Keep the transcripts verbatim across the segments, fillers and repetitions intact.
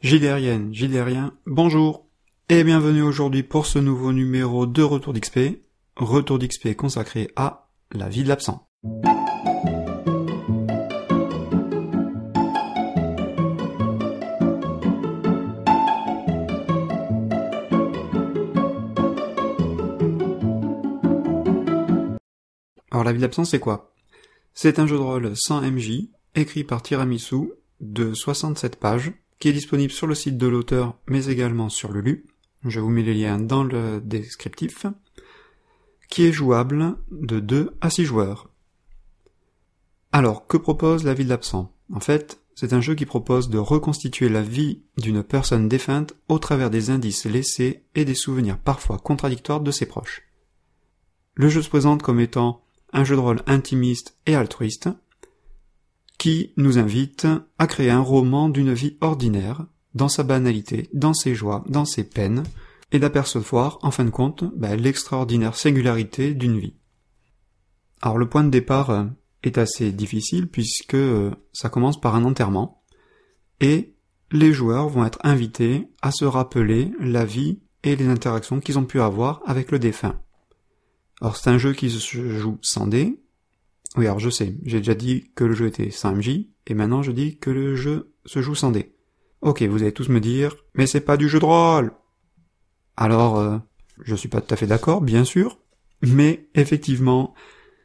Gilérienne, Gilérien, bonjour et bienvenue aujourd'hui pour ce nouveau numéro de Retour d'X P, Retour d'X P consacré à la vie de l'absent. Alors la vie de l'absent c'est quoi? C'est un jeu de rôle sans M J, écrit par Tiramisu, de soixante-sept pages, qui est disponible sur le site de l'auteur, mais également sur Lulu. Je vous mets les liens dans le descriptif. Qui est jouable de deux à six joueurs. Alors, que propose la vie de l'absent? En fait, c'est un jeu qui propose de reconstituer la vie d'une personne défunte au travers des indices laissés et des souvenirs parfois contradictoires de ses proches. Le jeu se présente comme étant un jeu de rôle intimiste et altruiste, qui nous invite à créer un roman d'une vie ordinaire, dans sa banalité, dans ses joies, dans ses peines, et d'apercevoir, en fin de compte, ben, l'extraordinaire singularité d'une vie. Alors le point de départ euh, est assez difficile, puisque euh, ça commence par un enterrement, et les joueurs vont être invités à se rappeler la vie et les interactions qu'ils ont pu avoir avec le défunt. Alors c'est un jeu qui se joue sans dés. Oui, alors je sais, j'ai déjà dit que le jeu était sans M J, et maintenant je dis que le jeu se joue sans dés. Ok, vous allez tous me dire, mais c'est pas du jeu de rôle. Alors, euh, je suis pas tout à fait d'accord, bien sûr, mais effectivement,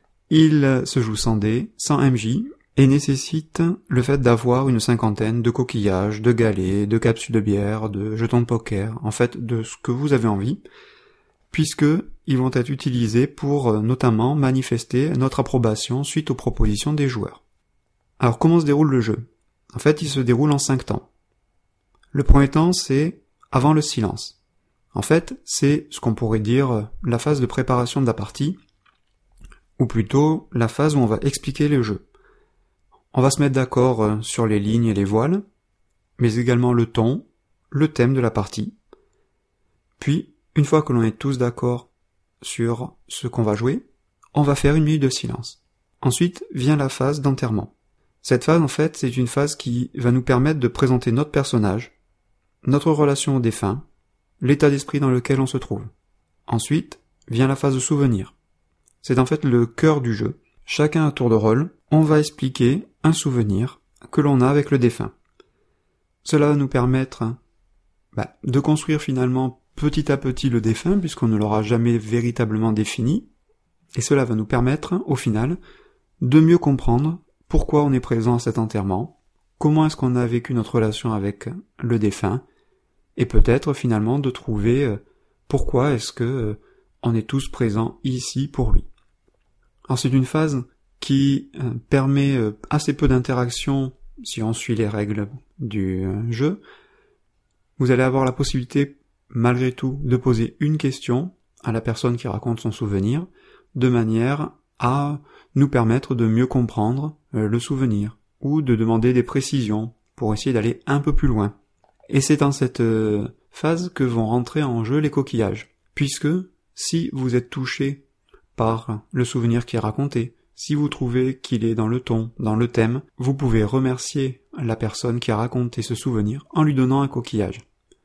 il se joue sans dés, sans M J, et nécessite le fait d'avoir une cinquantaine de coquillages, de galets, de capsules de bière, de jetons de poker, en fait, de ce que vous avez envie, puisque ils vont être utilisés pour euh, notamment manifester notre approbation suite aux propositions des joueurs. Alors comment se déroule le jeu? En fait, il se déroule en cinq temps. Le premier temps, c'est avant le silence. En fait, c'est ce qu'on pourrait dire euh, la phase de préparation de la partie, ou plutôt la phase où on va expliquer le jeu. On va se mettre d'accord euh, sur les lignes et les voiles, mais également le ton, le thème de la partie. Puis, une fois que l'on est tous d'accord sur ce qu'on va jouer, on va faire une minute de silence. Ensuite vient la phase d'enterrement. Cette phase, en fait, c'est une phase qui va nous permettre de présenter notre personnage, notre relation au défunt, l'état d'esprit dans lequel on se trouve. Ensuite vient la phase de souvenir. C'est en fait le cœur du jeu. Chacun à tour de rôle, on va expliquer un souvenir que l'on a avec le défunt. Cela va nous permettre bah, de construire finalement petit à petit le défunt, puisqu'on ne l'aura jamais véritablement défini, et cela va nous permettre, au final, de mieux comprendre pourquoi on est présent à cet enterrement, comment est-ce qu'on a vécu notre relation avec le défunt, et peut-être finalement de trouver euh, pourquoi est-ce que euh, on est tous présents ici pour lui. Alors c'est une phase qui euh, permet euh, assez peu d'interaction si on suit les règles du euh, jeu. Vous allez avoir la possibilité malgré tout, de poser une question à la personne qui raconte son souvenir, de manière à nous permettre de mieux comprendre euh, le souvenir, ou de demander des précisions pour essayer d'aller un peu plus loin. Et c'est dans cette euh, phase que vont rentrer en jeu les coquillages, puisque si vous êtes touché par le souvenir qui est raconté, si vous trouvez qu'il est dans le ton, dans le thème, vous pouvez remercier la personne qui a raconté ce souvenir en lui donnant un coquillage.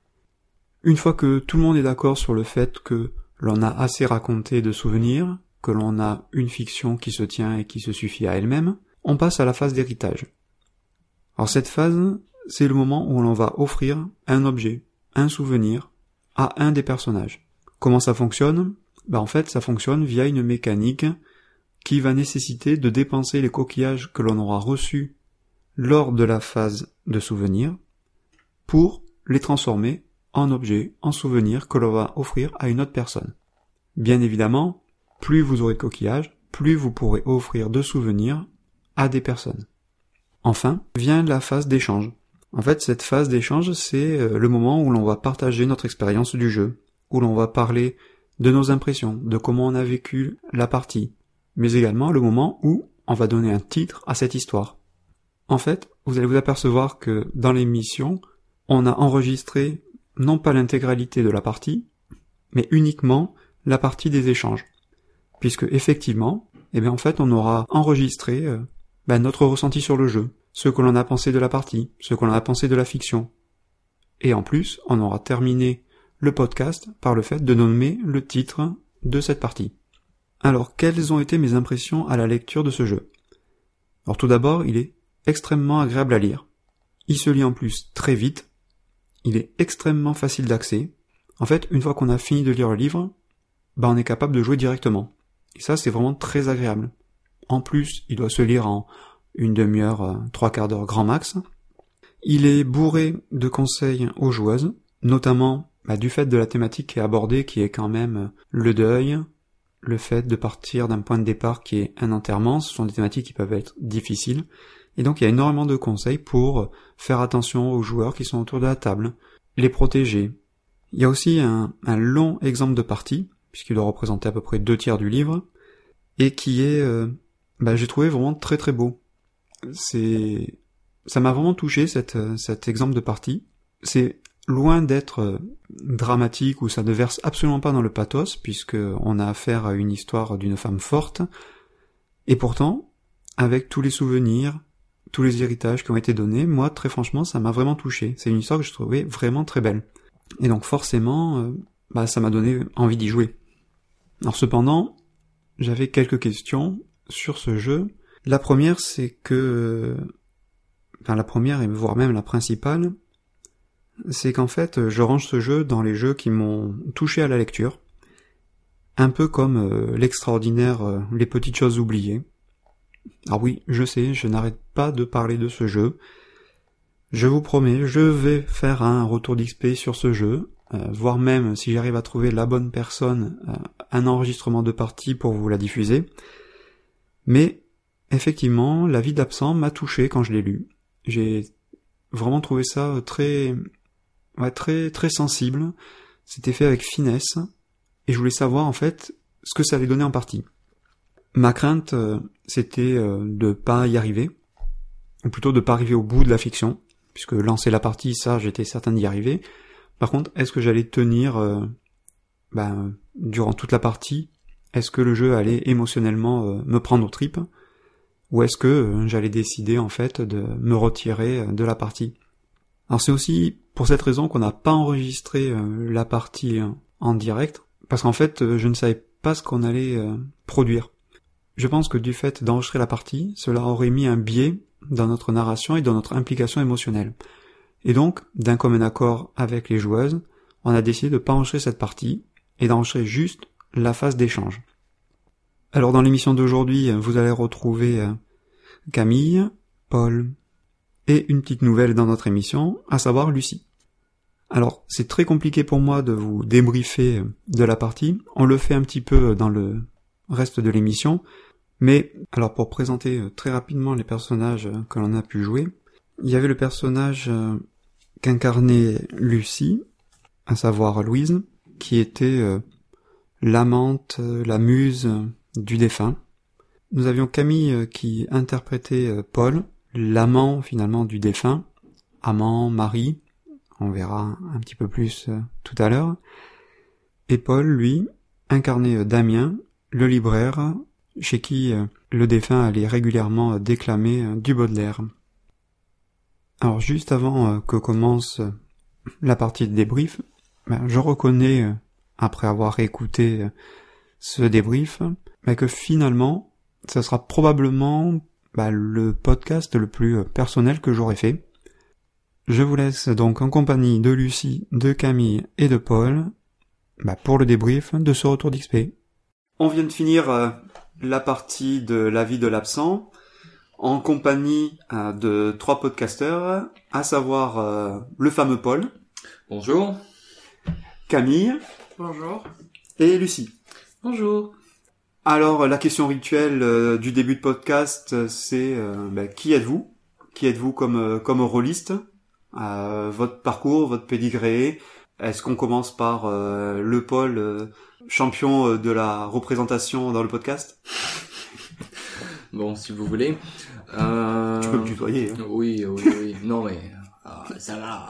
Une fois que tout le monde est d'accord sur le fait que l'on a assez raconté de souvenirs, que l'on a une fiction qui se tient et qui se suffit à elle-même, on passe à la phase d'héritage. Alors cette phase, c'est le moment où l'on va offrir un objet, un souvenir, à un des personnages. Comment ça fonctionne? Ben en fait, ça fonctionne via une mécanique qui va nécessiter de dépenser les coquillages que l'on aura reçus lors de la phase de souvenir pour les transformer en objet, en souvenir que l'on va offrir à une autre personne. Bien évidemment, plus vous aurez de coquillages, plus vous pourrez offrir de souvenirs à des personnes. Enfin, vient la phase d'échange. En fait, cette phase d'échange, c'est le moment où l'on va partager notre expérience du jeu, où l'on va parler de nos impressions, de comment on a vécu la partie, mais également le moment où on va donner un titre à cette histoire. En fait, vous allez vous apercevoir que dans l'émission, on a enregistré non pas l'intégralité de la partie, mais uniquement la partie des échanges. Puisque effectivement, eh bien en fait on aura enregistré euh, ben, notre ressenti sur le jeu, ce que l'on a pensé de la partie, ce que l'on a pensé de la fiction. Et en plus, on aura terminé le podcast par le fait de nommer le titre de cette partie. Alors, quelles ont été mes impressions à la lecture de ce jeu ? Alors tout d'abord, il est extrêmement agréable à lire. Il se lit en plus très vite. Il est extrêmement facile d'accès. En fait, une fois qu'on a fini de lire le livre, bah on est capable de jouer directement. Et ça, c'est vraiment très agréable. En plus, il doit se lire en une demi-heure, euh, trois quarts d'heure grand max. Il est bourré de conseils aux joueuses, notamment bah, du fait de la thématique qui est abordée, qui est quand même le deuil, le fait de partir d'un point de départ qui est un enterrement. Ce sont des thématiques qui peuvent être difficiles. Et donc il y a énormément de conseils pour faire attention aux joueurs qui sont autour de la table, les protéger. Il y a aussi un, un long exemple de partie, puisqu'il doit représenter à peu près deux tiers du livre, et qui est, euh, bah, j'ai trouvé vraiment très très beau. C'est, ça m'a vraiment touché cette, cet exemple de partie. C'est loin d'être dramatique ou ça ne verse absolument pas dans le pathos, puisque on a affaire à une histoire d'une femme forte, et pourtant, avec tous les souvenirs, tous les héritages qui ont été donnés, moi, très franchement, ça m'a vraiment touché. C'est une histoire que je trouvais vraiment très belle. Et donc forcément, euh, bah, ça m'a donné envie d'y jouer. Alors cependant, j'avais quelques questions sur ce jeu. La première, c'est que... Enfin, la première, et voire même la principale, c'est qu'en fait, je range ce jeu dans les jeux qui m'ont touché à la lecture. Un peu comme euh, l'extraordinaire euh, Les Petites Choses Oubliées. Alors oui, je sais, je n'arrête pas de parler de ce jeu. Je vous promets, je vais faire un retour d'X P sur ce jeu, euh, voire même, si j'arrive à trouver la bonne personne, euh, un enregistrement de partie pour vous la diffuser. Mais, effectivement, La Vie d'absent m'a touché quand je l'ai lu. J'ai vraiment trouvé ça très, ouais, très, très sensible. C'était fait avec finesse, et je voulais savoir, en fait, ce que ça allait donner en partie. Ma crainte, euh, c'était euh, de pas y arriver, ou plutôt de pas arriver au bout de la fiction, puisque lancer la partie, ça, j'étais certain d'y arriver. Par contre, est-ce que j'allais tenir euh, ben, durant toute la partie ? Est-ce que le jeu allait émotionnellement euh, me prendre aux tripes ? Ou est-ce que euh, j'allais décider, en fait, de me retirer euh, de la partie ? Alors c'est aussi pour cette raison qu'on n'a pas enregistré euh, la partie euh, en direct, parce qu'en fait, euh, je ne savais pas ce qu'on allait euh, produire. Je pense que du fait d'enregistrer la partie, cela aurait mis un biais dans notre narration et dans notre implication émotionnelle. Et donc, d'un commun accord avec les joueuses, on a décidé de ne pas enregistrer cette partie et d'enregistrer juste la phase d'échange. Alors dans l'émission d'aujourd'hui, vous allez retrouver Camille, Paul et une petite nouvelle dans notre émission, à savoir Lucie. Alors, c'est très compliqué pour moi de vous débriefer de la partie, on le fait un petit peu dans le reste de l'émission, mais alors pour présenter très rapidement les personnages que l'on a pu jouer, il y avait le personnage qu'incarnait Lucie, à savoir Louise, qui était euh, l'amante, la muse du défunt. Nous avions Camille qui interprétait Paul, l'amant finalement du défunt, amant, mari, on verra un petit peu plus euh, tout à l'heure. Et Paul, lui, incarnait Damien, le libraire, chez qui euh, le défunt allait régulièrement déclamer euh, du Baudelaire. Alors juste avant euh, que commence euh, la partie de débrief, ben, je reconnais, euh, après avoir écouté euh, ce débrief, ben, que finalement, ça sera probablement ben, le podcast le plus euh, personnel que j'aurais fait. Je vous laisse donc en compagnie de Lucie, de Camille et de Paul ben, pour le débrief de ce retour d'X P. On vient de finir euh, la partie de La Vie de l'absent en compagnie euh, de trois podcasteurs, à savoir euh, le fameux Paul. Bonjour. Camille. Bonjour. Et Lucie. Bonjour. Alors, la question rituelle euh, du début de podcast, c'est euh, bah, qui êtes-vous ? Qui êtes-vous comme euh, comme rôliste ? euh, Votre parcours, votre pédigré ? Est-ce qu'on commence par euh, le Paul, euh, champion euh, de la représentation dans le podcast ? Bon, si vous voulez. Euh... Tu peux me tutoyer. Hein. Oui, oui, oui. Non, mais ah, ça va.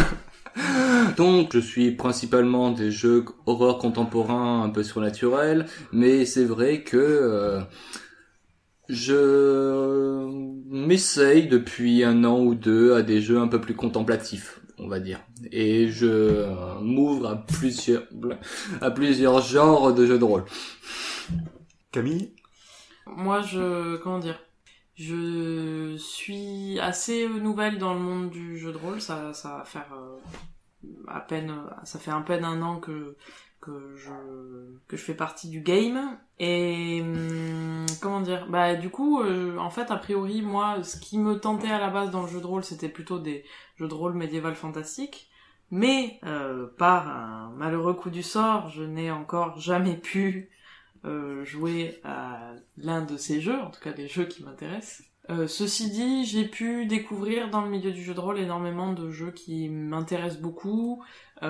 Donc, je suis principalement des jeux horreur contemporains un peu surnaturels, mais c'est vrai que euh, je m'essaye depuis un an ou deux à des jeux un peu plus contemplatifs. on va dire. Et je euh, m'ouvre à plusieurs, à plusieurs genres de jeux de rôle. Camille ? Moi, je... comment dire ? Je suis assez nouvelle dans le monde du jeu de rôle. Ça, ça va faire euh, à peine... Ça fait à peine un an que... que je que je fais partie du game et hum, comment dire bah du coup euh, en fait a priori moi ce qui me tentait à la base dans le jeu de rôle c'était plutôt des jeux de rôle médiéval fantastique mais euh, par un malheureux coup du sort je n'ai encore jamais pu euh, jouer à l'un de ces jeux, en tout cas les jeux qui m'intéressent. Euh, ceci dit, j'ai pu découvrir dans le milieu du jeu de rôle énormément de jeux qui m'intéressent beaucoup,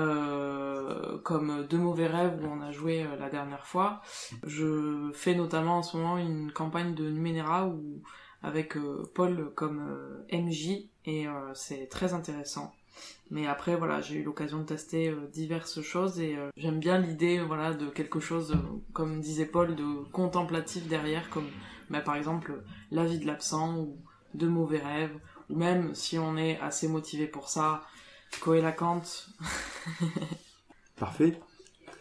euh, comme De Mauvais Rêves où on a joué euh, la dernière fois. Je fais notamment en ce moment une campagne de Numenera où, avec euh, Paul comme euh, M J et euh, c'est très intéressant. Mais après voilà, j'ai eu l'occasion de tester euh, diverses choses et euh, j'aime bien l'idée voilà de quelque chose, euh, comme disait Paul, de contemplatif derrière, comme bah, par exemple La vie de l'absent ou De Mauvais Rêves, ou même si on est assez motivé pour ça, Koala Kant. Parfait. Lucie ?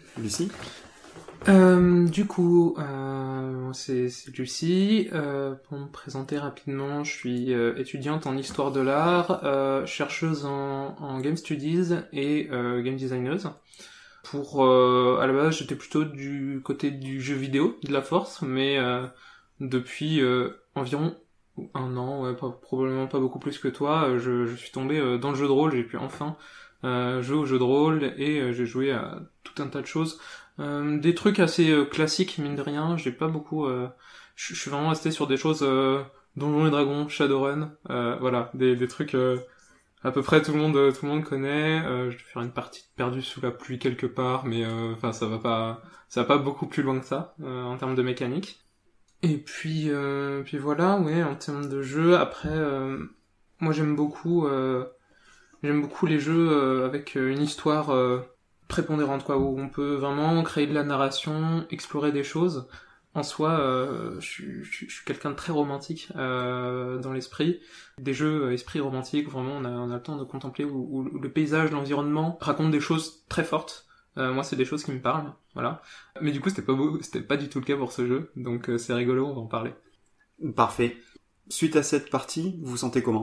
Euh, du coup, euh, c'est, c'est Lucie. Euh, pour me présenter rapidement, je suis euh, étudiante en histoire de l'art, euh, chercheuse en, en game studies et euh, game designeuse. Pour euh, à la base, j'étais plutôt du côté du jeu vidéo, de la force, mais euh, depuis euh, environ un an, ouais, pas, probablement pas beaucoup plus que toi, je, je suis tombé euh, dans le jeu de rôle. J'ai pu enfin euh, jouer au jeu de rôle et euh, j'ai joué à tout un tas de choses. Euh, des trucs assez euh, classiques, mine de rien. J'ai pas beaucoup... Euh, je suis vraiment resté sur des choses... Euh, Donjons et Dragons, Shadowrun, euh, voilà, des, des trucs... Euh, à peu près tout le monde tout le monde connaît. Euh, je vais faire une partie de Perdu sous la pluie quelque part, mais enfin euh, ça va pas ça va pas beaucoup plus loin que ça euh, en termes de mécanique. Et puis euh, puis voilà, ouais, en termes de jeu, après euh, moi j'aime beaucoup euh, j'aime beaucoup les jeux euh, avec une histoire euh, prépondérante, quoi, où on peut vraiment créer de la narration, explorer des choses. En soi, euh, je, suis, je, suis, je suis quelqu'un de très romantique euh, dans l'esprit. Des jeux euh, esprit romantique, vraiment, on a, on a le temps de contempler, où, où le paysage, l'environnement raconte des choses très fortes. Euh, moi, c'est des choses qui me parlent, voilà. Mais du coup, c'était pas beau, c'était pas du tout le cas pour ce jeu, donc euh, c'est rigolo, on va en parler. Parfait. Suite à cette partie, vous vous sentez comment ?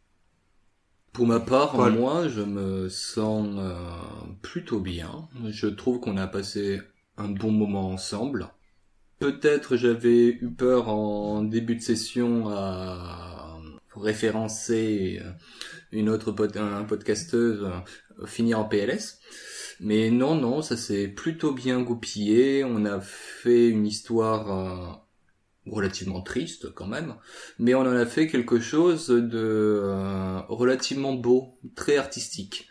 Pour ma part, Paul. moi, je me sens euh, plutôt bien. Je trouve qu'on a passé un bon moment ensemble. Peut-être j'avais eu peur en début de session à référencer une autre pod- un podcasteuse euh, finir en P L S. Mais non, non, ça s'est plutôt bien goupillé. On a fait une histoire euh, relativement triste quand même, mais on en a fait quelque chose de euh, relativement beau, très artistique.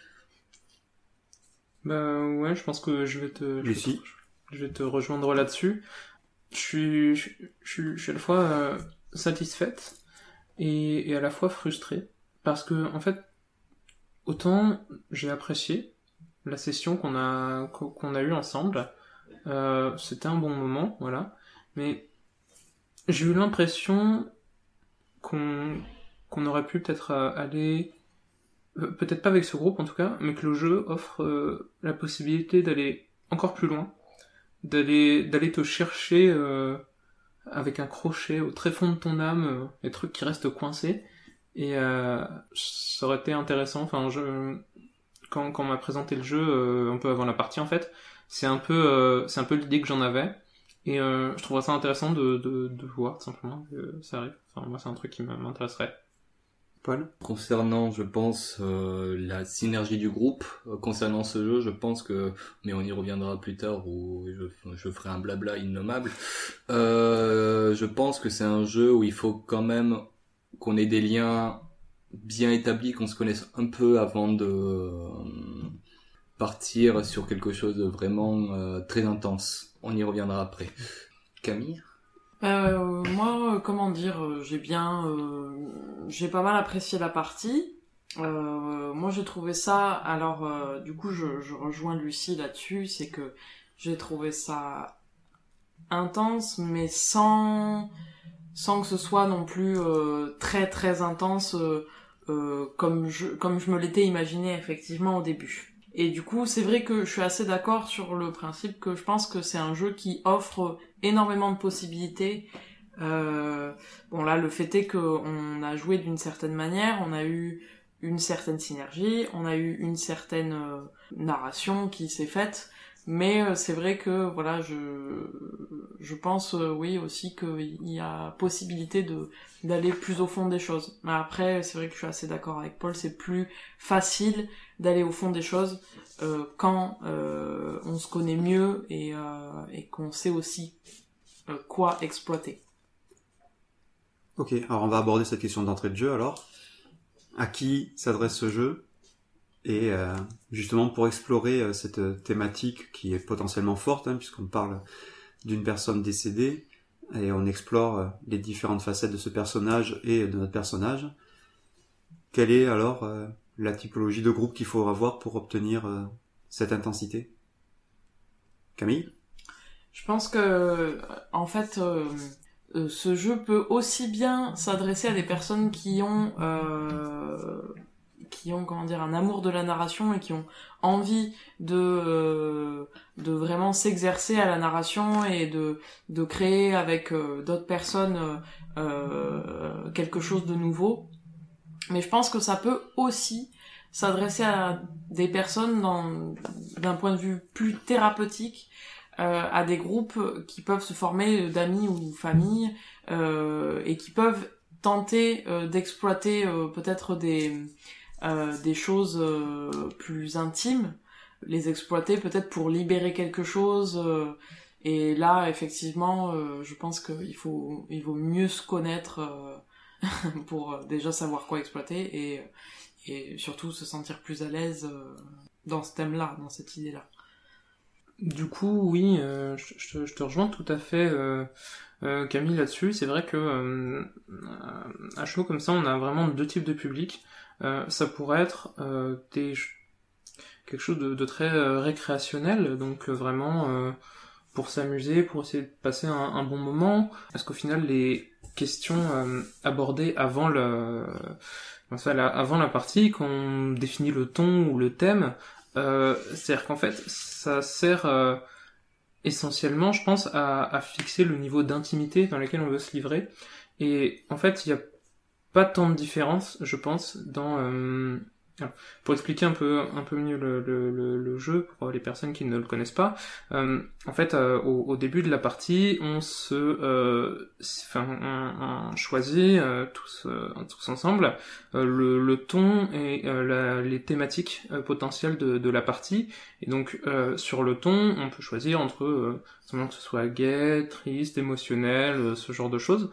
Bah ouais, je pense que je vais te, je vais Lucie. te, je vais te rejoindre là-dessus. Je suis, je, je, je suis à la fois euh, satisfaite et, et à la fois frustrée, parce que en fait, autant j'ai apprécié la session qu'on a qu'on a eue ensemble, euh, c'était un bon moment, voilà, mais j'ai eu l'impression qu'on qu'on aurait pu peut-être euh, aller, euh, peut-être pas avec ce groupe en tout cas, mais que le jeu offre euh, la possibilité d'aller encore plus loin, d'aller d'aller te chercher euh, avec un crochet au très fond de ton âme, euh, les trucs qui restent coincés, et euh, ça aurait été intéressant. Enfin, je quand quand on m'a présenté le jeu euh, un peu avant la partie, en fait, c'est un peu euh, c'est un peu l'idée que j'en avais, et euh, je trouverais ça intéressant de de de voir tout simplement que ça arrive. Enfin, moi, c'est un truc qui m'intéresserait. Paul ? Concernant, je pense, euh, la synergie du groupe, euh, concernant ce jeu, je pense que, mais on y reviendra plus tard où je, je ferai un blabla innommable, euh, je pense que c'est un jeu où il faut quand même qu'on ait des liens bien établis, qu'on se connaisse un peu avant de euh, partir sur quelque chose de vraiment euh, très intense. On y reviendra après. Camille ? Euh, moi, euh, comment dire, euh, j'ai bien, euh, j'ai pas mal apprécié la partie. Euh, moi, j'ai trouvé ça. Alors, euh, du coup, je, je rejoins Lucie là-dessus, c'est que j'ai trouvé ça intense, mais sans, sans que ce soit non plus euh, très très intense. Euh, euh, comme je comme je me l'étais imaginé effectivement au début. Et du coup, c'est vrai que je suis assez d'accord sur le principe que je pense que c'est un jeu qui offre énormément de possibilités. Euh, bon là, le fait est qu'on a joué d'une certaine manière, on a eu une certaine synergie, on a eu une certaine euh, narration qui s'est faite, mais euh, c'est vrai que voilà, je je pense euh, oui aussi qu'il y a possibilité de d'aller plus au fond des choses. Mais après, c'est vrai que je suis assez d'accord avec Paul, c'est plus facile d'aller au fond des choses euh, quand euh, on se connaît mieux et euh, et qu'on sait aussi euh, quoi exploiter. Ok, alors on va aborder cette question d'entrée de jeu alors. À qui s'adresse ce jeu? Et euh, justement pour explorer euh, cette thématique qui est potentiellement forte, hein, puisqu'on parle d'une personne décédée, et on explore euh, les différentes facettes de ce personnage et de notre personnage, quelle est alors euh, la typologie de groupe qu'il faut avoir pour obtenir euh, cette intensité? Camille? Je pense que, en fait, euh, euh, ce jeu peut aussi bien s'adresser à des personnes qui ont, euh, qui ont, comment dire, un amour de la narration et qui ont envie de, euh, de vraiment s'exercer à la narration et de, de créer avec euh, d'autres personnes euh, quelque chose de nouveau. Mais je pense que ça peut aussi s'adresser à des personnes dans, d'un point de vue plus thérapeutique, euh, à des groupes qui peuvent se former d'amis ou familles euh, et qui peuvent tenter euh, d'exploiter euh, peut-être des, euh, des choses euh, plus intimes, les exploiter peut-être pour libérer quelque chose. Euh, et là, effectivement, euh, je pense qu'il faut, il vaut mieux se connaître euh, pour déjà savoir quoi exploiter et et surtout se sentir plus à l'aise euh, dans ce thème-là, dans cette idée-là. Du coup, oui, euh, je, je, je te rejoins tout à fait, euh, euh, Camille, là-dessus. C'est vrai que euh, à chaud comme ça, on a vraiment deux types de publics. Euh, ça pourrait être euh, des, quelque chose de, de très euh, récréationnel, donc euh, vraiment euh, pour s'amuser, pour essayer de passer un, un bon moment. Parce qu'au final, les questions euh, abordées avant le... Enfin, là, avant la partie, quand on définit le ton ou le thème, euh, c'est-à-dire qu'en fait, ça sert euh, essentiellement, je pense, à, à fixer le niveau d'intimité dans lequel on veut se livrer. Et en fait, il n'y a pas tant de différence, je pense, dans... Euh... Alors, pour expliquer un peu un peu mieux le, le, le, le jeu pour les personnes qui ne le connaissent pas, euh, en fait euh, au, au début de la partie on se euh, enfin on, on choisit euh, tous euh, tous ensemble euh, le, le ton et euh, la, les thématiques euh, potentielles de, de la partie, et donc euh, sur le ton on peut choisir entre euh, semblant que ce soit gai, triste, émotionnel, euh, ce genre de choses.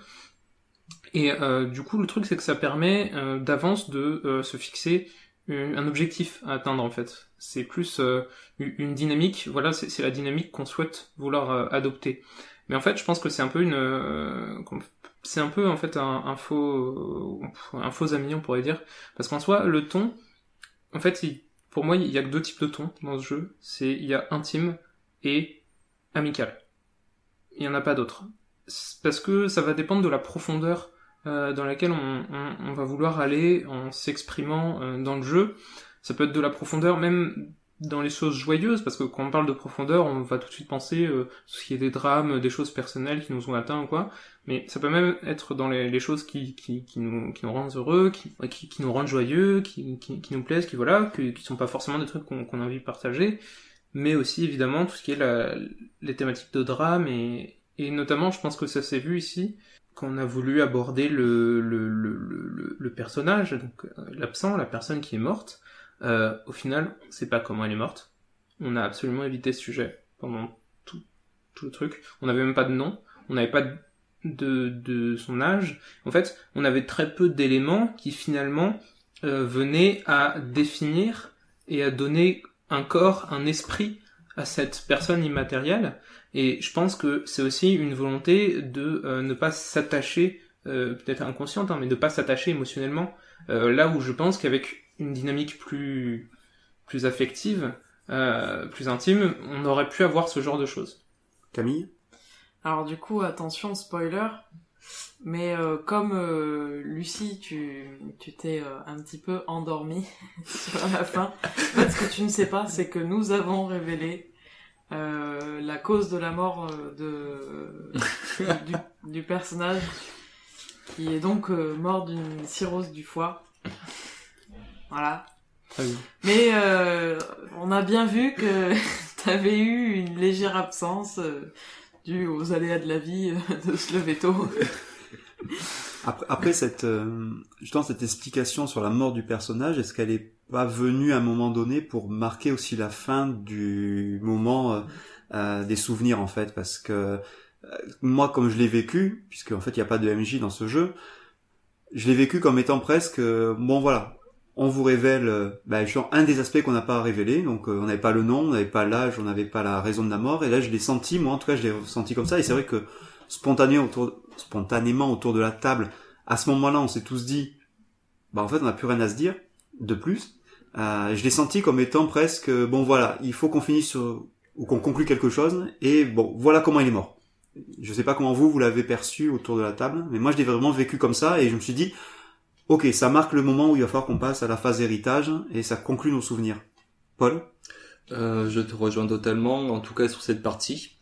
Et euh, du coup le truc c'est que ça permet euh, d'avance de euh, se fixer un objectif à atteindre en fait. C'est plus euh, une dynamique, voilà, c'est, c'est la dynamique qu'on souhaite vouloir euh, adopter. Mais en fait, je pense que c'est un peu une, euh, c'est un peu en fait un, un faux, euh, un faux ami, on pourrait dire, parce qu'en soi, le ton, en fait, il, pour moi, il y a que deux types de tons dans ce jeu. C'est il y a intime et amical. Il y en a pas d'autres. C'est parce que ça va dépendre de la profondeur Euh, dans laquelle on, on, on va vouloir aller en s'exprimant euh, dans le jeu. Ça peut être de la profondeur même dans les choses joyeuses, parce que quand on parle de profondeur, on va tout de suite penser euh, ce qui est des drames, des choses personnelles qui nous ont atteints ou quoi, mais ça peut même être dans les, les choses qui, qui, qui, nous, qui nous rendent heureux, qui, qui, qui nous rendent joyeux, qui, qui, qui nous plaisent, qui voilà, qui, qui sont pas forcément des trucs qu'on, qu'on a envie de partager, mais aussi évidemment tout ce qui est la, les thématiques de drame, et, et notamment je pense que ça s'est vu ici, quand on a voulu aborder le, le, le, le, le personnage, donc euh, l'absent, la personne qui est morte, euh, au final, on sait pas comment elle est morte. On a absolument évité ce sujet pendant tout, tout le truc. On n'avait même pas de nom, on n'avait pas de, de son âge. En fait, on avait très peu d'éléments qui finalement euh, venaient à définir et à donner un corps, un esprit à cette personne immatérielle. Et je pense que c'est aussi une volonté de euh, ne pas s'attacher, euh, peut-être inconsciente, hein, mais de ne pas s'attacher émotionnellement, euh, là où je pense qu'avec une dynamique plus, plus affective, euh, plus intime, on aurait pu avoir ce genre de choses. Camille ? Alors du coup, attention, spoiler, Mais euh, comme euh, Lucie, tu tu t'es euh, un petit peu endormie sur la fin. En fait, ce que tu ne sais pas, c'est que nous avons révélé euh, la cause de la mort euh, de du, du personnage, qui est donc euh, mort d'une cirrhose du foie. Voilà. Très bien. Mais euh, on a bien vu que t'avais eu une légère absence euh, due aux aléas de la vie, euh, de se lever tôt. Après, après cette, euh, justement, cette explication sur la mort du personnage, est-ce qu'elle est pas venue à un moment donné pour marquer aussi la fin du moment euh, euh, des souvenirs, en fait? Parce que euh, moi, comme je l'ai vécu, puisque en fait il n'y a pas de M J dans ce jeu, je l'ai vécu comme étant presque, euh, bon voilà, on vous révèle euh, bah, genre, un des aspects qu'on n'a pas révélé, donc euh, on n'avait pas le nom, on n'avait pas l'âge, on n'avait pas la raison de la mort, et là je l'ai senti, moi en tout cas je l'ai senti comme ça, et c'est vrai que spontanément autour, spontanément autour de la table, à ce moment-là on s'est tous dit, bah en fait on n'a plus rien à se dire de plus, euh, je l'ai senti comme étant presque, bon voilà, il faut qu'on finisse sur, ou qu'on conclue quelque chose, et bon voilà comment il est mort. Je sais pas comment vous, vous l'avez perçu autour de la table, mais moi je l'ai vraiment vécu comme ça, et je me suis dit, ok, ça marque le moment où il va falloir qu'on passe à la phase héritage, et ça conclut nos souvenirs. Paul ? euh, Je te rejoins totalement, en tout cas sur cette partie,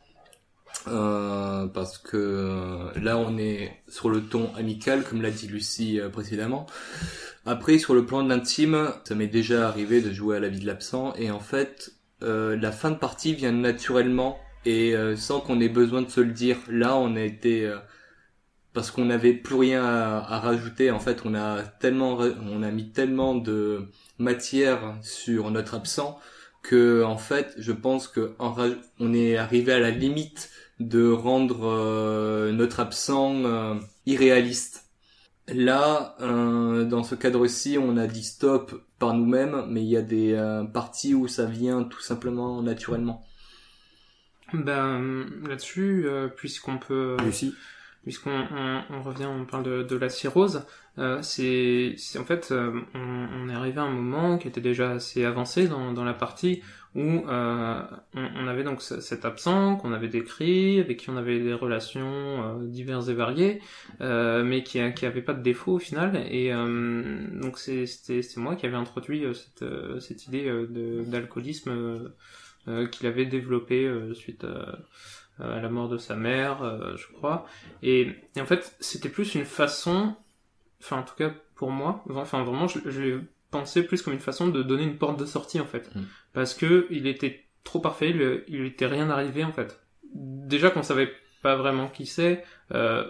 euh, parce que euh, là on est sur le ton amical, comme l'a dit Lucie euh, précédemment. Après, sur le plan de l'intime, ça m'est déjà arrivé de jouer à la vie de l'absent, et en fait, euh, la fin de partie vient naturellement, et euh, sans qu'on ait besoin de se le dire. Là, on a été... Euh, parce qu'on n'avait plus rien à, à rajouter, en fait, on a tellement, on a mis tellement de matière sur notre absent que, en fait, je pense que en, on est arrivé à la limite de rendre euh, notre absent euh, irréaliste. Là, euh, dans ce cadre-ci, on a dit stop par nous-mêmes, mais il y a des euh, parties où ça vient tout simplement naturellement. Ben là-dessus, euh, puisqu'on peut, Lucie ? puisqu'on on, on revient, on parle de, de la cirrhose, euh, c'est, c'est en fait, euh, on, on est arrivé à un moment qui était déjà assez avancé dans, dans la partie où euh, on, on avait donc cet absent qu'on avait décrit, avec qui on avait des relations euh, diverses et variées, euh, mais qui qui avait pas de défaut au final. Et euh, donc c'est, c'était c'est moi qui avais introduit euh, cette euh, cette idée euh, de, d'alcoolisme euh, euh, qu'il avait développé euh, suite à à la mort de sa mère, euh, je crois. Et, et en fait, c'était plus une façon, enfin en tout cas pour moi, enfin vraiment, je, je l'ai pensé plus comme une façon de donner une porte de sortie en fait, mmh. parce que il était trop parfait, il, il était rien arrivé en fait. Déjà qu'on savait pas vraiment qui c'est, euh,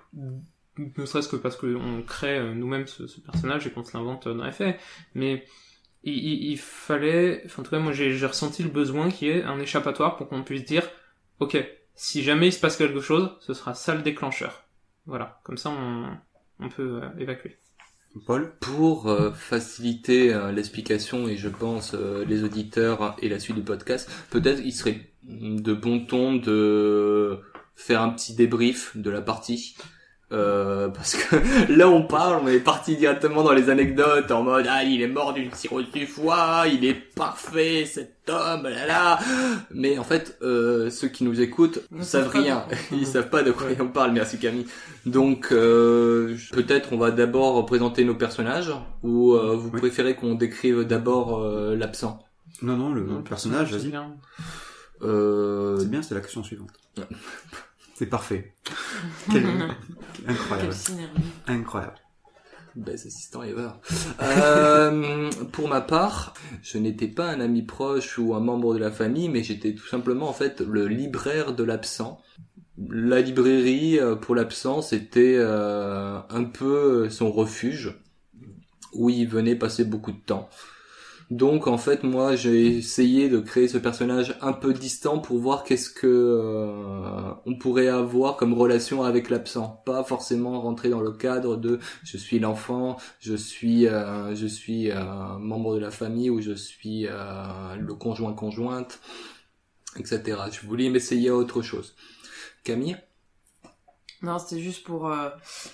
ne serait-ce que parce qu'on crée nous-mêmes ce, ce personnage et qu'on se l'invente dans les faits, mais il, il, il fallait, enfin en tout cas moi j'ai, j'ai ressenti le besoin qu'il y ait un échappatoire pour qu'on puisse dire ok, si jamais il se passe quelque chose, ce sera ça le déclencheur. Voilà, comme ça on, on peut euh, évacuer. Paul ? Pour euh, faciliter euh, l'explication, et je pense euh, les auditeurs et la suite du podcast, peut-être il serait de bon ton de faire un petit débrief de la partie. Euh, parce que là on parle, on est parti directement dans les anecdotes en mode ah il est mort d'une cirrhose du foie, il est parfait cet homme, là là. Mais en fait euh, ceux qui nous écoutent ne savent rien, ils savent pas de quoi ouais. on parle. Merci Camille. Donc euh, peut-être on va d'abord présenter nos personnages, ou euh, vous oui. préférez qu'on décrive d'abord euh, l'absent? Non non le, non, le personnage, personnage, vas-y. Bien. Euh... C'est bien, c'est la question suivante. C'est parfait. Quel... Incroyable. Incroyable. Best assistant ever. euh, pour ma part, je n'étais pas un ami proche ou un membre de la famille, mais j'étais tout simplement en fait le libraire de l'absent. La librairie pour l'absent, c'était euh, un peu son refuge, où il venait passer beaucoup de temps. Donc en fait moi j'ai essayé de créer ce personnage un peu distant pour voir qu'est-ce que euh, on pourrait avoir comme relation avec l'absent, pas forcément rentrer dans le cadre de je suis l'enfant, je suis euh, je suis euh, membre de la famille, ou je suis euh, le conjoint conjointe, et cetera. Je voulais m'essayer à autre chose. Camille ? Non, c'était juste pour euh,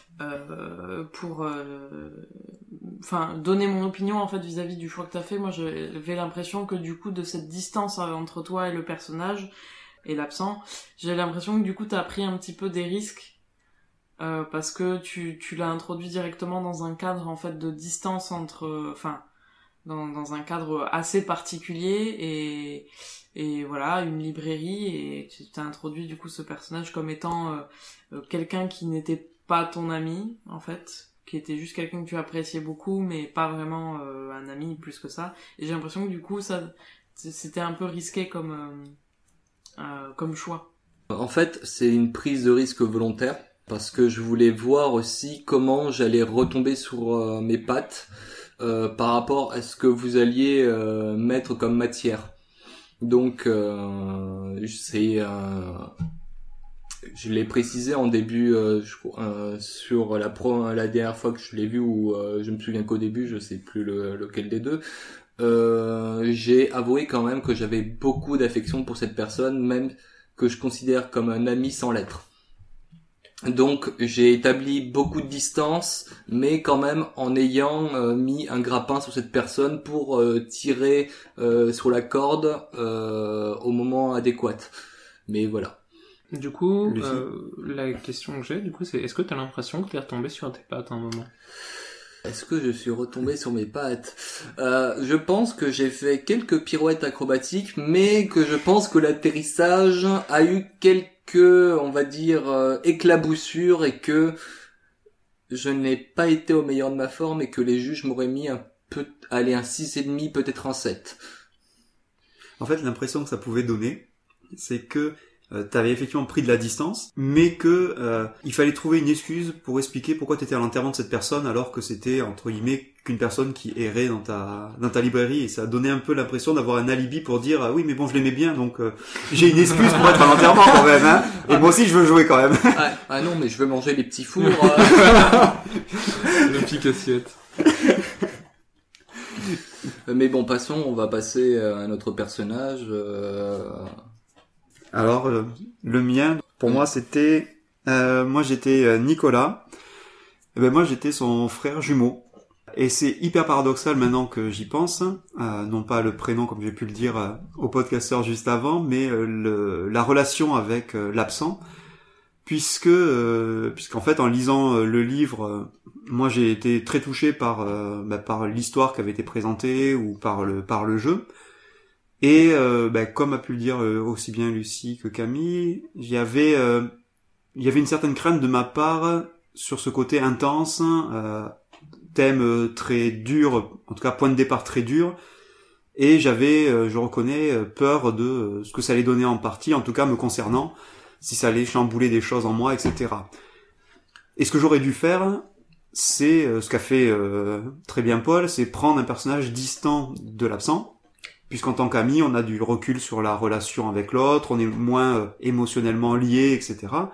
euh, pour euh, enfin donner mon opinion en fait vis-à-vis du choix que t'as fait. Moi, j'avais l'impression que du coup de cette distance entre toi et le personnage et l'absent, j'ai l'impression que du coup t'as pris un petit peu des risques euh, parce que tu, tu l'as introduit directement dans un cadre en fait de distance entre, enfin, dans, dans un cadre assez particulier et et voilà, une librairie, et tu t'as introduit du coup ce personnage comme étant euh, euh, quelqu'un qui n'était pas ton ami en fait, qui était juste quelqu'un que tu appréciais beaucoup mais pas vraiment euh, un ami plus que ça. Et j'ai l'impression que du coup ça c'était un peu risqué comme euh, euh, comme choix. En fait, c'est une prise de risque volontaire parce que je voulais voir aussi comment j'allais retomber sur euh, mes pattes euh, par rapport à ce que vous alliez euh, mettre comme matière. Donc euh, c'est euh, je l'ai précisé en début euh, je, euh, sur la pro, la dernière fois que je l'ai vu, ou euh, je me souviens qu'au début, je sais plus le, lequel des deux, euh, j'ai avoué quand même que j'avais beaucoup d'affection pour cette personne, même que je considère comme un ami sans l'être. Donc j'ai établi beaucoup de distance, mais quand même en ayant euh, mis un grappin sur cette personne pour euh, tirer euh, sur la corde euh, au moment adéquat. Mais voilà. Du coup, Lucie. euh, la question que j'ai, du coup, c'est est-ce que t'as l'impression que t'es retombé sur tes pattes à un moment? Est-ce que je suis retombé sur mes pattes? euh, Je pense que j'ai fait quelques pirouettes acrobatiques, mais que je pense que l'atterrissage a eu quelques, on va dire, euh, éclaboussures, et que je n'ai pas été au meilleur de ma forme, et que les juges m'auraient mis un peu, allez, un six et demi, peut-être un sept. En fait, l'impression que ça pouvait donner, c'est que euh, t'avais effectivement pris de la distance, mais que euh, il fallait trouver une excuse pour expliquer pourquoi t'étais à l'enterrement de cette personne, alors que c'était, entre guillemets, qu'une personne qui errait dans ta dans ta librairie, et ça donnait un peu l'impression d'avoir un alibi pour dire ah oui mais bon je l'aimais bien, donc euh, j'ai une excuse pour être à l'enterrement quand même, hein, et moi aussi je veux jouer quand même. Ah, ah non, mais je veux manger les petits fours. Euh... Le pique assiette. Mais bon, passons, on va passer à un autre personnage. Euh... Alors, euh, le mien, pour moi, c'était... Euh, moi, j'étais euh, Nicolas. Et ben, moi, j'étais son frère jumeau. Et c'est hyper paradoxal maintenant que j'y pense. Euh, non pas le prénom, comme j'ai pu le dire euh, au podcasteur juste avant, mais euh, le, la relation avec euh, l'absent. Puisque, euh, puisqu'en fait, en lisant euh, le livre, euh, moi, j'ai été très touché par, euh, bah, par l'histoire qui avait été présentée ou par le, par le jeu. Et euh, bah, comme a pu le dire euh, aussi bien Lucie que Camille, il y avait euh, il y avait une certaine crainte de ma part sur ce côté intense, euh, thème euh, très dur, en tout cas point de départ très dur, et j'avais, euh, je reconnais, peur de euh, ce que ça allait donner en partie, en tout cas me concernant, si ça allait chambouler des choses en moi, et cetera. Et ce que j'aurais dû faire, c'est euh, ce qu'a fait euh, très bien Paul, c'est prendre un personnage distant de l'absent, puisqu'en tant qu'ami, on a du recul sur la relation avec l'autre, on est moins euh, émotionnellement lié, et cetera.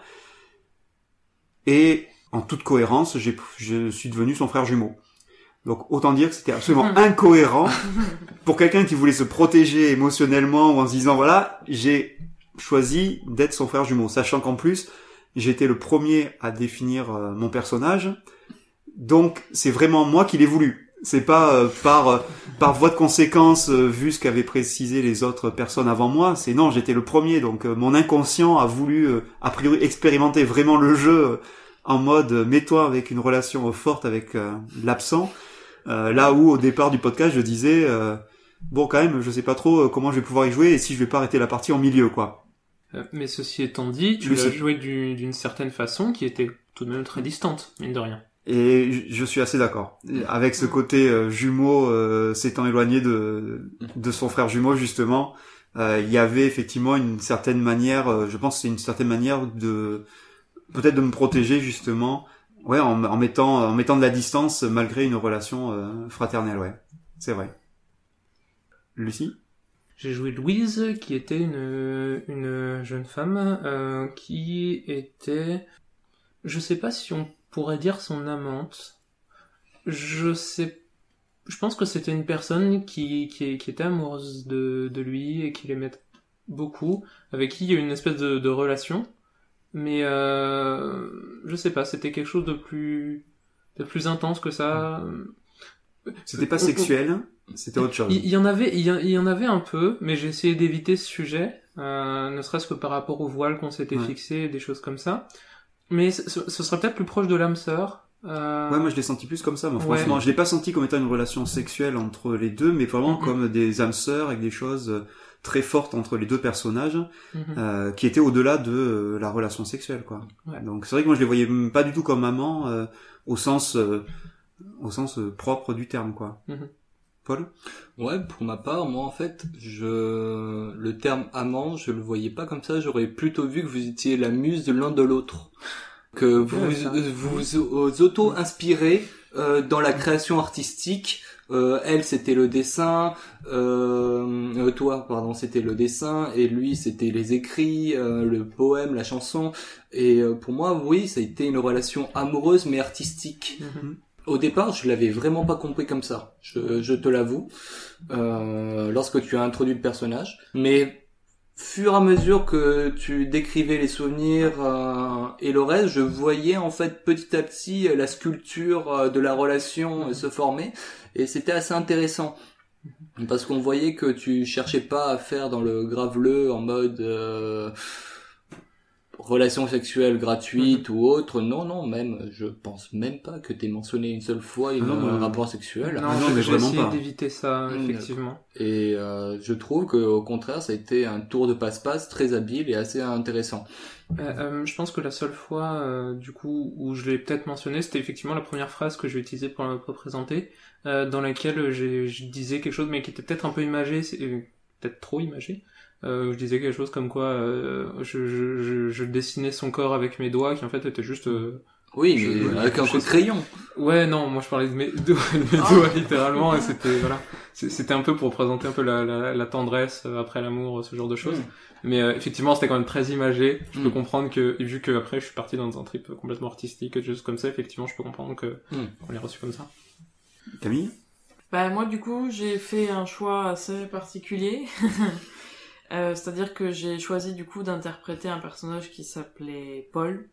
Et en toute cohérence, j'ai, je suis devenu son frère jumeau. Donc autant dire que c'était absolument incohérent pour quelqu'un qui voulait se protéger émotionnellement ou en se disant voilà, j'ai choisi d'être son frère jumeau, sachant qu'en plus, j'étais le premier à définir euh, mon personnage. Donc c'est vraiment moi qui l'ai voulu. C'est pas euh, par euh, par voie de conséquence euh, vu ce qu'avaient précisé les autres personnes avant moi, c'est non, j'étais le premier, donc euh, mon inconscient a voulu euh, a priori expérimenter vraiment le jeu euh, en mode euh, mets-toi avec une relation euh, forte avec euh, l'absent, euh, là où au départ du podcast je disais euh, bon quand même je sais pas trop euh, comment je vais pouvoir y jouer et si je vais pas arrêter la partie en milieu quoi. Euh, mais ceci étant dit, tu Oui, l'as c'est... joué du, d'une certaine façon qui était tout de même très distante, mine de rien. Et je suis assez d'accord. Avec ce côté euh, jumeau euh, s'étant éloigné de de son frère jumeau justement, euh, il y avait effectivement une certaine manière, euh, je pense que c'est une certaine manière de peut-être de me protéger justement, ouais, en, en mettant en mettant de la distance malgré une relation euh, fraternelle, ouais. C'est vrai. Lucie ? J'ai joué Louise, qui était une une jeune femme euh, qui était, je sais pas si on pourrait dire son amante. Je sais, je pense que c'était une personne qui, qui, qui était amoureuse de, de lui et qui l'aimait beaucoup, avec qui il y a eu une espèce de, de relation. Mais euh, je sais pas, c'était quelque chose de plus, de plus intense que ça. C'était pas sexuel, c'était autre chose. Il, il y en avait, il y, il y en avait un peu, mais j'ai essayé d'éviter ce sujet, euh, ne serait-ce que par rapport au voile qu'on s'était ouais. fixé, des choses comme ça. Mais ce, ce serait peut-être plus proche de l'âme sœur. Euh... Ouais, moi je l'ai senti plus comme ça, moi, Ouais. franchement. Je l'ai pas senti comme étant une relation sexuelle entre les deux, mais vraiment Mhm. comme des âmes sœurs avec des choses très fortes entre les deux personnages, Mhm. euh, qui étaient au-delà de euh, la relation sexuelle, quoi. Ouais. Donc c'est vrai que moi je les voyais m- pas du tout comme amants, euh, au sens, euh, au sens euh, propre du terme, quoi. Mhm. Paul? Ouais, pour ma part, moi en fait, je le terme amant, je le voyais pas comme ça. J'aurais plutôt vu que vous étiez la muse de l'un de l'autre, que vous Ouais, ça. vous, vous auto-inspirez euh, dans la création artistique. Euh, elle, c'était le dessin. Euh, euh, toi, pardon, c'était le dessin, et lui, c'était les écrits, euh, le poème, la chanson. Et euh, pour moi, oui, ça a été une relation amoureuse mais artistique. Mhm. Au départ, je l'avais vraiment pas compris comme ça. Je, je te l'avoue. Euh, lorsque tu as introduit le personnage, mais fur et à mesure que tu décrivais les souvenirs euh, et le reste, je voyais en fait petit à petit la sculpture euh, de la relation euh, se former, et c'était assez intéressant parce qu'on voyait que tu cherchais pas à faire dans le graveleux en mode euh, relation sexuelle gratuite ou autre. Non, non, même, je pense même pas que t'aies mentionné une seule fois une, Ah non, mais- un rapport sexuel. Non, Ah non, j'ai- mais j'ai vraiment essayé pas. d'éviter ça, Mmh. effectivement. Et euh, je trouve que au contraire, ça a été un tour de passe-passe très habile et assez intéressant. Euh, euh, je pense que la seule fois, euh, du coup, où je l'ai peut-être mentionné, c'était effectivement la première phrase que je vais utiliser pour me représenter, euh, dans laquelle j'ai- je disais quelque chose, mais qui était peut-être un peu imagé, c'est- euh, peut-être trop imagé. Euh, je disais quelque chose comme quoi euh, je, je, je, je dessinais son corps avec mes doigts, qui en fait était juste... euh, Oui, Je- mais ouais, avec un je coup de sais. crayon. Ouais, non, moi je parlais de mes doigts, de mes Ah. doigts littéralement, et c'était voilà, C'est- c'était un peu pour représenter un peu la, la, la tendresse euh, après l'amour, ce genre de choses. Mm. Mais euh, effectivement, c'était quand même très imagé. Je peux Mm. comprendre que, et vu que après je suis parti dans un trip complètement artistique, juste comme ça, effectivement, je peux comprendre que Mm. on l'ait reçu comme ça. Camille? Bah moi du coup j'ai fait un choix assez particulier. Euh, c'est-à-dire que j'ai choisi du coup d'interpréter un personnage qui s'appelait Paul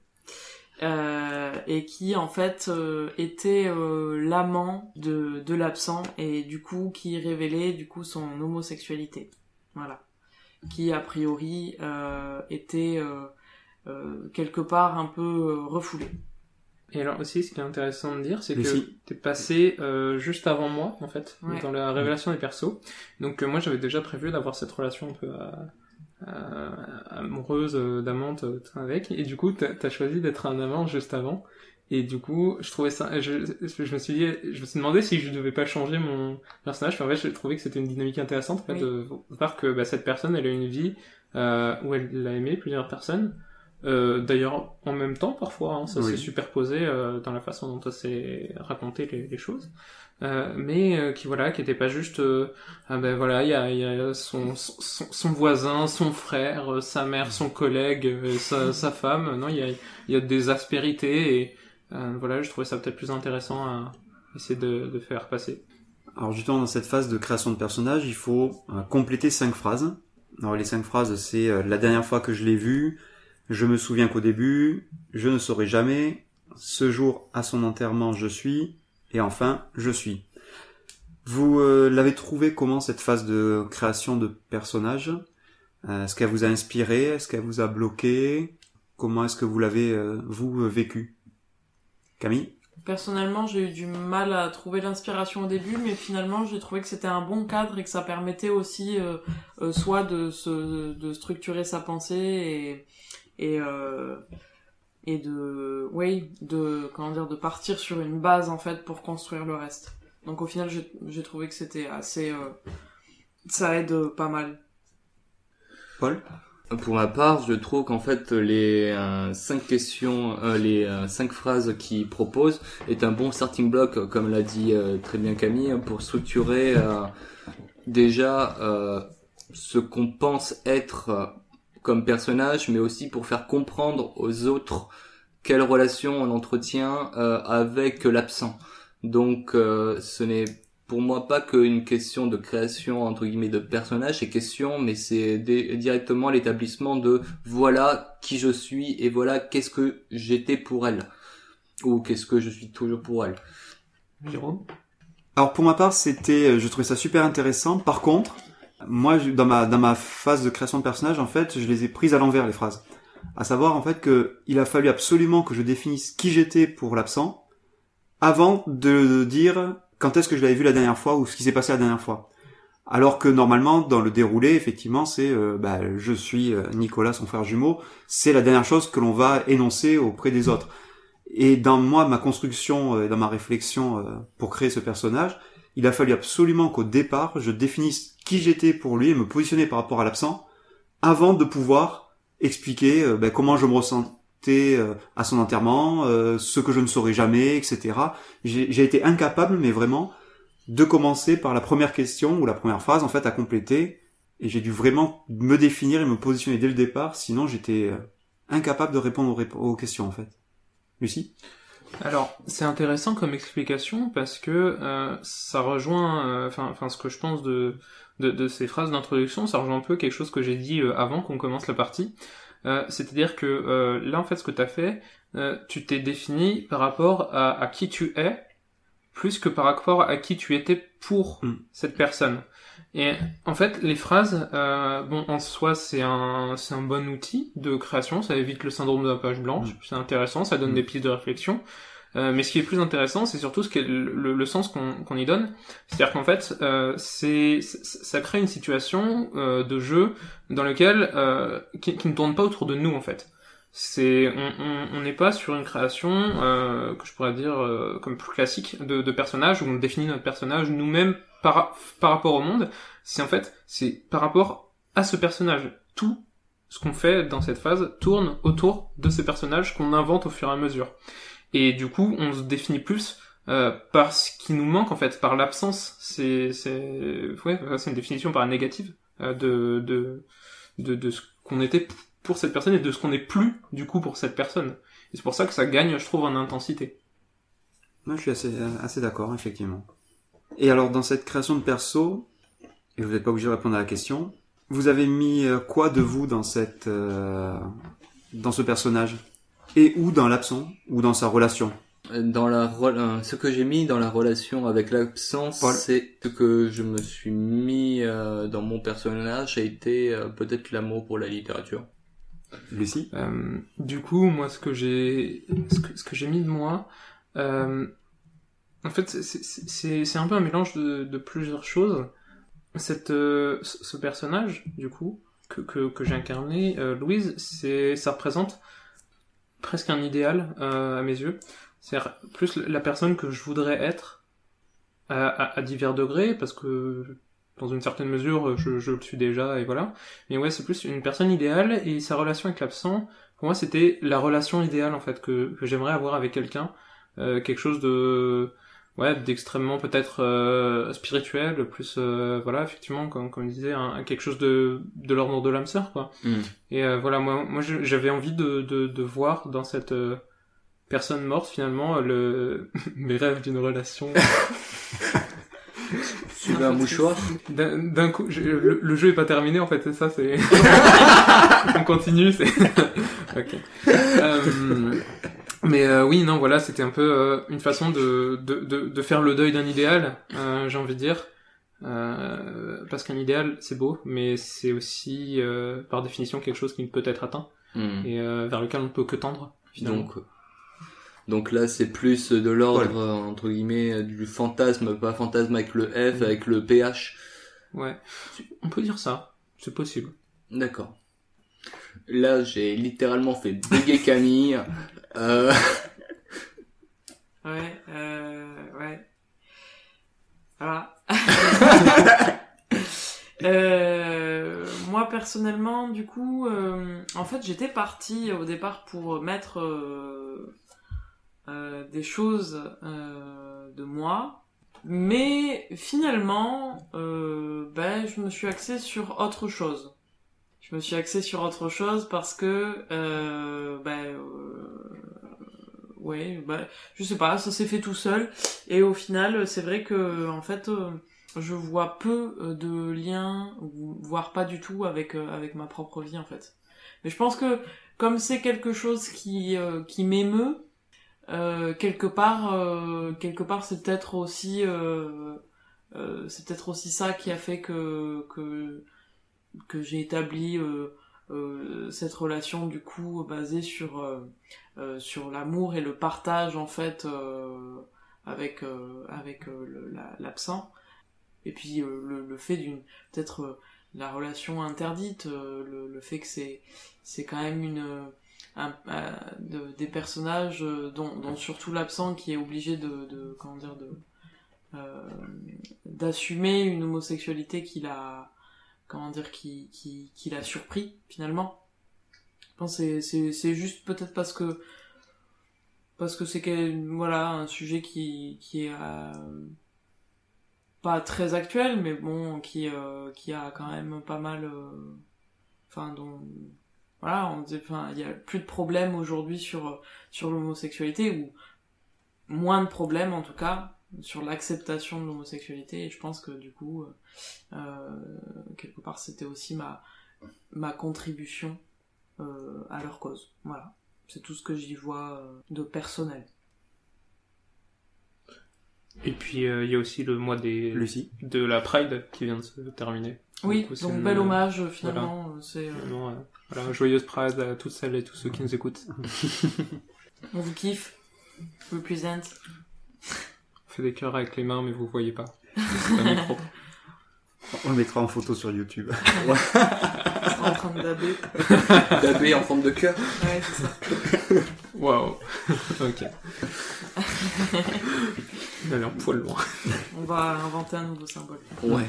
euh, et qui en fait euh, était euh, l'amant de, de l'absent et du coup qui révélait du coup son homosexualité. Voilà. Qui a priori euh, était euh, euh, quelque part un peu euh, refoulé. Et alors aussi, ce qui est intéressant de dire, c'est Mais que si. t'es passé euh, juste avant moi, en fait, Ouais. dans la révélation des persos. Donc euh, moi, j'avais déjà prévu d'avoir cette relation un peu euh, euh, amoureuse, euh, d'amante euh, avec. Et du coup, t'as, t'as choisi d'être un amant juste avant. Et du coup, je trouvais ça... Je, je me suis dit, je me suis demandé si je devais pas changer mon personnage. Puis en fait, j'ai trouvé que c'était une dynamique intéressante, en fait, Oui. de voir que bah, cette personne, elle a une vie euh, où elle a aimé plusieurs personnes. Euh, d'ailleurs, en même temps, parfois, hein, ça Oui. s'est superposé euh, dans la façon dont ça s'est raconté les, les choses, euh, mais euh, qui voilà, qui était pas juste, euh, ah ben voilà, il y a, il y a son, son, son voisin, son frère, euh, sa mère, son collègue, euh, sa, sa femme. Non, il y a, il y a des aspérités et euh, voilà, je trouvais ça peut-être plus intéressant à essayer de, de faire passer. Alors justement, dans cette phase de création de personnage, il faut euh, compléter cinq phrases. Alors les cinq phrases, c'est euh, la dernière fois que je l'ai vu, je me souviens qu'au début, je ne saurai jamais, ce jour à son enterrement je suis, et enfin je suis. Vous euh, l'avez trouvé comment cette phase de création de personnage? euh, Est-ce qu'elle vous a inspiré? Est-ce qu'elle vous a bloqué? Comment est-ce que vous l'avez, euh, vous, euh, vécu? Camille? Personnellement, j'ai eu du mal à trouver l'inspiration au début, mais finalement, j'ai trouvé que c'était un bon cadre et que ça permettait aussi euh, euh, soit de se de structurer sa pensée et et euh, et de oui de comment dire de partir sur une base en fait pour construire le reste. Donc au final, j'ai j'ai trouvé que c'était assez euh, ça aide euh, pas mal. Paul? Pour ma part, je trouve qu'en fait les euh, cinq questions, euh, les euh, cinq phrases qu'il propose est un bon starting block, comme l'a dit euh, très bien Camille, pour structurer euh, déjà euh, ce qu'on pense être euh, comme personnage, mais aussi pour faire comprendre aux autres quelle relation on entretient euh, avec l'absent. Donc euh, ce n'est pour moi pas qu'une question de création entre guillemets de personnage, c'est question, mais c'est dé- directement l'établissement de voilà qui je suis et voilà qu'est-ce que j'étais pour elle, ou qu'est-ce que je suis toujours pour elle. Jérôme? Alors pour ma part, c'était, je trouvais ça super intéressant. Par contre, moi, je- dans ma dans ma phase de création de personnage, en fait, je les ai prises à l'envers les phrases. à savoir en fait que il a fallu absolument que je définisse qui j'étais pour l'absent avant de dire quand est-ce que je l'avais vu la dernière fois ou ce qui s'est passé la dernière fois. Alors que normalement dans le déroulé effectivement c'est euh, bah, je suis euh, Nicolas son frère jumeau, c'est la dernière chose que l'on va énoncer auprès des autres. Et dans moi ma construction euh, dans ma réflexion euh, pour créer ce personnage, il a fallu absolument qu'au départ je définisse qui j'étais pour lui et me positionner par rapport à l'absent avant de pouvoir expliquer euh, bah, comment je me ressentais euh, à son enterrement, euh, ce que je ne saurais jamais, et cetera. J'ai, j'ai été incapable mais vraiment de commencer par la première question ou la première phrase en fait à compléter et j'ai dû vraiment me définir et me positionner dès le départ, sinon j'étais incapable de répondre aux, rép- aux questions en fait. Lucie ? Alors, c'est intéressant comme explication parce que euh, ça rejoint, enfin, euh, enfin, ce que je pense de, de de ces phrases d'introduction, ça rejoint un peu quelque chose que j'ai dit euh, avant qu'on commence la partie. Euh, c'est-à-dire que euh, là, en fait, ce que t'as fait, euh, tu t'es défini par rapport à, à qui tu es, plus que par rapport à qui tu étais pour mm. cette personne. Et en fait, les phrases, euh, bon, en soi, c'est un, c'est un bon outil de création, ça évite le syndrome de la page blanche, mm. c'est intéressant, ça donne mm. des pistes de réflexion. Euh, mais ce qui est plus intéressant, c'est surtout ce qu'est le, le, le sens qu'on, qu'on y donne. C'est-à-dire qu'en fait, euh, c'est, ça crée une situation euh, de jeu dans laquelle euh, qui, qui ne tourne pas autour de nous, en fait. C'est on n'est pas sur une création euh, que je pourrais dire euh, comme plus classique de, de personnages où on définit notre personnage nous-mêmes par par rapport au monde. C'est en fait c'est par rapport à ce personnage. Tout ce qu'on fait dans cette phase tourne autour de ces personnages qu'on invente au fur et à mesure. Et du coup, on se définit plus euh, par ce qui nous manque en fait, par l'absence. C'est c'est ouais, c'est une définition par négative euh, de de de de ce qu'on était pour cette personne et de ce qu'on n'est plus du coup pour cette personne. Et c'est pour ça que ça gagne, je trouve, en intensité. Moi, je suis assez assez d'accord, effectivement. Et alors, dans cette création de perso, et vous n'êtes pas obligé de répondre à la question, vous avez mis quoi de vous dans cette euh, dans ce personnage et ou dans l'absent ou dans sa relation? Dans la re- ce que j'ai mis dans la relation avec l'absence, voilà. C'est ce que je me suis mis euh, dans mon personnage a été euh, peut-être l'amour pour la littérature. Lucie, euh, du coup, moi, ce que j'ai, ce que, ce que j'ai mis de moi, euh, en fait, c'est, c'est, c'est un peu un mélange de, de plusieurs choses. Cette, euh, ce personnage, du coup, que, que, que j'ai incarné, euh, Louise, c'est, ça représente presque un idéal euh, à mes yeux. C'est plus la personne que je voudrais être à, à, à divers degrés, parce que dans une certaine mesure, je, je le suis déjà, et voilà. Mais ouais, c'est plus une personne idéale, et sa relation avec l'absent, pour moi, c'était la relation idéale, en fait, que, que j'aimerais avoir avec quelqu'un. Euh, quelque chose de, ouais, d'extrêmement, peut-être, euh, spirituel, plus, euh, voilà, effectivement, comme, comme je disais, un, quelque chose de, de l'ordre de l'âme sœur, quoi. Mm. Et euh, voilà, moi, moi, j'avais envie de, de, de voir dans cette euh, personne morte, finalement, le mes rêves d'une relation... Tu veux un mouchoir? D'un, d'un coup, je, le, le jeu est pas terminé en fait, c'est ça, c'est. On continue, c'est. Ok. Euh, mais euh, oui, non, voilà, c'était un peu euh, une façon de, de de de faire le deuil d'un idéal, euh, j'ai envie de dire, euh, parce qu'un idéal c'est beau, mais c'est aussi euh, par définition quelque chose qui ne peut être atteint mmh. et euh, vers lequel on ne peut que tendre. Finalement. Donc. Donc là, c'est plus de l'ordre, voilà. entre guillemets, du fantasme, pas fantasme avec le F, mmh. avec le P H. Ouais, on peut dire ça, c'est possible. D'accord. Là, j'ai littéralement fait bégayer Camille. euh... Ouais, euh... Ouais. Voilà. euh... Moi, personnellement, du coup, euh... en fait, j'étais partie au départ pour mettre... Euh... Euh, des choses euh, de moi, mais finalement euh, ben je me suis axée sur autre chose. Je me suis axée sur autre chose parce que euh, ben euh, ouais ben je sais pas, ça s'est fait tout seul et au final c'est vrai que en fait euh, je vois peu de liens, voire pas du tout avec euh, avec ma propre vie en fait. Mais je pense que comme c'est quelque chose qui euh, qui m'émeut, Euh, quelque part, euh, quelque part, c'est peut-être aussi, euh, euh, c'est peut-être aussi ça qui a fait que que que j'ai établi euh, euh, cette relation du coup basée sur euh, euh, sur l'amour et le partage en fait euh, avec euh, avec euh, le, la, l'absent. Et puis euh, le, le fait d'une peut-être euh, la relation interdite, euh, le, le fait que c'est c'est quand même une un, un, de, des personnages dont, dont surtout l'absent qui est obligé de, de comment dire de euh, d'assumer une homosexualité qu'il a comment dire qui qui qui l'a surpris finalement. Je pense que c'est c'est c'est juste peut-être parce que parce que c'est quel, voilà un sujet qui qui est euh, pas très actuel mais bon qui euh, qui a quand même pas mal enfin euh, dont voilà on dit enfin il y a plus de problèmes aujourd'hui sur sur l'homosexualité ou moins de problèmes en tout cas sur l'acceptation de l'homosexualité et je pense que du coup euh, quelque part c'était aussi ma ma contribution euh, à leur cause. Voilà, c'est tout ce que j'y vois euh, de personnel. Et puis il euh, y a aussi le mois des Lucie de la Pride qui vient de se terminer. Oui, coup, donc une... bel hommage finalement. Voilà. C'est euh... Finalement, euh, voilà, joyeuse Pride à toutes celles et tous ceux qui nous écoutent. On vous kiffe. Represent. On fait des cœurs avec les mains mais vous voyez pas. C'est pas micro. On le mettra en photo sur YouTube. On sera en train de daber. Daber en forme de cœur. Ouais, c'est ça. Waouh. Ok. Il avait un poil loin. On va inventer un nouveau symbole. Ouais.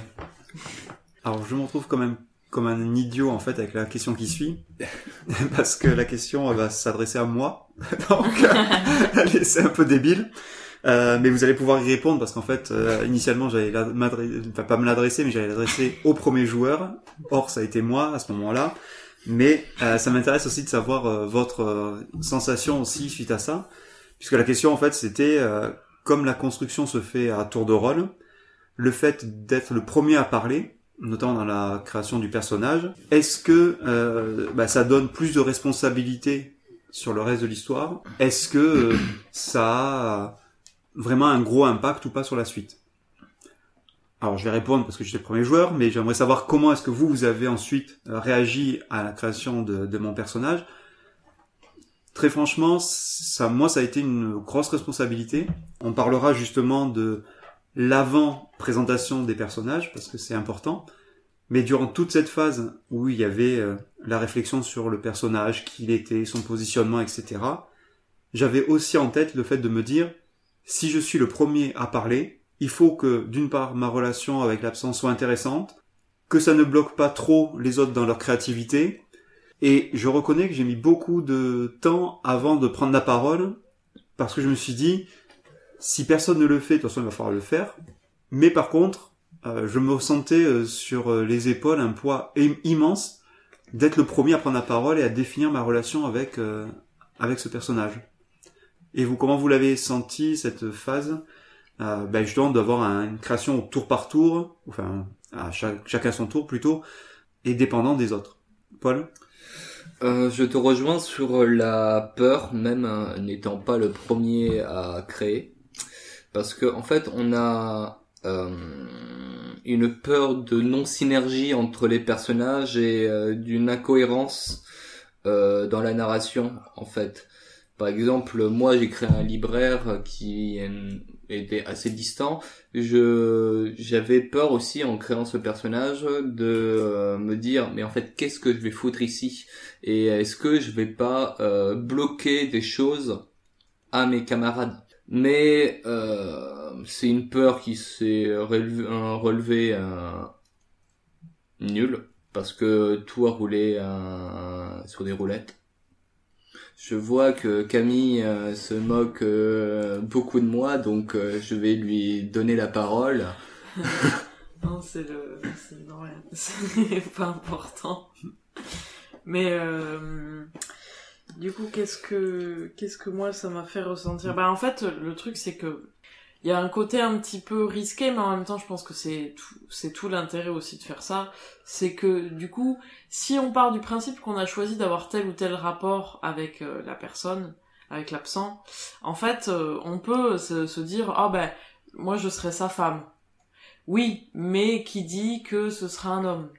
Alors je me retrouve quand même comme un idiot en fait avec la question qui suit, parce que la question elle va s'adresser à moi, donc c'est un peu débile. Euh, mais vous allez pouvoir y répondre parce qu'en fait, euh, initialement, j'allais m'adresser, enfin pas me l'adresser, mais j'allais l'adresser au premier joueur. Or, ça a été moi à ce moment-là. Mais euh, ça m'intéresse aussi de savoir euh, votre euh, sensation aussi suite à ça, puisque la question en fait, c'était euh, comme la construction se fait à tour de rôle, le fait d'être le premier à parler, notamment dans la création du personnage, est-ce que euh, bah, ça donne plus de responsabilité sur le reste de l'histoire? Est-ce que euh, ça a vraiment un gros impact ou pas sur la suite? Alors je vais répondre parce que j'étais le premier joueur, mais j'aimerais savoir comment est-ce que vous, vous avez ensuite réagi à la création de, de mon personnage. Très franchement, ça, moi ça a été une grosse responsabilité. On parlera justement de l'avant-présentation des personnages, parce que c'est important. Mais durant toute cette phase où il y avait euh, la réflexion sur le personnage, qui il était, son positionnement, et cetera, j'avais aussi en tête le fait de me dire, si je suis le premier à parler, il faut que, d'une part, ma relation avec l'absent soit intéressante, que ça ne bloque pas trop les autres dans leur créativité, et je reconnais que j'ai mis beaucoup de temps avant de prendre la parole, parce que je me suis dit, si personne ne le fait, de toute façon il va falloir le faire, mais par contre, euh, je me sentais euh, sur les épaules un poids im- immense d'être le premier à prendre la parole et à définir ma relation avec, euh, avec ce personnage. Et vous, comment vous l'avez senti, cette phase, euh, ben justement d'avoir un, une création au tour par tour, enfin à chaque, chacun son tour plutôt, et dépendant des autres. Paul ? euh, Je te rejoins sur la peur, même hein, n'étant pas le premier à créer, parce que en fait on a euh, une peur de non-synergie entre les personnages et euh, d'une incohérence euh, dans la narration en fait. Par exemple, moi j'ai créé un libraire qui était assez distant. Je j'avais peur aussi en créant ce personnage de euh, me dire mais en fait qu'est-ce que je vais foutre ici et est-ce que je vais pas euh, bloquer des choses à mes camarades. Mais euh, c'est une peur qui s'est relevée relevé, euh, nul parce que tout a roulé euh, sur des roulettes. Je vois que Camille euh, se moque euh, beaucoup de moi, donc euh, je vais lui donner la parole. Non, c'est le, c'est non, rien. C'est pas important. Mais euh, du coup, qu'est-ce que, qu'est-ce que moi ça m'a fait ressentir? Bah en fait, le truc c'est que il y a un côté un petit peu risqué, mais en même temps, je pense que c'est tout, c'est tout l'intérêt aussi de faire ça. C'est que, du coup, si on part du principe qu'on a choisi d'avoir tel ou tel rapport avec euh, la personne, avec l'absent, en fait, euh, on peut se, se dire, ah oh, ben, moi je serai sa femme. Oui, mais qui dit que ce sera un homme?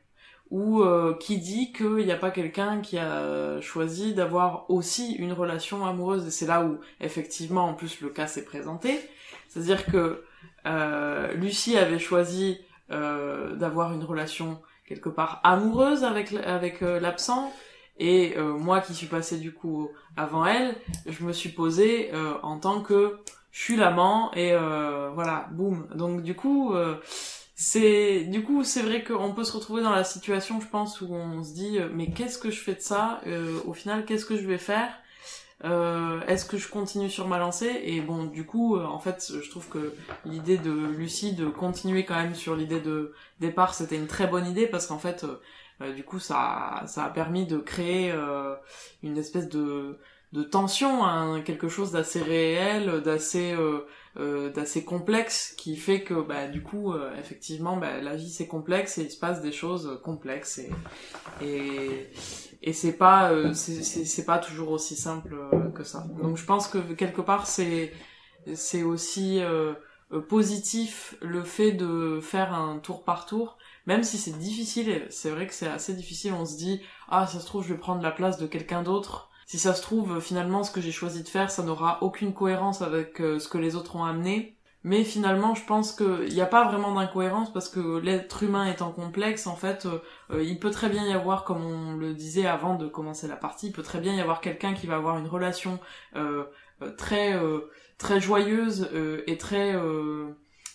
ou euh, qui dit qu'il n'y a pas quelqu'un qui a choisi d'avoir aussi une relation amoureuse. Et c'est là où, effectivement, en plus, le cas s'est présenté. C'est-à-dire que euh, Lucie avait choisi euh, d'avoir une relation quelque part amoureuse avec, avec euh, l'absent, et euh, moi qui suis passée du coup avant elle, je me suis posée euh, en tant que je suis l'amant, et euh, voilà, boum. Donc du coup... Euh, c'est du coup c'est vrai qu'on peut se retrouver dans la situation, je pense, où on se dit mais qu'est-ce que je fais de ça, euh, au final qu'est-ce que je vais faire, euh, est-ce que je continue sur ma lancée? Et bon, du coup euh, en fait je trouve que l'idée de Lucie de continuer quand même sur l'idée de départ, c'était une très bonne idée, parce qu'en fait euh, euh, du coup ça ça a permis de créer euh, une espèce de de tension, hein, quelque chose d'assez réel, d'assez euh, euh, d'assez complexe, qui fait que bah du coup euh, effectivement bah, la vie c'est complexe et il se passe des choses complexes, et et et c'est pas euh, c'est c'est c'est pas toujours aussi simple euh, que ça. Donc je pense que quelque part c'est c'est aussi euh, positif le fait de faire un tour par tour, même si c'est difficile. C'est vrai que c'est assez difficile, on se dit ah ça se trouve je vais prendre la place de quelqu'un d'autre. Si ça se trouve, finalement, ce que j'ai choisi de faire, ça n'aura aucune cohérence avec euh, ce que les autres ont amené. Mais finalement, je pense qu'il n'y a pas vraiment d'incohérence, parce que l'être humain étant complexe, en fait, euh, euh, il peut très bien y avoir, comme on le disait avant de commencer la partie, il peut très bien y avoir quelqu'un qui va avoir une relation euh, euh, très euh, très joyeuse euh, et très euh,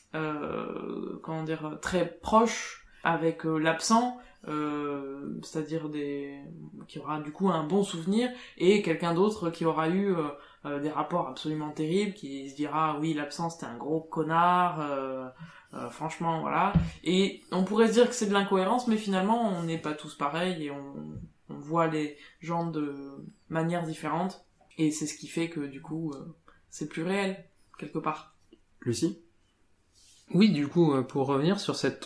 euh, comment dire très proche avec euh, l'absent. Euh, c'est-à-dire des qui aura du coup un bon souvenir, et quelqu'un d'autre qui aura eu euh, euh, des rapports absolument terribles, qui se dira oui l'absence c'était un gros connard, euh, euh, franchement voilà. Et on pourrait se dire que c'est de l'incohérence, mais finalement on n'est pas tous pareils, et on, on voit les gens de manières différentes, et c'est ce qui fait que du coup euh, c'est plus réel quelque part. Lucie ? Oui, du coup, pour revenir sur cette...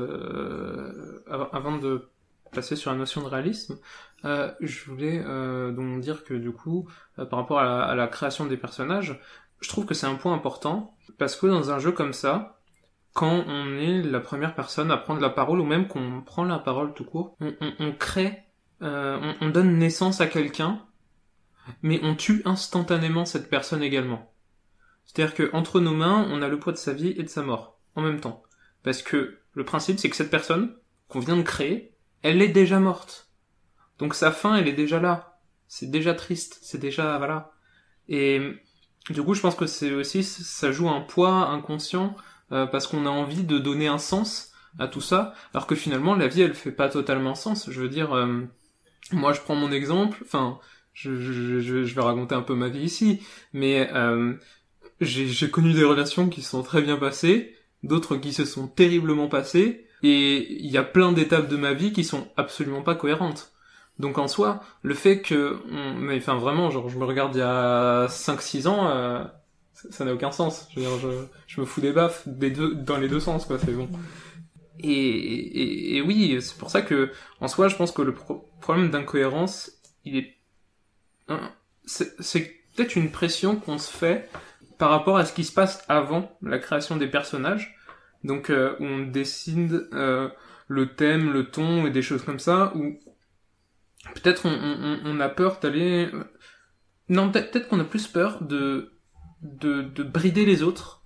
Euh, avant de passer sur la notion de réalisme, euh, je voulais euh, donc dire que du coup, euh, par rapport à la, à la création des personnages, je trouve que c'est un point important, parce que dans un jeu comme ça, quand on est la première personne à prendre la parole, ou même qu'on prend la parole tout court, on, on, on crée, euh, on, on donne naissance à quelqu'un, mais on tue instantanément cette personne également. C'est-à-dire que entre nos mains, on a le poids de sa vie et de sa mort en même temps. Parce que le principe, c'est que cette personne qu'on vient de créer, elle est déjà morte. Donc sa fin, elle est déjà là. C'est déjà triste. C'est déjà, voilà. Et du coup, je pense que c'est aussi, ça joue un poids inconscient, euh, parce qu'on a envie de donner un sens à tout ça, alors que finalement, la vie, elle fait pas totalement sens. Je veux dire, euh, moi, je prends mon exemple, enfin, je, je, je, je vais raconter un peu ma vie ici, mais euh, j'ai, j'ai connu des relations qui se sont très bien passées, d'autres qui se sont terriblement passées, et il y a plein d'étapes de ma vie qui sont absolument pas cohérentes. Donc en soi, le fait que... On, mais enfin vraiment, genre je me regarde il y a cinq six ans, euh, ça, ça n'a aucun sens. Je veux dire, je, je me fous des baffes des deux, dans les deux sens, quoi, c'est bon. Et, et, et oui, c'est pour ça que, en soi, je pense que le pro- problème d'incohérence, il est... Hein, c'est, c'est peut-être une pression qu'on se fait par rapport à ce qui se passe avant la création des personnages. Donc euh, on dessine euh, le thème, le ton et des choses comme ça, où peut-être on, on, on a peur d'aller... Non, peut-être, peut-être qu'on a plus peur de, de, de brider les autres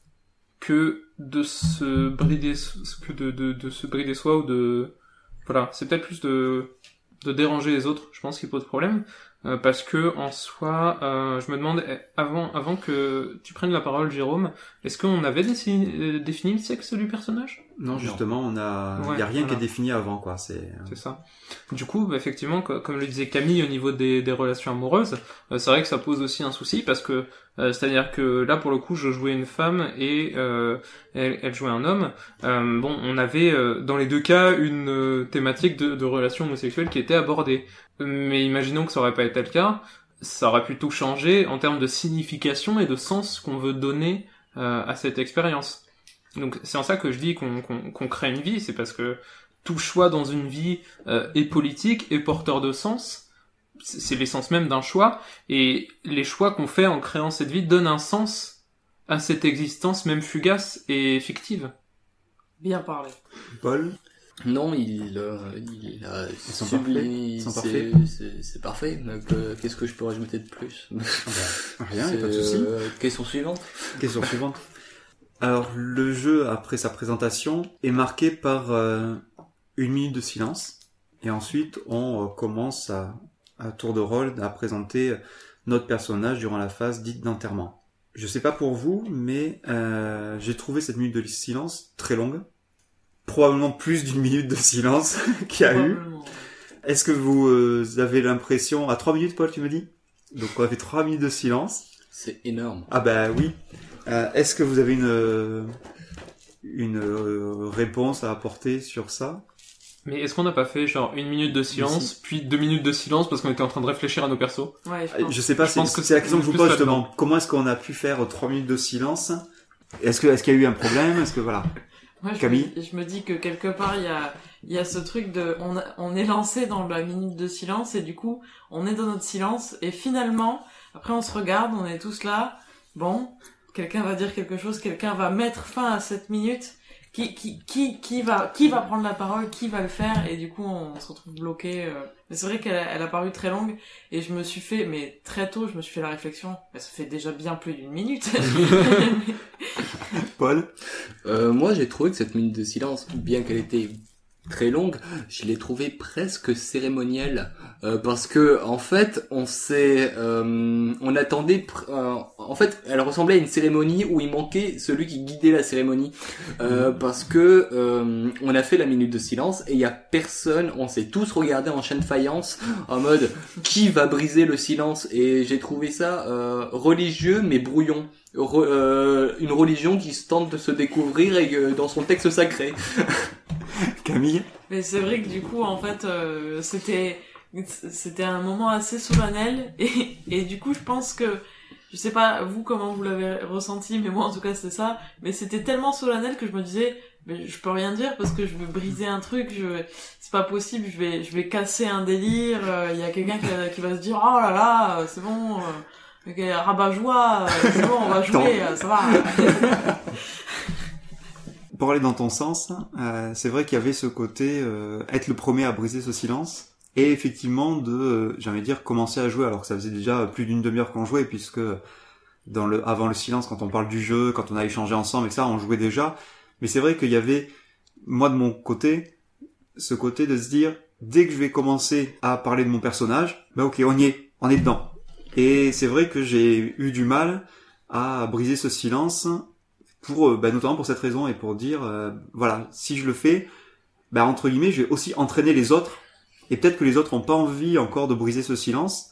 que de se brider, que de, de, de se brider soi, ou de... Voilà, c'est peut-être plus de, de déranger les autres, je pense, qui pose problème. Euh, parce que en soi, euh, je me demande, avant, avant que tu prennes la parole, Jérôme, est-ce qu'on avait défini, euh, défini le sexe du personnage ? Non, justement, on a, il ouais, y a rien voilà. qui est défini avant, quoi. C'est. C'est ça. Du coup, bah, effectivement, comme le disait Camille, au niveau des, des relations amoureuses, euh, c'est vrai que ça pose aussi un souci, parce que euh, c'est-à-dire que là, pour le coup, je jouais une femme et euh, elle, elle jouait un homme. Euh, bon, on avait euh, dans les deux cas une euh, thématique de, de relation homosexuelle qui était abordée. Mais imaginons que ça aurait pas été le cas, ça aurait pu tout changer en termes de signification et de sens qu'on veut donner euh, à cette expérience. Donc c'est en ça que je dis qu'on, qu'on, qu'on crée une vie, c'est parce que tout choix dans une vie euh, est politique, est porteur de sens, c'est, c'est l'essence même d'un choix, et les choix qu'on fait en créant cette vie donnent un sens à cette existence même fugace et fictive. Bien parlé. Paul ? Non, il, euh, il a Ils sont sublime- Ils sont c'est- parfaits. c'est, c'est parfait. Donc, euh, qu'est-ce que je peux rajouter de plus? Rien, y a pas de C'est, souci. euh, question suivante. Question suivante. Alors, le jeu, après sa présentation, est marqué par euh, une minute de silence. Et ensuite, on euh, commence à, à tour de rôle à présenter notre personnage durant la phase dite d'enterrement. Je sais pas pour vous, mais euh, j'ai trouvé cette minute de silence très longue. Probablement plus d'une minute de silence qu'il y a eu. Probablement. Est-ce que vous euh, avez l'impression... À trois minutes, Paul, tu me dis? Donc on a fait trois minutes de silence. C'est énorme. Ah bah oui. Euh, est-ce que vous avez une, euh, une euh, réponse à apporter sur ça? Mais est-ce qu'on n'a pas fait genre une minute de silence, Si. puis deux minutes de silence parce qu'on était en train de réfléchir à nos persos? Ouais, je Euh, pense. Je sais pas, Je c'est, pense que c'est la c'est question que je vous plus pose là-dedans. justement. Comment est-ce qu'on a pu faire trois minutes de silence? Est-ce que est-ce qu'il y a eu un problème? Est-ce que voilà? Moi, je Camille me, je me dis que quelque part, il y a, il y a ce truc de, on, a- on est lancé dans la minute de silence et du coup, on est dans notre silence et finalement, après on se regarde, on est tous là, bon, quelqu'un va dire quelque chose, quelqu'un va mettre fin à cette minute, qui, qui, qui, qui va, qui va prendre la parole, qui va le faire et du coup, on se retrouve bloqué. euh. Mais c'est vrai qu'elle a, elle a paru très longue et je me suis fait, mais très tôt, je me suis fait la réflexion, mais ça fait déjà bien plus d'une minute. Paul? Euh, moi, j'ai trouvé que cette minute de silence, bien qu'elle était très longue, je l'ai trouvée presque cérémonielle, euh, parce que en fait, on s'est, euh, on attendait, pr- euh, en fait, elle ressemblait à une cérémonie où il manquait celui qui guidait la cérémonie, euh, parce que euh, on a fait la minute de silence et il y a personne, on s'est tous regardés en chaîne faïence en mode qui va briser le silence, et j'ai trouvé ça euh, religieux mais brouillon. Re- euh, une religion qui se tente de se découvrir et euh, dans son texte sacré. Camille? Mais c'est vrai que du coup, en fait, euh, c'était c'était un moment assez solennel et, et du coup, je pense que je sais pas vous comment vous l'avez ressenti, mais moi en tout cas c'est ça. Mais c'était tellement solennel que je me disais, mais je peux rien dire parce que je veux briser un truc, je vais- c'est pas possible, je vais je vais casser un délire. Il y a quelqu'un qui, va- qui va se dire oh là là, c'est bon. Euh, ok, rabat-joie, euh, c'est bon, on va jouer, euh, ça va. Pour aller dans ton sens, euh, c'est vrai qu'il y avait ce côté euh, être le premier à briser ce silence et effectivement de, euh, j'ai envie de dire, commencer à jouer alors que ça faisait déjà plus d'une demi-heure qu'on jouait puisque dans le avant le silence, quand on parle du jeu, quand on a échangé ensemble et ça, on jouait déjà. Mais c'est vrai qu'il y avait, moi de mon côté, ce côté de se dire, dès que je vais commencer à parler de mon personnage, ben ok, on y est, on est dedans. Et c'est vrai que j'ai eu du mal à briser ce silence pour, bah, notamment pour cette raison et pour dire, euh, voilà, si je le fais, bah, entre guillemets, je vais aussi entraîner les autres et peut-être que les autres n'ont pas envie encore de briser ce silence.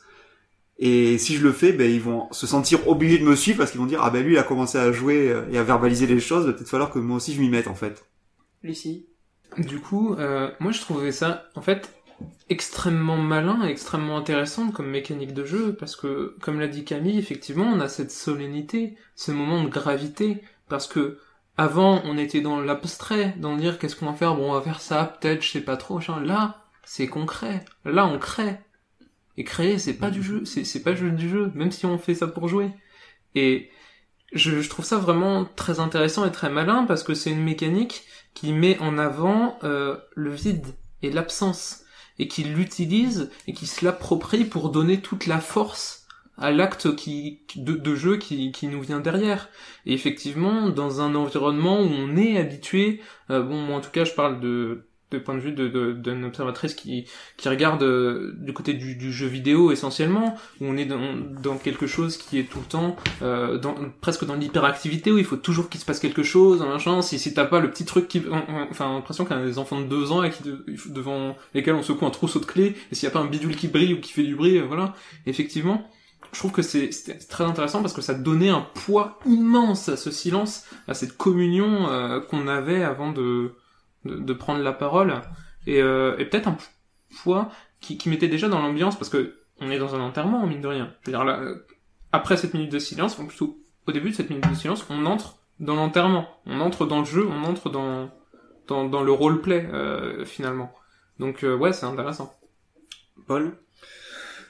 Et si je le fais, ben ils vont se sentir obligés de me suivre parce qu'ils vont dire ah ben lui il a commencé à jouer et à verbaliser les choses, il va peut-être falloir que moi aussi je m'y mette en fait. Lucie. Du coup, euh, moi je trouvais ça en fait extrêmement malin et extrêmement intéressant comme mécanique de jeu parce que, comme l'a dit Camille, effectivement on a cette solennité, ce moment de gravité parce que avant on était dans l'abstrait, dans le dire qu'est-ce qu'on va faire, bon on va faire ça, peut-être, je sais pas trop, machin. Là c'est concret, là on crée. Et créer, c'est pas du jeu, c'est, c'est pas le jeu du jeu, même si on fait ça pour jouer. Et je, je trouve ça vraiment très intéressant et très malin parce que c'est une mécanique qui met en avant euh, le vide et l'absence et qui l'utilise et qui se l'approprie pour donner toute la force à l'acte qui de, de jeu qui, qui nous vient derrière. Et effectivement, dans un environnement où on est habitué, euh, bon, moi en tout cas, je parle de de point de vue de, de, d'une observatrice qui, qui regarde euh, du côté du, du jeu vidéo essentiellement, où on est dans, dans quelque chose qui est tout le temps, euh, dans, presque dans l'hyperactivité, où il faut toujours qu'il se passe quelque chose, un machin, si, si t'as pas le petit truc qui, on, on, enfin, l'impression qu'il y a des enfants de deux ans et qui, de, devant lesquels on secoue un trousseau de clés, et s'il y a pas un bidule qui brille ou qui fait du bruit, euh, voilà. Effectivement, je trouve que c'est, c'est très intéressant parce que ça donnait un poids immense à ce silence, à cette communion euh, qu'on avait avant de De, de prendre la parole et, euh, et peut-être un poids qui, qui mettait déjà dans l'ambiance parce que on est dans un enterrement mine de rien. Je veux dire là, euh, après cette minute de silence, enfin plutôt au début de cette minute de silence, on entre dans l'enterrement, on entre dans le jeu, on entre dans dans, dans le roleplay euh, finalement. Donc euh, ouais, c'est intéressant. Paul?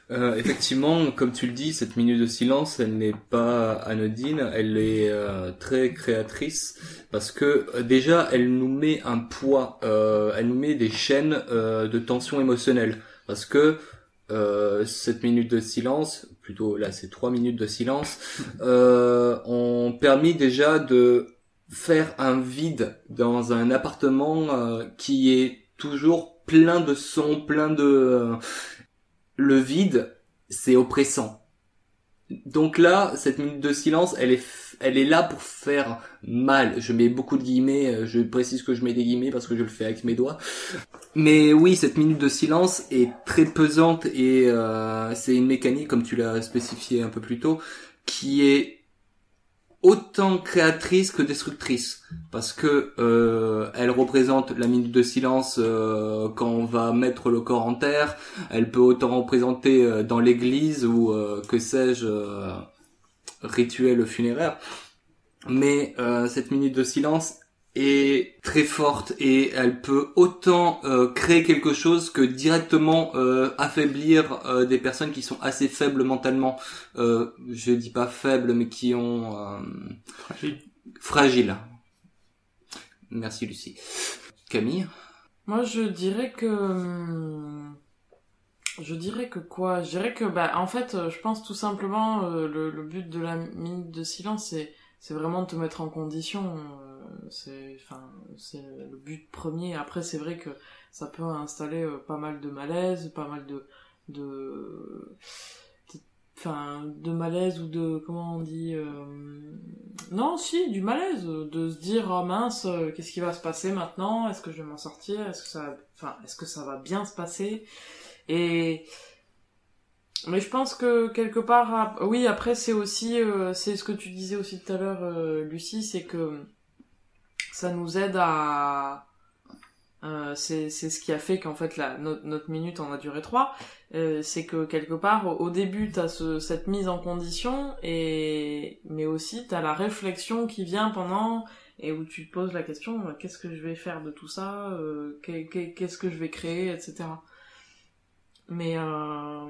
Euh, effectivement, comme tu le dis, cette minute de silence, elle n'est pas anodine, elle est euh, très créatrice parce que euh, déjà, elle nous met un poids, euh, elle nous met des chaînes euh, de tension émotionnelle parce que euh, cette minute de silence, plutôt là, c'est trois minutes de silence, euh, ont permis déjà de faire un vide dans un appartement euh, qui est toujours plein de sons, plein de euh, le vide, c'est oppressant. Donc là, cette minute de silence, elle est, elle est là pour faire mal. Je mets beaucoup de guillemets, je précise que je mets des guillemets parce que je le fais avec mes doigts. Mais oui, cette minute de silence est très pesante et euh, c'est une mécanique, comme tu l'as spécifié un peu plus tôt, qui est autant créatrice que destructrice, parce que euh, elle représente la minute de silence euh, quand on va mettre le corps en terre. Elle peut autant représenter euh, dans l'église ou euh, que sais-je, euh, rituel funéraire. Mais euh, cette minute de silence est très forte et elle peut autant euh, créer quelque chose que directement euh, affaiblir euh, des personnes qui sont assez faibles mentalement. Euh, je dis pas faibles, mais qui ont euh, Fragile. fragile. Merci Lucie. Camille? Moi, je dirais que je dirais que quoi Je dirais que bah en fait, je pense tout simplement euh, le, le but de la minute de silence, c'est c'est vraiment de te mettre en condition. Euh, c'est enfin c'est le but premier. Après, c'est vrai que ça peut installer euh, pas mal de malaise, pas mal de de enfin de malaise ou de comment on dit euh... non si du malaise, de se dire oh mince, euh, qu'est-ce qui va se passer maintenant, est-ce que je vais m'en sortir, est-ce que ça enfin est-ce que ça va bien se passer. Et mais je pense que quelque part oui, après c'est aussi euh, c'est ce que tu disais aussi tout à l'heure euh, Lucie, c'est que ça nous aide à euh, c'est c'est ce qui a fait qu'en fait la notre, notre minute en a duré trois. Euh, c'est que quelque part au début t'as ce, cette mise en condition, et mais aussi t'as la réflexion qui vient pendant, et où tu te poses la question euh, qu'est-ce que je vais faire de tout ça, euh, qu'est-ce que je vais créer, et cetera. Mais euh,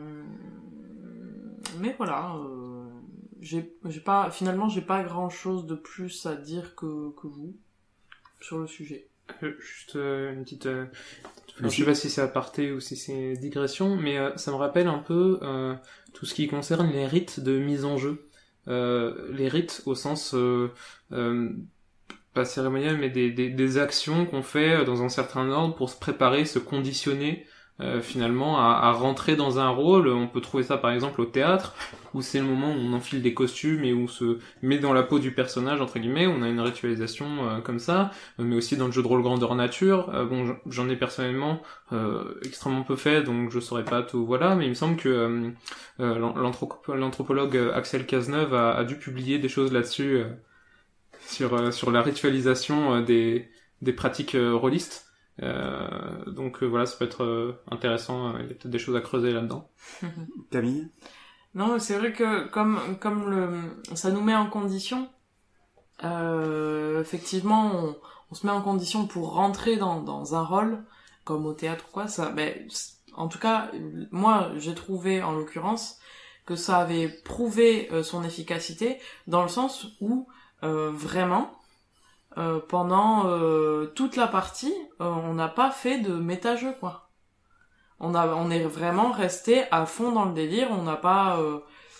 mais voilà, euh, j'ai j'ai pas finalement j'ai pas grand chose de plus à dire que que vous sur le sujet. Euh, juste euh, une petite... Euh... Enfin, je sais pas si c'est aparté ou si c'est digression, mais euh, ça me rappelle un peu euh, tout ce qui concerne les rites de mise en jeu. Euh, les rites au sens... Euh, euh, pas cérémonial, mais des, des, des actions qu'on fait dans un certain ordre pour se préparer, se conditionner euh, finalement à, à rentrer dans un rôle. On peut trouver ça par exemple au théâtre, où c'est le moment où on enfile des costumes et où on se met dans la peau du personnage, entre guillemets. On a une ritualisation euh, comme ça, mais aussi dans le jeu de rôle grandeur nature. Euh, bon, j'en ai personnellement euh, extrêmement peu fait, donc je saurais pas tout, voilà, mais il me semble que euh, euh, l'anthropo- l'anthropologue Axel Cazeneuve a, a dû publier des choses là-dessus, euh, sur, euh, sur la ritualisation euh, des, des pratiques euh, rôlistes. Euh, donc euh, voilà, ça peut être euh, intéressant, il y a peut-être des choses à creuser là-dedans. Camille? Non, c'est vrai que comme comme le ça nous met en condition, euh, effectivement on, on se met en condition pour rentrer dans dans un rôle comme au théâtre ou quoi. Ça, ben en tout cas moi j'ai trouvé en l'occurrence que ça avait prouvé euh, son efficacité, dans le sens où euh, vraiment euh, pendant euh, toute la partie euh, on n'a pas fait de méta-jeu quoi. On a, on est vraiment resté à fond dans le délire, on n'a pas, euh,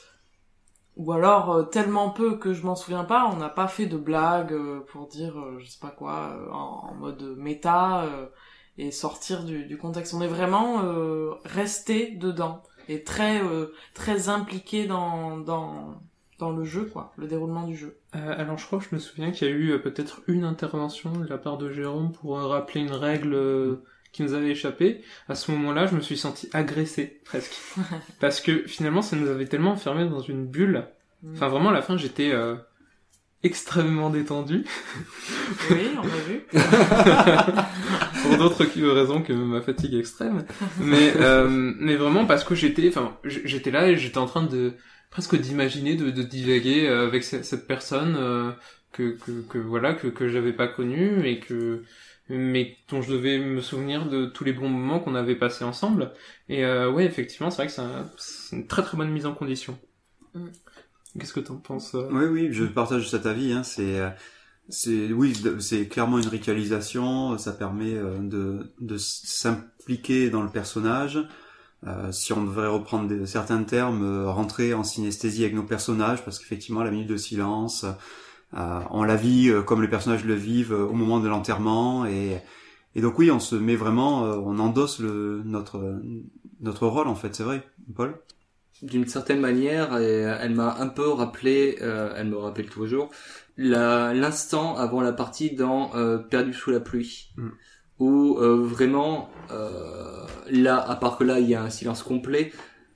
ou alors euh, tellement peu que je m'en souviens pas, on n'a pas fait de blagues euh, pour dire, euh, je sais pas quoi, euh, en, en mode méta euh, et sortir du, du contexte. On est vraiment euh, resté dedans et très, euh, très impliqué dans, dans, dans le jeu, quoi, le déroulement du jeu. Euh, alors je crois que je me souviens qu'il y a eu euh, peut-être une intervention de la part de Jérôme pour euh, rappeler une règle euh, qui nous avait échappé. À ce moment-là, je me suis senti agressé, presque. Parce que finalement, ça nous avait tellement enfermés dans une bulle. Enfin, vraiment, à la fin, j'étais euh, extrêmement détendu. Oui, on l'a vu. Pour d'autres raisons que ma fatigue extrême. Mais, euh, mais vraiment parce que j'étais, enfin, j'étais là et j'étais en train de, presque d'imaginer, de, de divaguer avec cette personne euh, que, que, que, voilà, que, que j'avais pas connue et que, mais dont je devais me souvenir de tous les bons moments qu'on avait passés ensemble. Et euh, ouais, effectivement, c'est vrai que c'est, un, c'est une très très bonne mise en condition. Mm. Qu'est-ce que t'en penses euh... Oui, oui, je partage cet avis. Hein. C'est, c'est, oui, c'est clairement une ritualisation. Ça permet de, de s'impliquer dans le personnage. Euh, si on devrait reprendre des, certains termes, euh, rentrer en synesthésie avec nos personnages, parce qu'effectivement, la minute de silence, euh, on la vit euh, comme les personnages le vivent euh, au moment de l'enterrement, et, et donc oui, on se met vraiment, euh, on endosse le, notre, notre rôle en fait, c'est vrai, Paul. D'une certaine manière, et elle m'a un peu rappelé, euh, elle me rappelle toujours, la, l'instant avant la partie dans euh, Perdu sous la pluie. Mm. Où euh, vraiment euh, là, à part que là il y a un silence complet,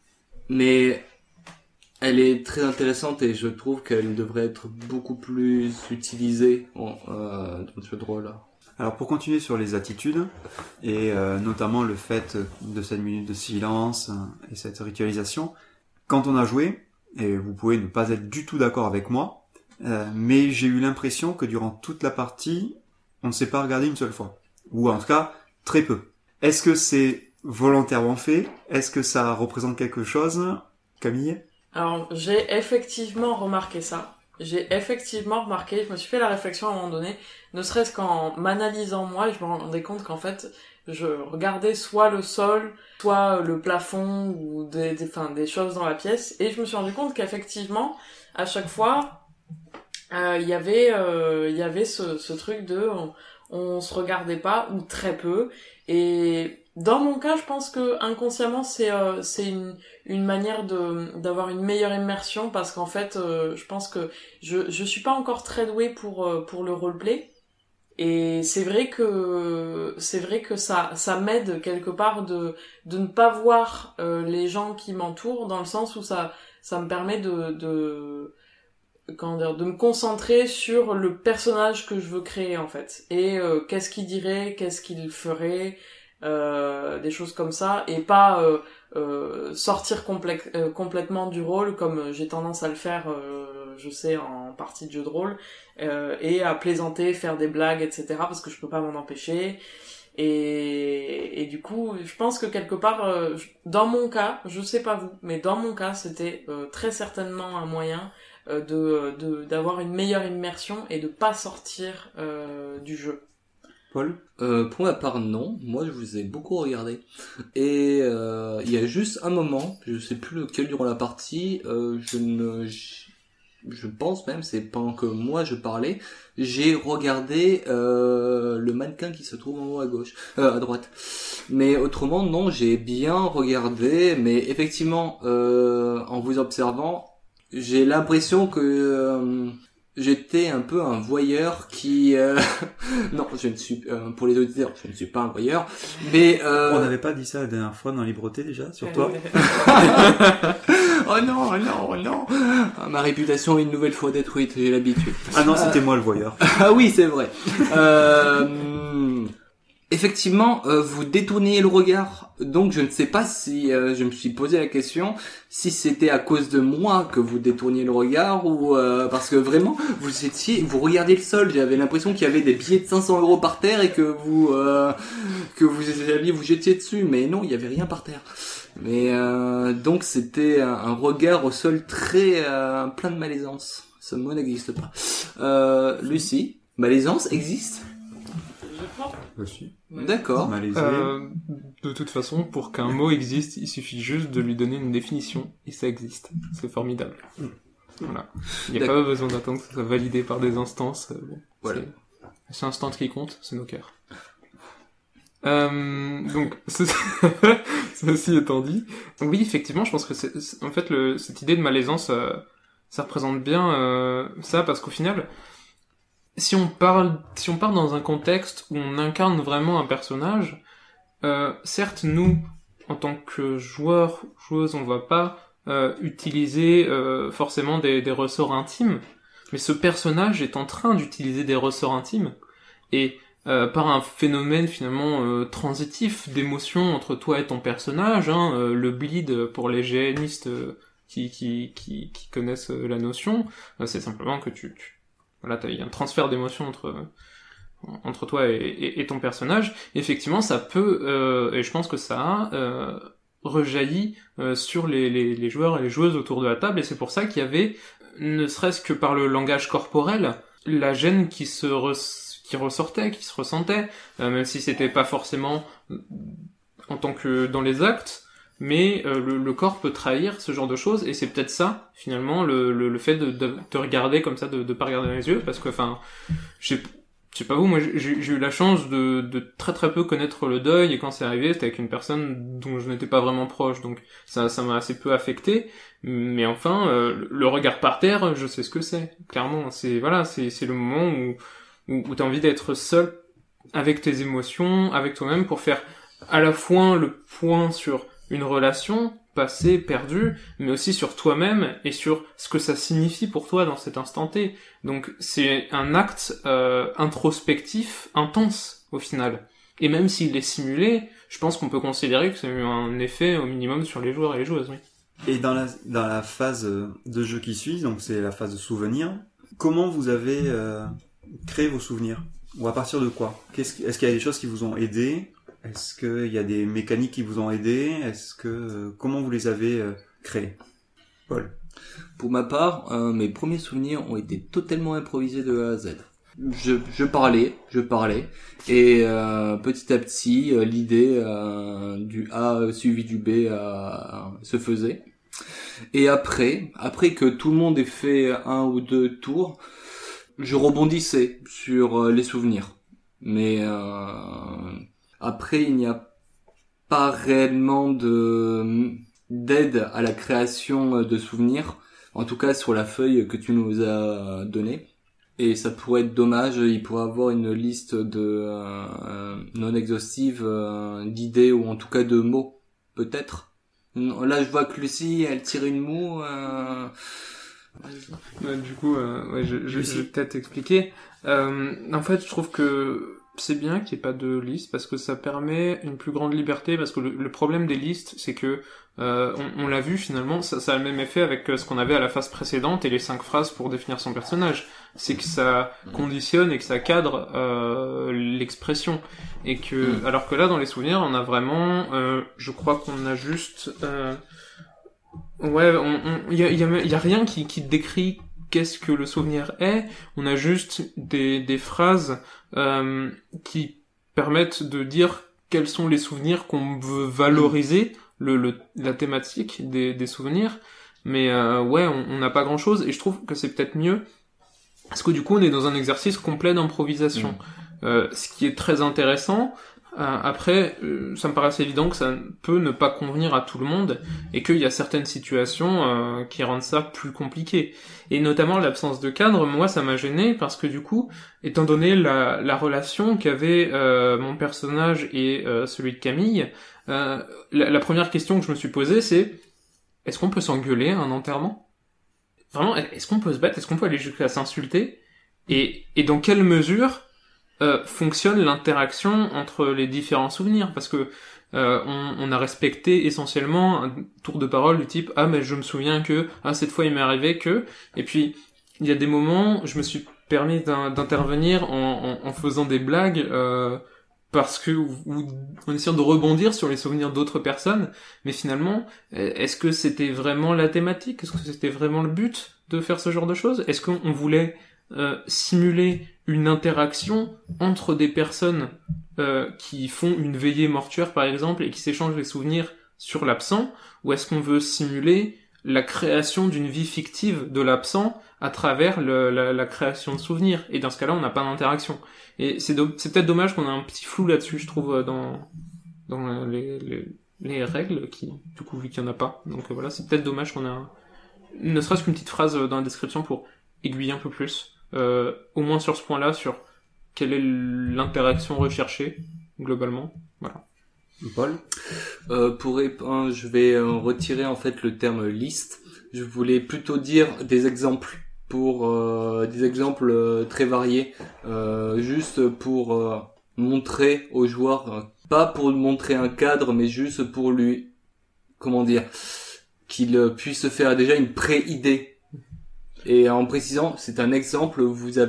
mais elle est très intéressante et je trouve qu'elle devrait être beaucoup plus utilisée en, euh, dans ce jeu de rôle là. Alors pour continuer sur les attitudes et euh, notamment le fait de cette minute de silence et cette ritualisation, quand on a joué, et vous pouvez ne pas être du tout d'accord avec moi, euh, mais j'ai eu l'impression que durant toute la partie on ne s'est pas regardé une seule fois. Ou en tout cas, très peu. Est-ce que c'est volontairement fait ? Est-ce que ça représente quelque chose ? Camille ? Alors, j'ai effectivement remarqué ça. J'ai effectivement remarqué, je me suis fait la réflexion à un moment donné, ne serait-ce qu'en m'analysant moi, je me rendais compte qu'en fait, je regardais soit le sol, soit le plafond, ou des, des, enfin, des choses dans la pièce, et je me suis rendu compte qu'effectivement, à chaque fois, euh, il y avait, euh, il y avait ce, ce truc de... On, on se regardait pas ou très peu, et dans mon cas je pense que inconsciemment c'est euh, c'est une une manière de d'avoir une meilleure immersion, parce qu'en fait euh, je pense que je je suis pas encore très douée pour euh, pour le roleplay, et c'est vrai que c'est vrai que ça ça m'aide quelque part de de ne pas voir euh, les gens qui m'entourent, dans le sens où ça ça me permet de de comment dire, de me concentrer sur le personnage que je veux créer en fait, et euh, qu'est-ce qu'il dirait, qu'est-ce qu'il ferait, euh, des choses comme ça, et pas euh, euh, sortir complè- euh, complètement du rôle comme j'ai tendance à le faire, euh, je sais, en partie de jeu de rôle, euh, et à plaisanter, faire des blagues, et cetera, parce que je peux pas m'en empêcher. Et, et du coup, je pense que quelque part, euh, dans mon cas, je sais pas vous, mais dans mon cas, c'était euh, très certainement un moyen euh, de, de d'avoir une meilleure immersion et de pas sortir euh, du jeu. Paul ? euh, Pour ma part, non. Moi, je vous ai beaucoup regardé. Et euh, il y a juste un moment, je sais plus lequel durant la partie, euh, je ne... je pense même, c'est pendant que moi je parlais, j'ai regardé euh, le mannequin qui se trouve en haut à gauche, euh, à droite. Mais autrement, non, j'ai bien regardé, mais effectivement, euh, en vous observant, j'ai l'impression que euh, j'étais un peu un voyeur qui... Euh... non, je ne suis... Euh, pour les auditeurs, je ne suis pas un voyeur, mais... Euh... On n'avait pas dit ça la dernière fois dans Libreté déjà, sur toi ? Oh non, oh non, oh non. Ah, ma réputation est une nouvelle fois détruite, j'ai l'habitude. Ah non, c'était euh... moi le voyeur. Ah oui, c'est vrai. Euh... Effectivement, euh, vous détourniez le regard, donc je ne sais pas si euh, je me suis posé la question si c'était à cause de moi que vous détourniez le regard, ou euh, parce que vraiment vous étiez, vous regardiez le sol. J'avais l'impression qu'il y avait des billets de cinq cents euros par terre et que vous euh, que vous alliez vous jetiez dessus, mais non, il y avait rien par terre. Mais euh, donc c'était un, un regard au sol très euh, plein de malaisance. Ce mot n'existe pas. Euh, Lucie, malaisance existe ? Aussi. D'accord. Euh, de toute façon, pour qu'un mot existe, il suffit juste de lui donner une définition, et ça existe. C'est formidable. Voilà. Il n'y a D'accord. pas besoin d'attendre que ça soit validé par des instances. Bon, voilà. C'est, c'est instance qui compte, c'est nos cœurs. Euh, donc, ceci, ceci étant dit, oui, effectivement, je pense que c'est, c'est en fait, le, cette idée de malaisance, euh, ça représente bien euh, ça, parce qu'au final, si on parle, si on part dans un contexte où on incarne vraiment un personnage, euh, certes, nous, en tant que joueurs, joueuses, on va pas euh, utiliser euh, forcément des, des ressorts intimes, mais ce personnage est en train d'utiliser des ressorts intimes, et euh, par un phénomène finalement euh, transitif d'émotion entre toi et ton personnage, hein, euh, le bleed pour les G N istes euh, qui, qui, qui, qui connaissent euh, la notion, euh, c'est simplement que tu... tu voilà, il y a un transfert d'émotion entre entre toi et, et, et ton personnage, effectivement, ça peut, euh, et je pense que ça a euh, rejailli euh, sur les, les, les joueurs et les joueuses autour de la table, et c'est pour ça qu'il y avait, ne serait-ce que par le langage corporel, la gêne qui se res- qui ressortait, qui se ressentait, euh, même si c'était pas forcément en tant que dans les actes, mais euh, le, le corps peut trahir ce genre de choses, et c'est peut-être ça, finalement, le, le, le fait de, de, de regarder comme ça, de, de pas regarder dans les yeux, parce que, enfin, j'ai, je sais pas vous, moi j'ai, j'ai eu la chance de, de très très peu connaître le deuil, et quand c'est arrivé, c'était avec une personne dont je n'étais pas vraiment proche, donc ça ça m'a assez peu affecté, mais enfin, euh, le regard par terre, je sais ce que c'est, clairement, c'est, voilà, c'est, c'est le moment où, où, où t'as envie d'être seul avec tes émotions, avec toi-même, pour faire à la fois le point sur une relation passée, perdue, mais aussi sur toi-même et sur ce que ça signifie pour toi dans cet instant T. Donc c'est un acte euh, introspectif intense au final. Et même s'il est simulé, je pense qu'on peut considérer que c'est eu un effet au minimum sur les joueurs et les joueuses, oui. Et dans la, dans la phase de jeu qui suit, donc c'est la phase de souvenirs, comment vous avez euh, créé vos souvenirs? Ou à partir de quoi? Qu'est-ce, est-ce qu'il y a des choses qui vous ont aidé? Est-ce qu'il y a des mécaniques qui vous ont aidé? Est-ce que euh, comment vous les avez euh, créées? Paul. Pour ma part, euh, mes premiers souvenirs ont été totalement improvisés de A à Z. Je, je parlais, je parlais, et euh, petit à petit, euh, l'idée euh, du A suivi du B euh, se faisait. Et après, après que tout le monde ait fait un ou deux tours, je rebondissais sur euh, les souvenirs. Mais euh, après, il n'y a pas réellement de d'aide à la création de souvenirs, en tout cas sur la feuille que tu nous as donnée. Et ça pourrait être dommage, il pourrait avoir une liste de euh, non exhaustive euh, d'idées ou en tout cas de mots, peut-être. Là, je vois que Lucie, elle tire une moue. Euh... Ouais, du coup, euh, ouais, je, je, je vais peut-être expliquer. Euh, en fait, je trouve que c'est bien qu'il n'y ait pas de liste parce que ça permet une plus grande liberté. Parce que le, le problème des listes, c'est que euh, on, on l'a vu finalement, ça, ça a le même effet avec ce qu'on avait à la phase précédente et les cinq phrases pour définir son personnage. C'est que ça conditionne et que ça cadre euh, l'expression. Et que, alors que là, dans les souvenirs, on a vraiment, euh, je crois qu'on a juste, euh, ouais, on, on, y a, y a, y a rien qui, qui décrit qu'est-ce que le souvenir est. On a juste des, des phrases euh, qui permettent de dire quels sont les souvenirs qu'on veut valoriser, le, le la thématique des, des souvenirs. Mais euh, ouais, on n'a pas grand-chose et je trouve que c'est peut-être mieux parce que du coup, on est dans un exercice complet d'improvisation, mmh. euh, ce qui est très intéressant. Euh, après, euh, ça me paraît assez évident que ça peut ne pas convenir à tout le monde et qu'il y a certaines situations euh, qui rendent ça plus compliqué. Et notamment l'absence de cadre, moi ça m'a gêné parce que du coup, étant donné la, la relation qu'avaient euh, mon personnage et euh, celui de Camille, euh, la, la première question que je me suis posée c'est est-ce qu'on peut s'engueuler à un enterrement ? Vraiment, est-ce qu'on peut se battre ? Est-ce qu'on peut aller jusqu'à s'insulter ? Et, et dans quelle mesure Euh, fonctionne l'interaction entre les différents souvenirs parce que euh, on, on a respecté essentiellement un tour de parole du type ah mais je me souviens que ah cette fois il m'est arrivé que et puis il y a des moments je me suis permis d'intervenir en, en, en faisant des blagues euh, parce que ou, ou en essayant de rebondir sur les souvenirs d'autres personnes mais finalement est-ce que c'était vraiment la thématique ? Est-ce que c'était vraiment le but de faire ce genre de choses ? Est-ce qu'on voulait euh, simuler une interaction entre des personnes euh, qui font une veillée mortuaire par exemple et qui s'échangent les souvenirs sur l'absent, ou est-ce qu'on veut simuler la création d'une vie fictive de l'absent à travers le, la, la création de souvenirs, et dans ce cas-là on n'a pas d'interaction. Et c'est, do- c'est peut-être dommage qu'on a un petit flou là-dessus, je trouve, dans, dans les, les, les règles, qui du coup vu qu'il n'y en a pas, donc euh, voilà, c'est peut-être dommage qu'on a un, ne serait-ce qu'une petite phrase dans la description pour aiguiller un peu plus. Euh, au moins sur ce point-là, sur quelle est l'interaction recherchée globalement, voilà. Paul, euh, pour répondre, je vais euh, retirer en fait le terme liste. Je voulais plutôt dire des exemples pour euh, des exemples euh, très variés, euh, juste pour euh, montrer aux joueurs, euh, pas pour montrer un cadre, mais juste pour lui, comment dire, qu'il euh, puisse faire déjà une pré-idée. Et en précisant, c'est un exemple, vous avez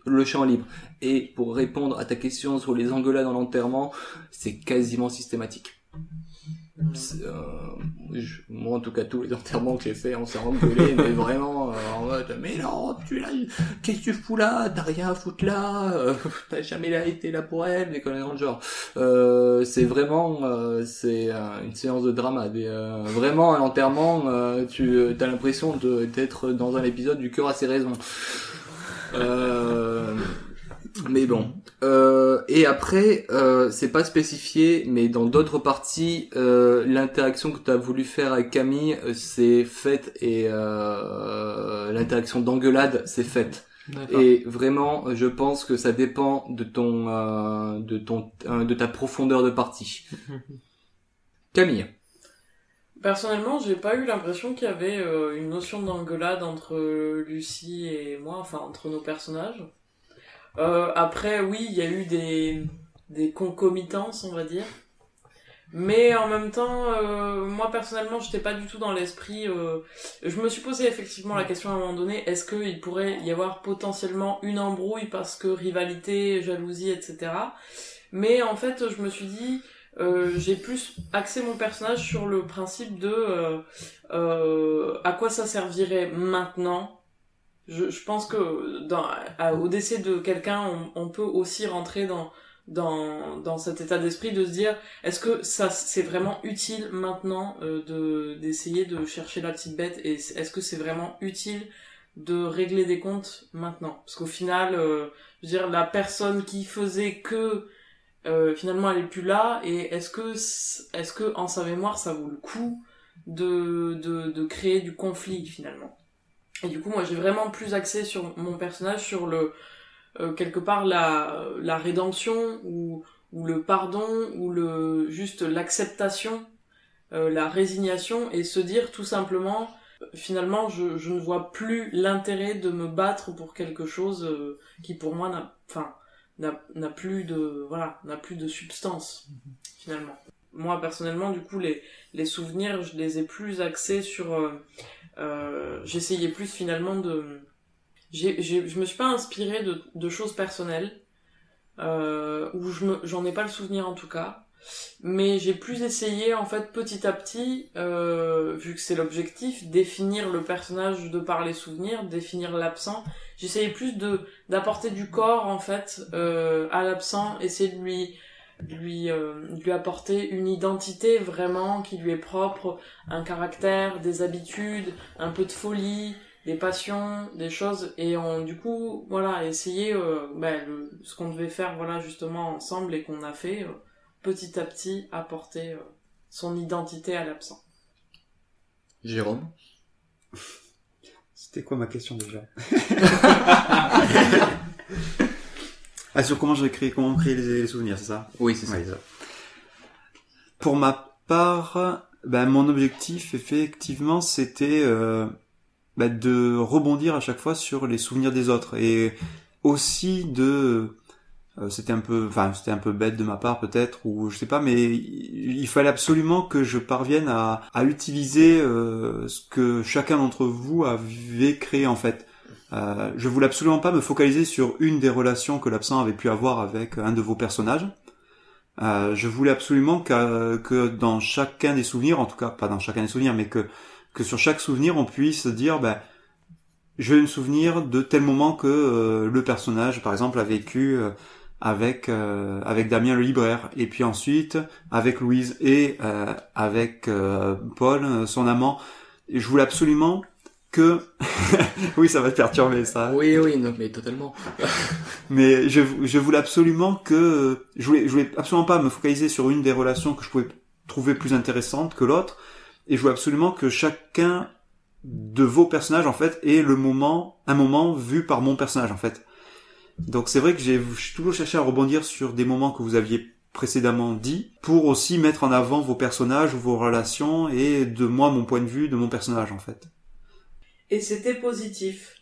le champ libre. Et pour répondre à ta question sur les engueulades en enterrement, c'est quasiment systématique. Euh, je, moi en tout cas tous les enterrements que j'ai fait on s'est engueulé mais vraiment euh, en mode mais non tu l'as qu'est-ce que tu fous là, t'as rien à foutre là, euh, t'as jamais là été là pour elle, des conneries dans le genre. Euh, c'est vraiment euh, c'est euh, une séance de drama des, euh, vraiment à l'enterrement euh, tu t'as l'impression de d'être dans un épisode du Cœur à ses raisons. euh, Mais bon, euh, et après, euh, c'est pas spécifié, mais dans d'autres parties, euh, l'interaction que tu as voulu faire avec Camille, euh, c'est faite, et euh, l'interaction d'engueulade, c'est faite. D'accord. Et vraiment, je pense que ça dépend de ton, euh, de ton, euh, de ta profondeur de partie. Camille. Personnellement, j'ai pas eu l'impression qu'il y avait euh, une notion d'engueulade entre Lucie et moi, enfin entre nos personnages. Euh, après, oui, il y a eu des, des concomitances, on va dire. Mais en même temps, euh, moi personnellement, j'étais pas du tout dans l'esprit... Euh, je me suis posé effectivement la question à un moment donné, est-ce qu'il pourrait y avoir potentiellement une embrouille parce que rivalité, jalousie, et cetera. Mais en fait, je me suis dit... Euh, j'ai plus axé mon personnage sur le principe de... Euh, euh, à quoi ça servirait maintenant. Je, je pense que dans, à, au décès de quelqu'un, on, on peut aussi rentrer dans, dans, dans cet état d'esprit de se dire, est-ce que ça, c'est vraiment utile maintenant euh, de, d'essayer de chercher la petite bête, et est-ce que c'est vraiment utile de régler des comptes maintenant? Parce qu'au final, euh, je veux dire, la personne qui faisait que, euh, finalement, elle est plus là, et est-ce que, est-ce que en sa mémoire, ça vaut le coup de, de, de créer du conflit finalement? Et du coup, moi, j'ai vraiment plus axé sur mon personnage, sur le euh, quelque part la la rédemption ou ou le pardon ou le juste l'acceptation, euh, la résignation, et se dire tout simplement, euh, finalement, je je ne vois plus l'intérêt de me battre pour quelque chose euh, qui pour moi n'a enfin n'a n'a plus de voilà n'a plus de substance finalement. Moi personnellement, du coup, les les souvenirs, je les ai plus axés sur euh, Euh, j'essayais plus finalement de j'ai, j'ai, je me suis pas inspirée de, de choses personnelles euh, où je me, j'en ai pas le souvenir en tout cas, mais j'ai plus essayé en fait petit à petit, euh, vu que c'est l'objectif, définir le personnage de par les souvenirs, définir l'absent. J'essayais plus de d'apporter du corps en fait euh, à l'absent, essayer de lui lui euh, lui apporter une identité vraiment qui lui est propre, un caractère, des habitudes, un peu de folie, des passions, des choses, et on du coup voilà essayer euh, ben, le, ce qu'on devait faire voilà justement ensemble et qu'on a fait euh, petit à petit apporter euh, son identité à l'absent. Jérôme. C'était quoi ma question déjà? Ah, sur comment j'ai créé, comment créer les, les souvenirs, c'est ça? Oui, c'est ça. Ouais, ça. Pour ma part, ben, mon objectif, effectivement, c'était euh, ben, de rebondir à chaque fois sur les souvenirs des autres, et aussi de, euh, c'était un peu, enfin, c'était un peu bête de ma part peut-être, ou je sais pas, mais il, il fallait absolument que je parvienne à, à utiliser euh, ce que chacun d'entre vous avait créé en fait. Euh, je voulais absolument pas me focaliser sur une des relations que l'absent avait pu avoir avec un de vos personnages. Euh, je voulais absolument que, que dans chacun des souvenirs, en tout cas pas dans chacun des souvenirs, mais que, que sur chaque souvenir on puisse dire, ben, je vais me souvenir de tel moment que euh, le personnage, par exemple, a vécu euh, avec euh, avec Damien le libraire, et puis ensuite avec Louise et euh, avec euh, Paul, son amant. Et je voulais absolument que oui, ça va te perturber ça. Oui, oui, non, mais totalement. Mais je, je voulais absolument que je voulais, je voulais absolument pas me focaliser sur une des relations que je pouvais trouver plus intéressante que l'autre, et je voulais absolument que chacun de vos personnages en fait ait le moment, un moment vu par mon personnage en fait. Donc c'est vrai que j'ai, j'ai toujours cherché à rebondir sur des moments que vous aviez précédemment dit, pour aussi mettre en avant vos personnages ou vos relations, et de moi mon point de vue de mon personnage en fait. Et c'était positif.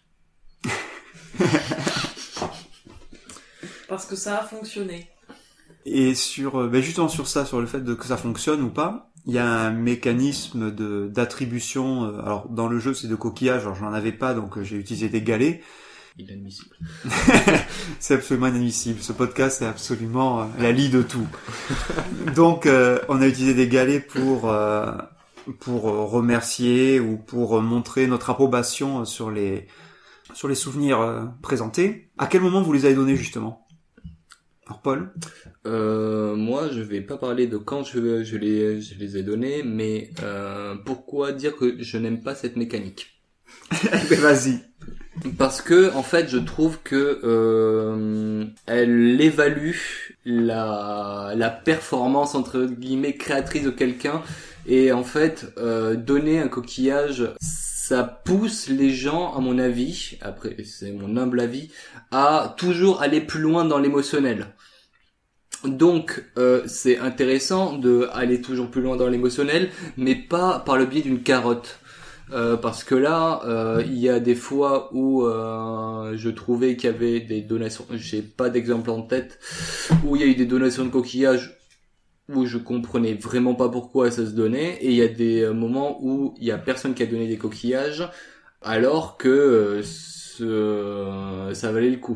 Parce que ça a fonctionné. Et sur, ben justement sur ça, sur le fait de que ça fonctionne ou pas, il y a un mécanisme de d'attribution. Alors dans le jeu c'est de coquillage, alors j'en avais pas donc j'ai utilisé des galets. Inadmissible. C'est absolument inadmissible. Ce podcast est absolument euh, la lie de tout. Donc, euh, on a utilisé des galets pour euh, pour remercier ou pour montrer notre approbation sur les sur les souvenirs euh, présentés. À quel moment vous les avez donnés justement ? Alors Paul ? Euh, moi, je vais pas parler de quand je, je, les, je les ai donnés, mais euh, pourquoi dire que je n'aime pas cette mécanique ? Vas-y. Parce que, en fait, je trouve que euh, elle évalue la, la performance, entre guillemets, créatrice de quelqu'un. Et en fait, euh, donner un coquillage, ça pousse les gens, à mon avis, après c'est mon humble avis, à toujours aller plus loin dans l'émotionnel. Donc euh, c'est intéressant de aller toujours plus loin dans l'émotionnel, mais pas par le biais d'une carotte. Euh, parce que là, euh, il y a des fois où euh, je trouvais qu'il y avait des donations, j'ai pas d'exemple en tête, où il y a eu des donations de coquillages où je comprenais vraiment pas pourquoi ça se donnait, et il y a des moments où il y a personne qui a donné des coquillages, alors que euh, ce, ça valait le coup.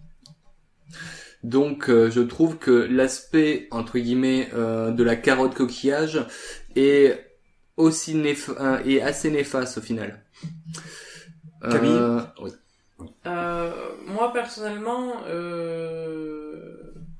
Donc euh, je trouve que l'aspect entre guillemets euh, de la carotte coquillage est aussi néf- euh, est assez néfaste au final. Camille euh, oui. Euh, moi personnellement, euh,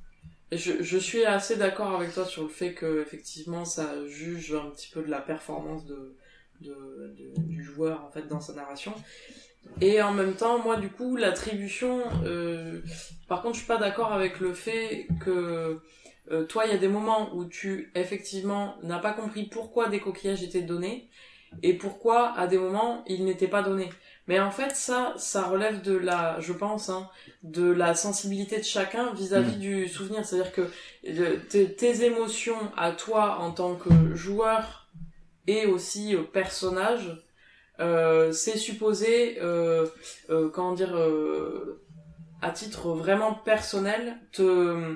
je, je suis assez d'accord avec toi sur le fait que effectivement ça juge un petit peu de la performance de, de, de du joueur en fait dans sa narration. Et en même temps, moi, du coup, l'attribution... Euh, par contre, je suis pas d'accord avec le fait que... Euh, toi, il y a des moments où tu, effectivement, n'as pas compris pourquoi des coquillages étaient donnés et pourquoi, à des moments, ils n'étaient pas donnés. Mais en fait, ça, ça relève de la... Je pense, hein, de la sensibilité de chacun vis-à-vis mmh. du souvenir. C'est-à-dire que le, tes, tes émotions à toi, en tant que joueur et aussi euh, personnage... Euh, c'est supposé, euh, euh, comment dire, euh, à titre vraiment personnel, te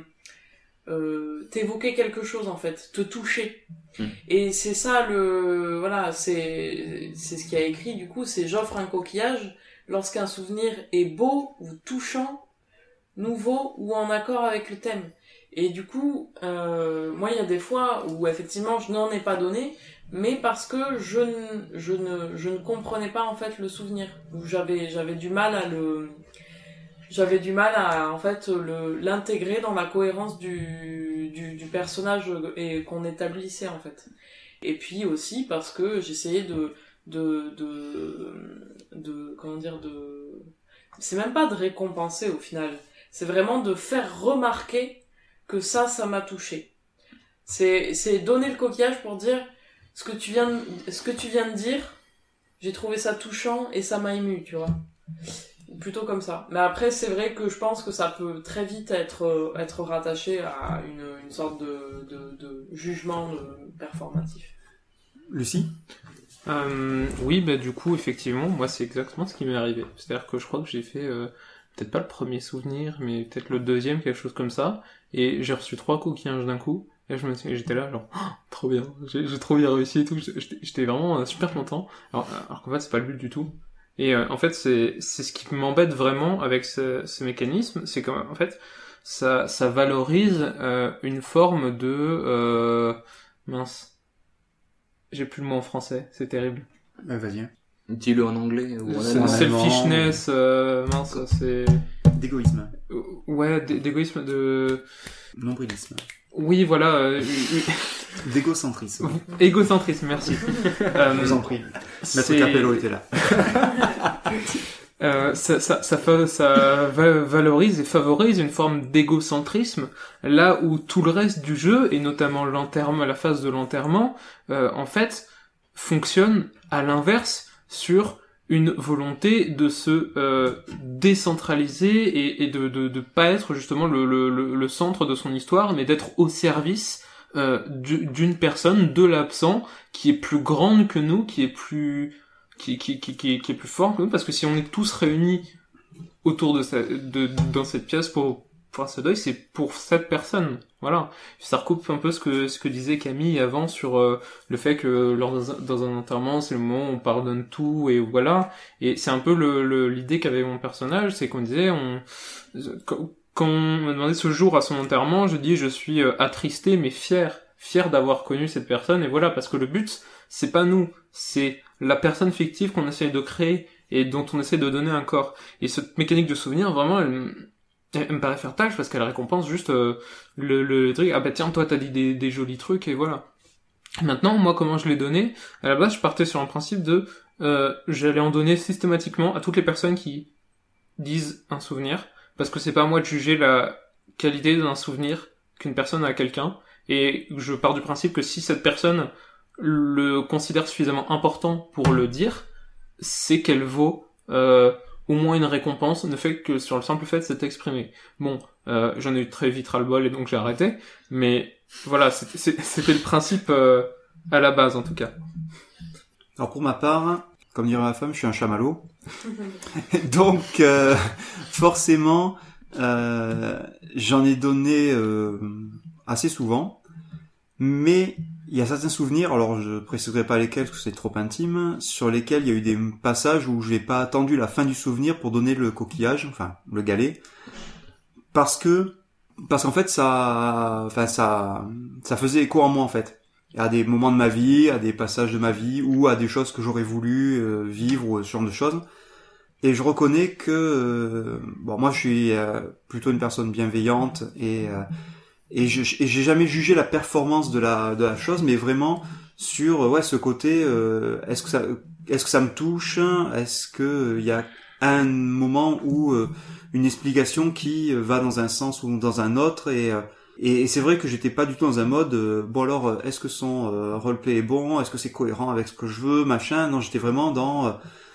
euh, t'évoquer quelque chose en fait, te toucher. Mmh. Et c'est ça le, voilà, c'est c'est ce qui a écrit du coup, c'est j'offre un coquillage lorsqu'un souvenir est beau ou touchant, nouveau ou en accord avec le thème. Et du coup, euh, moi il y a des fois où effectivement je n'en ai pas donné. Mais parce que je ne, je ne, je ne comprenais pas en fait le souvenir, où j'avais, j'avais du mal à le, j'avais du mal à en fait le, l'intégrer dans la cohérence du, du, du personnage et qu'on établissait en fait. Et puis aussi parce que j'essayais de, de, de, de, comment dire, de, c'est même pas de récompenser au final, c'est vraiment de faire remarquer que ça, ça m'a touché. C'est, c'est donner le coquillage pour dire, ce que tu viens de, ce que tu viens de dire, j'ai trouvé ça touchant et ça m'a ému, tu vois. Plutôt comme ça. Mais après, c'est vrai que je pense que ça peut très vite être, être rattaché à une, une sorte de, de, de jugement performatif. Lucie ? euh, Oui, bah du coup, effectivement, moi c'est exactement ce qui m'est arrivé. C'est-à-dire que je crois que j'ai fait, euh, peut-être pas le premier souvenir, mais peut-être le deuxième, quelque chose comme ça, et j'ai reçu trois coquillages d'un coup. Et je me suis, j'étais là, genre, oh, trop bien, j'ai, j'ai trop bien réussi et tout, j'étais, j'étais vraiment euh, super content. Alors, alors qu'en fait, c'est pas le but du tout. Et euh, en fait, c'est, c'est ce qui m'embête vraiment avec ce, ce mécanisme, c'est qu'en en fait, ça, ça valorise euh, une forme de, euh, mince, j'ai plus le mot en français, c'est terrible. Euh, vas-y. Dis-le en anglais ou en allemand. Selfishness, euh, mince, c'est... D'égoïsme. Ouais, d'égoïsme, de... Nombrilisme. Oui, voilà. Euh, D'égocentrisme. Égocentrisme, merci. euh, Je vous en prie. Maître Capello était là. euh, ça, ça, ça, ça, ça valorise et favorise une forme d'égocentrisme, là où tout le reste du jeu, et notamment l'enterrement, la phase de l'enterrement, euh, en fait, fonctionne à l'inverse sur une volonté de se euh, décentraliser et, et de, de de pas être justement le, le, le centre de son histoire, mais d'être au service euh, du, d'une personne, de l'absent, qui est plus grande que nous, qui est plus qui qui qui qui, qui est plus fort que nous, parce que si on est tous réunis autour de, sa, de dans cette pièce pour pour ce deuil, c'est pour cette personne. Voilà. Ça recoupe un peu ce que ce que disait Camille avant sur euh, le fait que lors dans un, dans un enterrement, c'est le moment où on pardonne tout et voilà. Et c'est un peu le, le l'idée qu'avait mon personnage, c'est qu'on disait on quand, quand on m'a demandé ce jour à son enterrement, je dis je suis euh, attristé mais fier, fier d'avoir connu cette personne et voilà, parce que le but c'est pas nous, c'est la personne fictive qu'on essaye de créer et dont on essaie de donner un corps. Et cette mécanique de souvenir, vraiment, elle, elle me paraît faire tâche parce qu'elle récompense juste euh, le, le truc. Ah bah tiens, toi t'as dit des, des jolis trucs et voilà. Maintenant, moi, comment je l'ai donné? À la base, je partais sur un principe de euh, j'allais en donner systématiquement à toutes les personnes qui disent un souvenir, parce que c'est pas à moi de juger la qualité d'un souvenir qu'une personne a à quelqu'un. Et je pars du principe que si cette personne le considère suffisamment important pour le dire, c'est qu'elle vaut euh, au moins une récompense, ne fait que sur le simple fait de s'être exprimé. Bon, euh, j'en ai eu très vite ras-le-bol et donc j'ai arrêté, mais voilà, c'était, c'était le principe euh, à la base en tout cas. Alors pour ma part, comme dirait ma femme, je suis un chamallow. Donc euh, forcément, euh, j'en ai donné euh, assez souvent, mais il y a certains souvenirs, alors je préciserai pas lesquels parce que c'est trop intime, sur lesquels il y a eu des passages où j'ai pas attendu la fin du souvenir pour donner le coquillage, enfin le galet, parce que parce qu'en fait ça, enfin ça, ça faisait écho en moi en fait, à des moments de ma vie, à des passages de ma vie ou à des choses que j'aurais voulu euh, vivre ou ce genre de choses. Et je reconnais que euh, bon moi je suis euh, plutôt une personne bienveillante et euh, Et je et j'ai jamais jugé la performance de la de la chose, mais vraiment sur ouais ce côté euh, est-ce que ça est-ce que ça me touche, est-ce que il y a un moment où euh, une explication qui va dans un sens ou dans un autre et euh, et, et c'est vrai que j'étais pas du tout dans un mode euh, bon alors est-ce que son euh, roleplay est bon, est-ce que c'est cohérent avec ce que je veux, machin. Non, j'étais vraiment dans euh,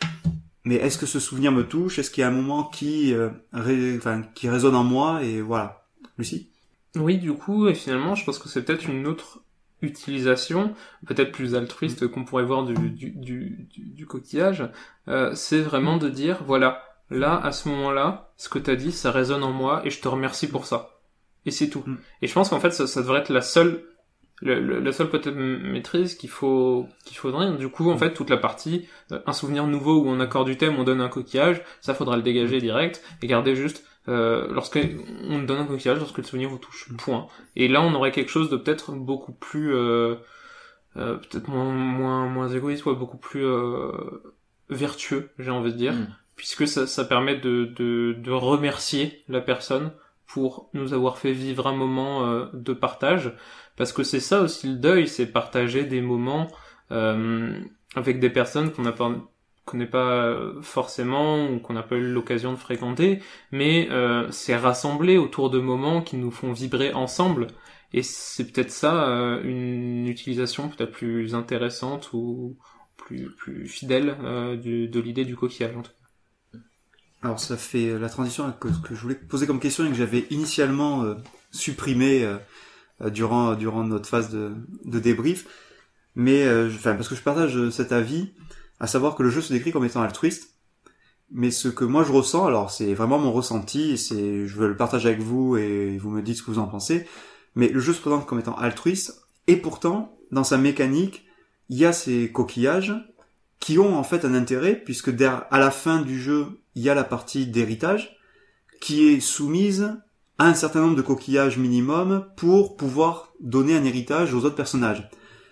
mais est-ce que ce souvenir me touche, est-ce qu'il y a un moment qui euh, ré, enfin qui résonne en moi et voilà. Lucie. Oui, du coup, et finalement, je pense que c'est peut-être une autre utilisation, peut-être plus altruiste qu'on pourrait voir du, du, du, du, du coquillage, euh, c'est vraiment de dire, voilà, là, à ce moment-là, ce que t'as dit, ça résonne en moi, et je te remercie pour ça. Et c'est tout. Mm. Et je pense qu'en fait, ça, ça devrait être la seule, le, le, la seule peut-être maîtrise qu'il faut, qu'il faudrait. Du coup, en fait, toute la partie, euh, un souvenir nouveau où on accorde du thème, on donne un coquillage, ça faudra le dégager direct, et garder juste Euh, lorsqu'on donne un coquillage, lorsque le souvenir vous touche, point. Et là, on aurait quelque chose de peut-être beaucoup plus, euh, euh, peut-être moins, moins, moins égoïste, ou beaucoup plus euh, vertueux, j'ai envie de dire, mm. puisque ça, ça permet de, de, de remercier la personne pour nous avoir fait vivre un moment euh, de partage, parce que c'est ça aussi le deuil, c'est partager des moments euh, avec des personnes qu'on n'a pas qu'on n'est pas forcément ou qu'on n'a pas eu l'occasion de fréquenter, mais euh, c'est rassembler autour de moments qui nous font vibrer ensemble, et c'est peut-être ça euh, une utilisation peut-être plus intéressante ou plus plus fidèle euh, du, de l'idée du coquillage en tout cas. Alors ça fait la transition que, que je voulais poser comme question et que j'avais initialement euh, supprimé euh, durant durant notre phase de, de débrief, mais euh, enfin parce que je partage cet avis, à savoir que le jeu se décrit comme étant altruiste, mais ce que moi je ressens, alors c'est vraiment mon ressenti, et c'est, je veux le partager avec vous et vous me dites ce que vous en pensez, mais le jeu se présente comme étant altruiste, et pourtant, dans sa mécanique, il y a ces coquillages qui ont en fait un intérêt, puisque à la fin du jeu, il y a la partie d'héritage, qui est soumise à un certain nombre de coquillages minimum pour pouvoir donner un héritage aux autres personnages.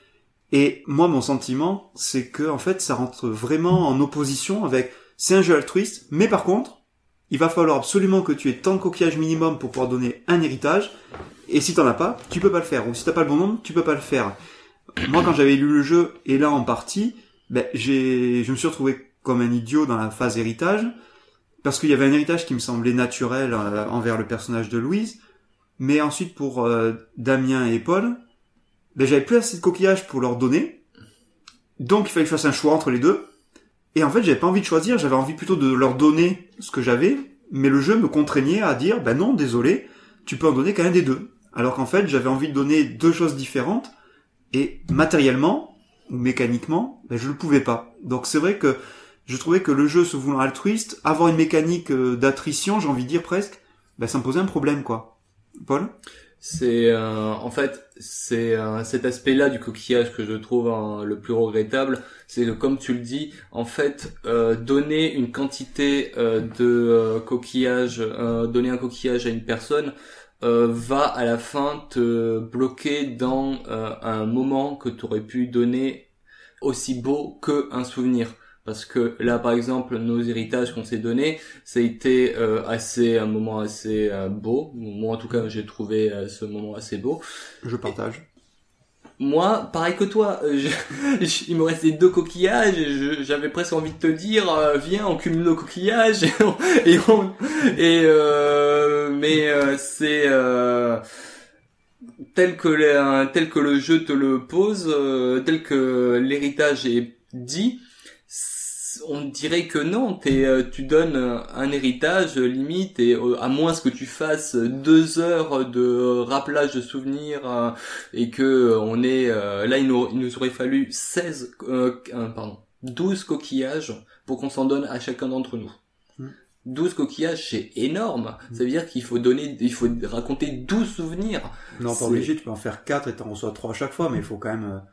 Et moi, mon sentiment, c'est que en fait, ça rentre vraiment en opposition avec... C'est un jeu altruiste, mais par contre, il va falloir absolument que tu aies tant de coquillages minimum pour pouvoir donner un héritage, et si t'en as pas, tu peux pas le faire. Ou si t'as pas le bon nombre, tu peux pas le faire. Moi, quand j'avais lu le jeu, et là en partie, ben, j'ai, je me suis retrouvé comme un idiot dans la phase héritage, parce qu'il y avait un héritage qui me semblait naturel euh, envers le personnage de Louise, mais ensuite pour euh, Damien et Paul, ben j'avais plus assez de coquillages pour leur donner, donc il fallait que je fasse un choix entre les deux, et en fait j'avais pas envie de choisir, j'avais envie plutôt de leur donner ce que j'avais, mais le jeu me contraignait à dire, ben non, désolé, tu peux en donner qu'un des deux, alors qu'en fait j'avais envie de donner deux choses différentes, et matériellement, ou mécaniquement, ben je le pouvais pas. Donc c'est vrai que je trouvais que le jeu se voulant altruiste, avoir une mécanique d'attrition, j'ai envie de dire presque, bah, ça me posait un problème, quoi. Paul? C'est euh, en fait c'est euh, cet aspect-là du coquillage que je trouve hein, le plus regrettable, c'est que comme tu le dis, en fait euh, donner une quantité euh, de euh, coquillage, euh, donner un coquillage à une personne euh, va à la fin te bloquer dans euh, un moment que tu aurais pu donner aussi beau qu'un souvenir. Parce que là, par exemple, nos héritages qu'on s'est donnés, ça a été euh, assez un moment assez euh, beau. Moi, en tout cas, j'ai trouvé euh, ce moment assez beau. Je partage. Moi, pareil que toi, euh, je, je, il me restait deux coquillages et je, j'avais presque envie de te dire, euh, viens, on cumule nos coquillages et on, et, on, et euh, mais euh, c'est euh, tel que le, tel que le jeu te le pose, euh, tel que l'héritage est dit. On dirait que non, t'es, euh, tu donnes un héritage limite et euh, à moins que tu fasses deux heures de rappelage de souvenirs euh, et que euh, on est euh, là il nous, il nous aurait fallu seize euh, euh, pardon douze coquillages pour qu'on s'en donne à chacun d'entre nous. Mmh. douze coquillages, c'est énorme. Mmh. Ça veut dire qu'il faut donner, il faut raconter douze souvenirs. Non, pas obligé, tu peux en faire quatre et t'en reçois trois à chaque fois, mais il faut quand même euh...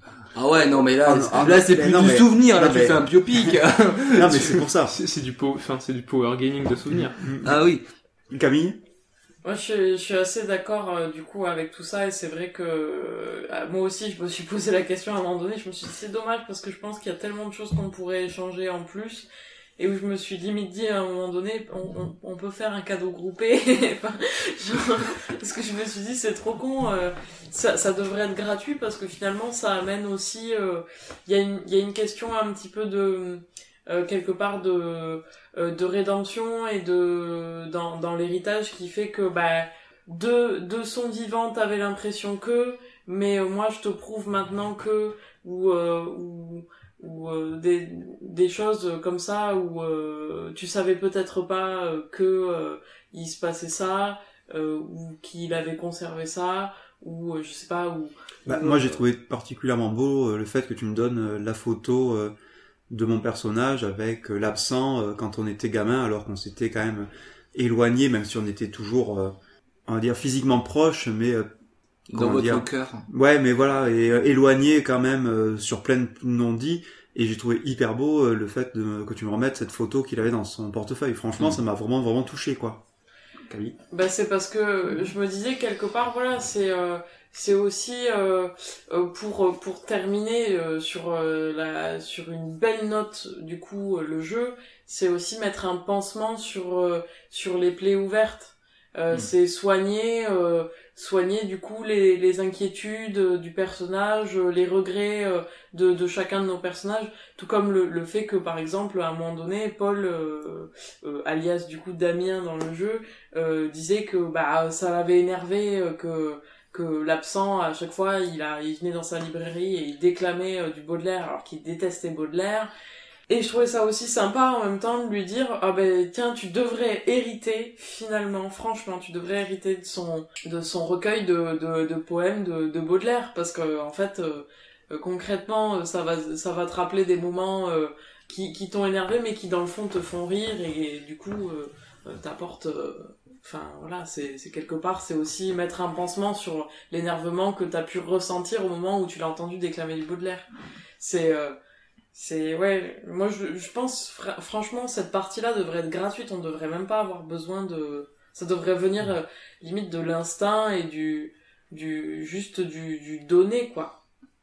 Ah ouais, non, mais là, ah, ah, là, c'est plus non, du mais, souvenir, là, non, tu mais... fais un biopic. Non, mais c'est pour ça. C'est, c'est du power, enfin, c'est du power gaming de souvenirs. Ah oui. Camille? Moi, je suis, je suis assez d'accord, euh, du coup, avec tout ça, et c'est vrai que, euh, moi aussi, je me suis posé la question à un moment donné, je me suis dit, c'est dommage, parce que je pense qu'il y a tellement de choses qu'on pourrait échanger en plus, et où je me suis limite dit à un moment donné, on, on, on peut faire un cadeau groupé, enfin, genre, parce que je me suis dit, c'est trop con, euh, ça, ça devrait être gratuit, parce que finalement, ça amène aussi, il euh, y a une, il y a une question un petit peu de, euh, quelque part de, euh, de rédemption et de, dans, dans l'héritage qui fait que, bah, de, de son vivant, t'avais l'impression que, mais euh, moi, je te prouve maintenant que, ou, euh, ou, ou euh, des des choses comme ça où euh, tu savais peut-être pas euh, que euh, il se passait ça euh, ou qu'il avait conservé ça ou euh, je sais pas ou bah, ou, moi euh, j'ai trouvé particulièrement beau euh, le fait que tu me donnes euh, la photo euh, de mon personnage avec euh, l'absent euh, quand on était gamin alors qu'on s'était quand même éloigné même si on était toujours euh, on va dire physiquement proche mais euh, dans votre cœur. Ouais, mais voilà, et euh, éloigné quand même euh, sur plein de non-dits. Et j'ai trouvé hyper beau euh, le fait de, que tu me remettes cette photo qu'il avait dans son portefeuille. Franchement, mmh. ça m'a vraiment vraiment touché, quoi. Camille. Bah c'est parce que je me disais quelque part, voilà, c'est euh, c'est aussi euh, pour pour terminer euh, sur euh, la sur une belle note du coup le jeu, c'est aussi mettre un pansement sur euh, sur les plaies ouvertes. Euh, mmh. C'est soigner euh, soigner du coup les les inquiétudes euh, du personnage, euh, les regrets euh, de de chacun de nos personnages, tout comme le le fait que par exemple à un moment donné Paul euh, euh, alias du coup Damien dans le jeu euh, disait que bah ça l'avait énervé euh, que que l'absent à chaque fois il a il venait dans sa librairie et il déclamait euh, du Baudelaire alors qu'il détestait Baudelaire. Et je trouvais ça aussi sympa en même temps de lui dire ah ben tiens tu devrais hériter finalement franchement tu devrais hériter de son de son recueil de de, de poèmes de, de Baudelaire parce que en fait euh, euh, concrètement ça va ça va te rappeler des moments euh, qui qui t'ont énervé mais qui dans le fond te font rire et, et du coup euh, t'apportent enfin euh, voilà c'est c'est quelque part c'est aussi mettre un pansement sur l'énervement que t'as pu ressentir au moment où tu l'as entendu déclamer du Baudelaire. C'est euh, C'est, ouais, moi je, je pense, fr- franchement, cette partie-là devrait être gratuite, on devrait même pas avoir besoin de... Ça devrait venir euh, limite de l'instinct et du, du juste du, du donner, quoi.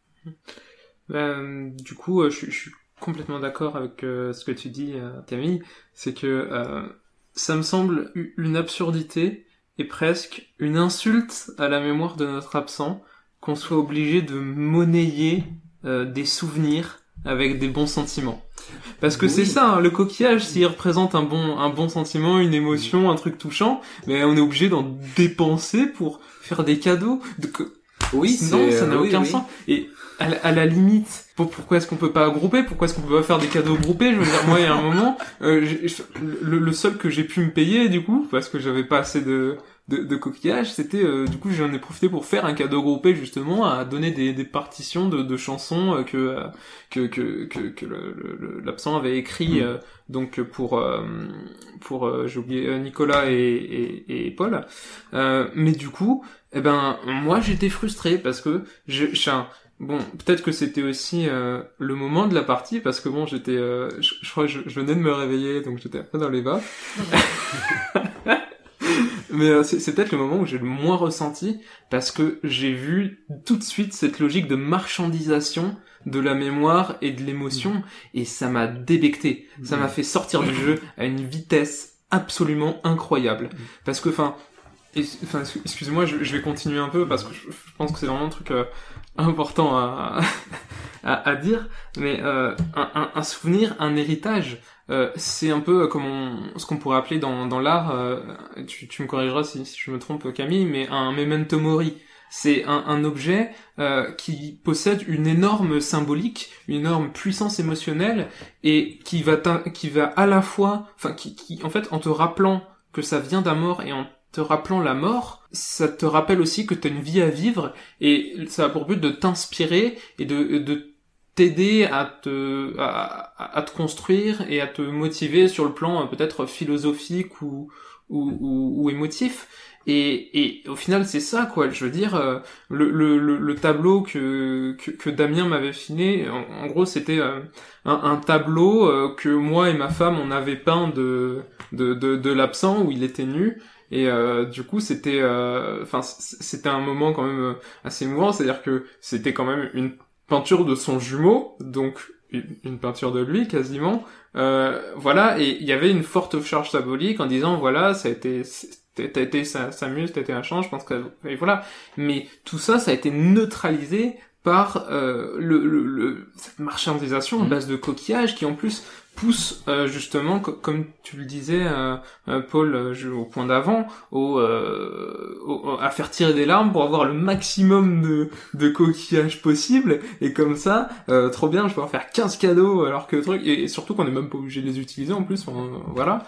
Euh, du coup, euh, je, je suis complètement d'accord avec euh, ce que tu dis, euh, Camille, c'est que euh, ça me semble une absurdité et presque une insulte à la mémoire de notre absent qu'on soit obligé de monnayer euh, des souvenirs avec des bons sentiments. Parce que oui. C'est ça, hein, le coquillage, s'il représente un bon, un bon sentiment, une émotion, un truc touchant, mais on est obligé d'en dépenser pour faire des cadeaux. De... Oui, non, c'est... ça n'a oui, aucun oui. sens. Et à la, à la limite, pour, pourquoi est-ce qu'on peut pas grouper? Pourquoi est-ce qu'on peut pas faire des cadeaux groupés? Je veux dire, moi, il y a un moment, euh, j'ai, le, le seul que j'ai pu me payer, du coup, parce que j'avais pas assez de, de, de coquillage, c'était euh, du coup j'en ai profité pour faire un cadeau groupé justement, à donner des, des partitions de, de chansons euh, que, euh, que que que que le, le, l'absent avait écrit euh, donc pour euh, pour euh, j'ai oublié euh, Nicolas et, et, et Paul. Euh, mais du coup, eh ben moi j'étais frustré parce que je, je bon, peut-être que c'était aussi euh, le moment de la partie, parce que bon, j'étais, euh, je, je crois que je, je venais de me réveiller, donc j'étais un peu dans les bas. Mais euh, c'est, c'est peut-être le moment où j'ai le moins ressenti, parce que j'ai vu tout de suite cette logique de marchandisation de la mémoire et de l'émotion, et ça m'a débecté. Ça m'a fait sortir du jeu à une vitesse absolument incroyable. Parce que, enfin, enfin, excusez-moi, je, je vais continuer un peu, parce que je, je pense que c'est vraiment un truc... Euh, important à, à, à dire, mais euh, un, un, un souvenir, un héritage, euh, c'est un peu comme on, ce qu'on pourrait appeler dans, dans l'art, euh, tu, tu me corrigeras si, si je me trompe Camille, mais un memento mori. C'est un, un objet euh, qui possède une énorme symbolique, une énorme puissance émotionnelle, et qui va, qui va à la fois, enfin, qui, qui, en fait, en te rappelant que ça vient d'un mort et en te rappelant la mort, ça te rappelle aussi que tu as une vie à vivre, et ça a pour but de t'inspirer et de, de t'aider à te, à, à te construire et à te motiver sur le plan peut-être philosophique ou, ou, ou, ou émotif. Et, et au final, c'est ça, quoi. Je veux dire, le, le, le, le tableau que, que, que Damien m'avait filé, en, en gros, c'était un, un tableau que moi et ma femme, on avait peint de, de, de, de l'absent où il était nu. Et euh, du coup, c'était, enfin, euh, c'était un moment quand même assez émouvant. C'est-à-dire que c'était quand même une peinture de son jumeau, donc une, une peinture de lui quasiment. Euh, voilà, et il y avait une forte charge symbolique en disant voilà, ça a été, t'as été ça, ça muse, t'as été un change, je pense que et voilà. Mais tout ça, ça a été neutralisé par euh, le, le, le cette marchandisation à base de coquillages qui en plus pousse euh, justement, co- comme tu le disais, euh, euh, Paul, euh, au point d'avant, au, euh, au, à faire tirer des larmes pour avoir le maximum de, de coquillages possible, et comme ça, euh, trop bien, je vais pouvoir faire quinze cadeaux, alors que le truc, et, et surtout qu'on est même pas obligé de les utiliser en plus, enfin, euh, voilà.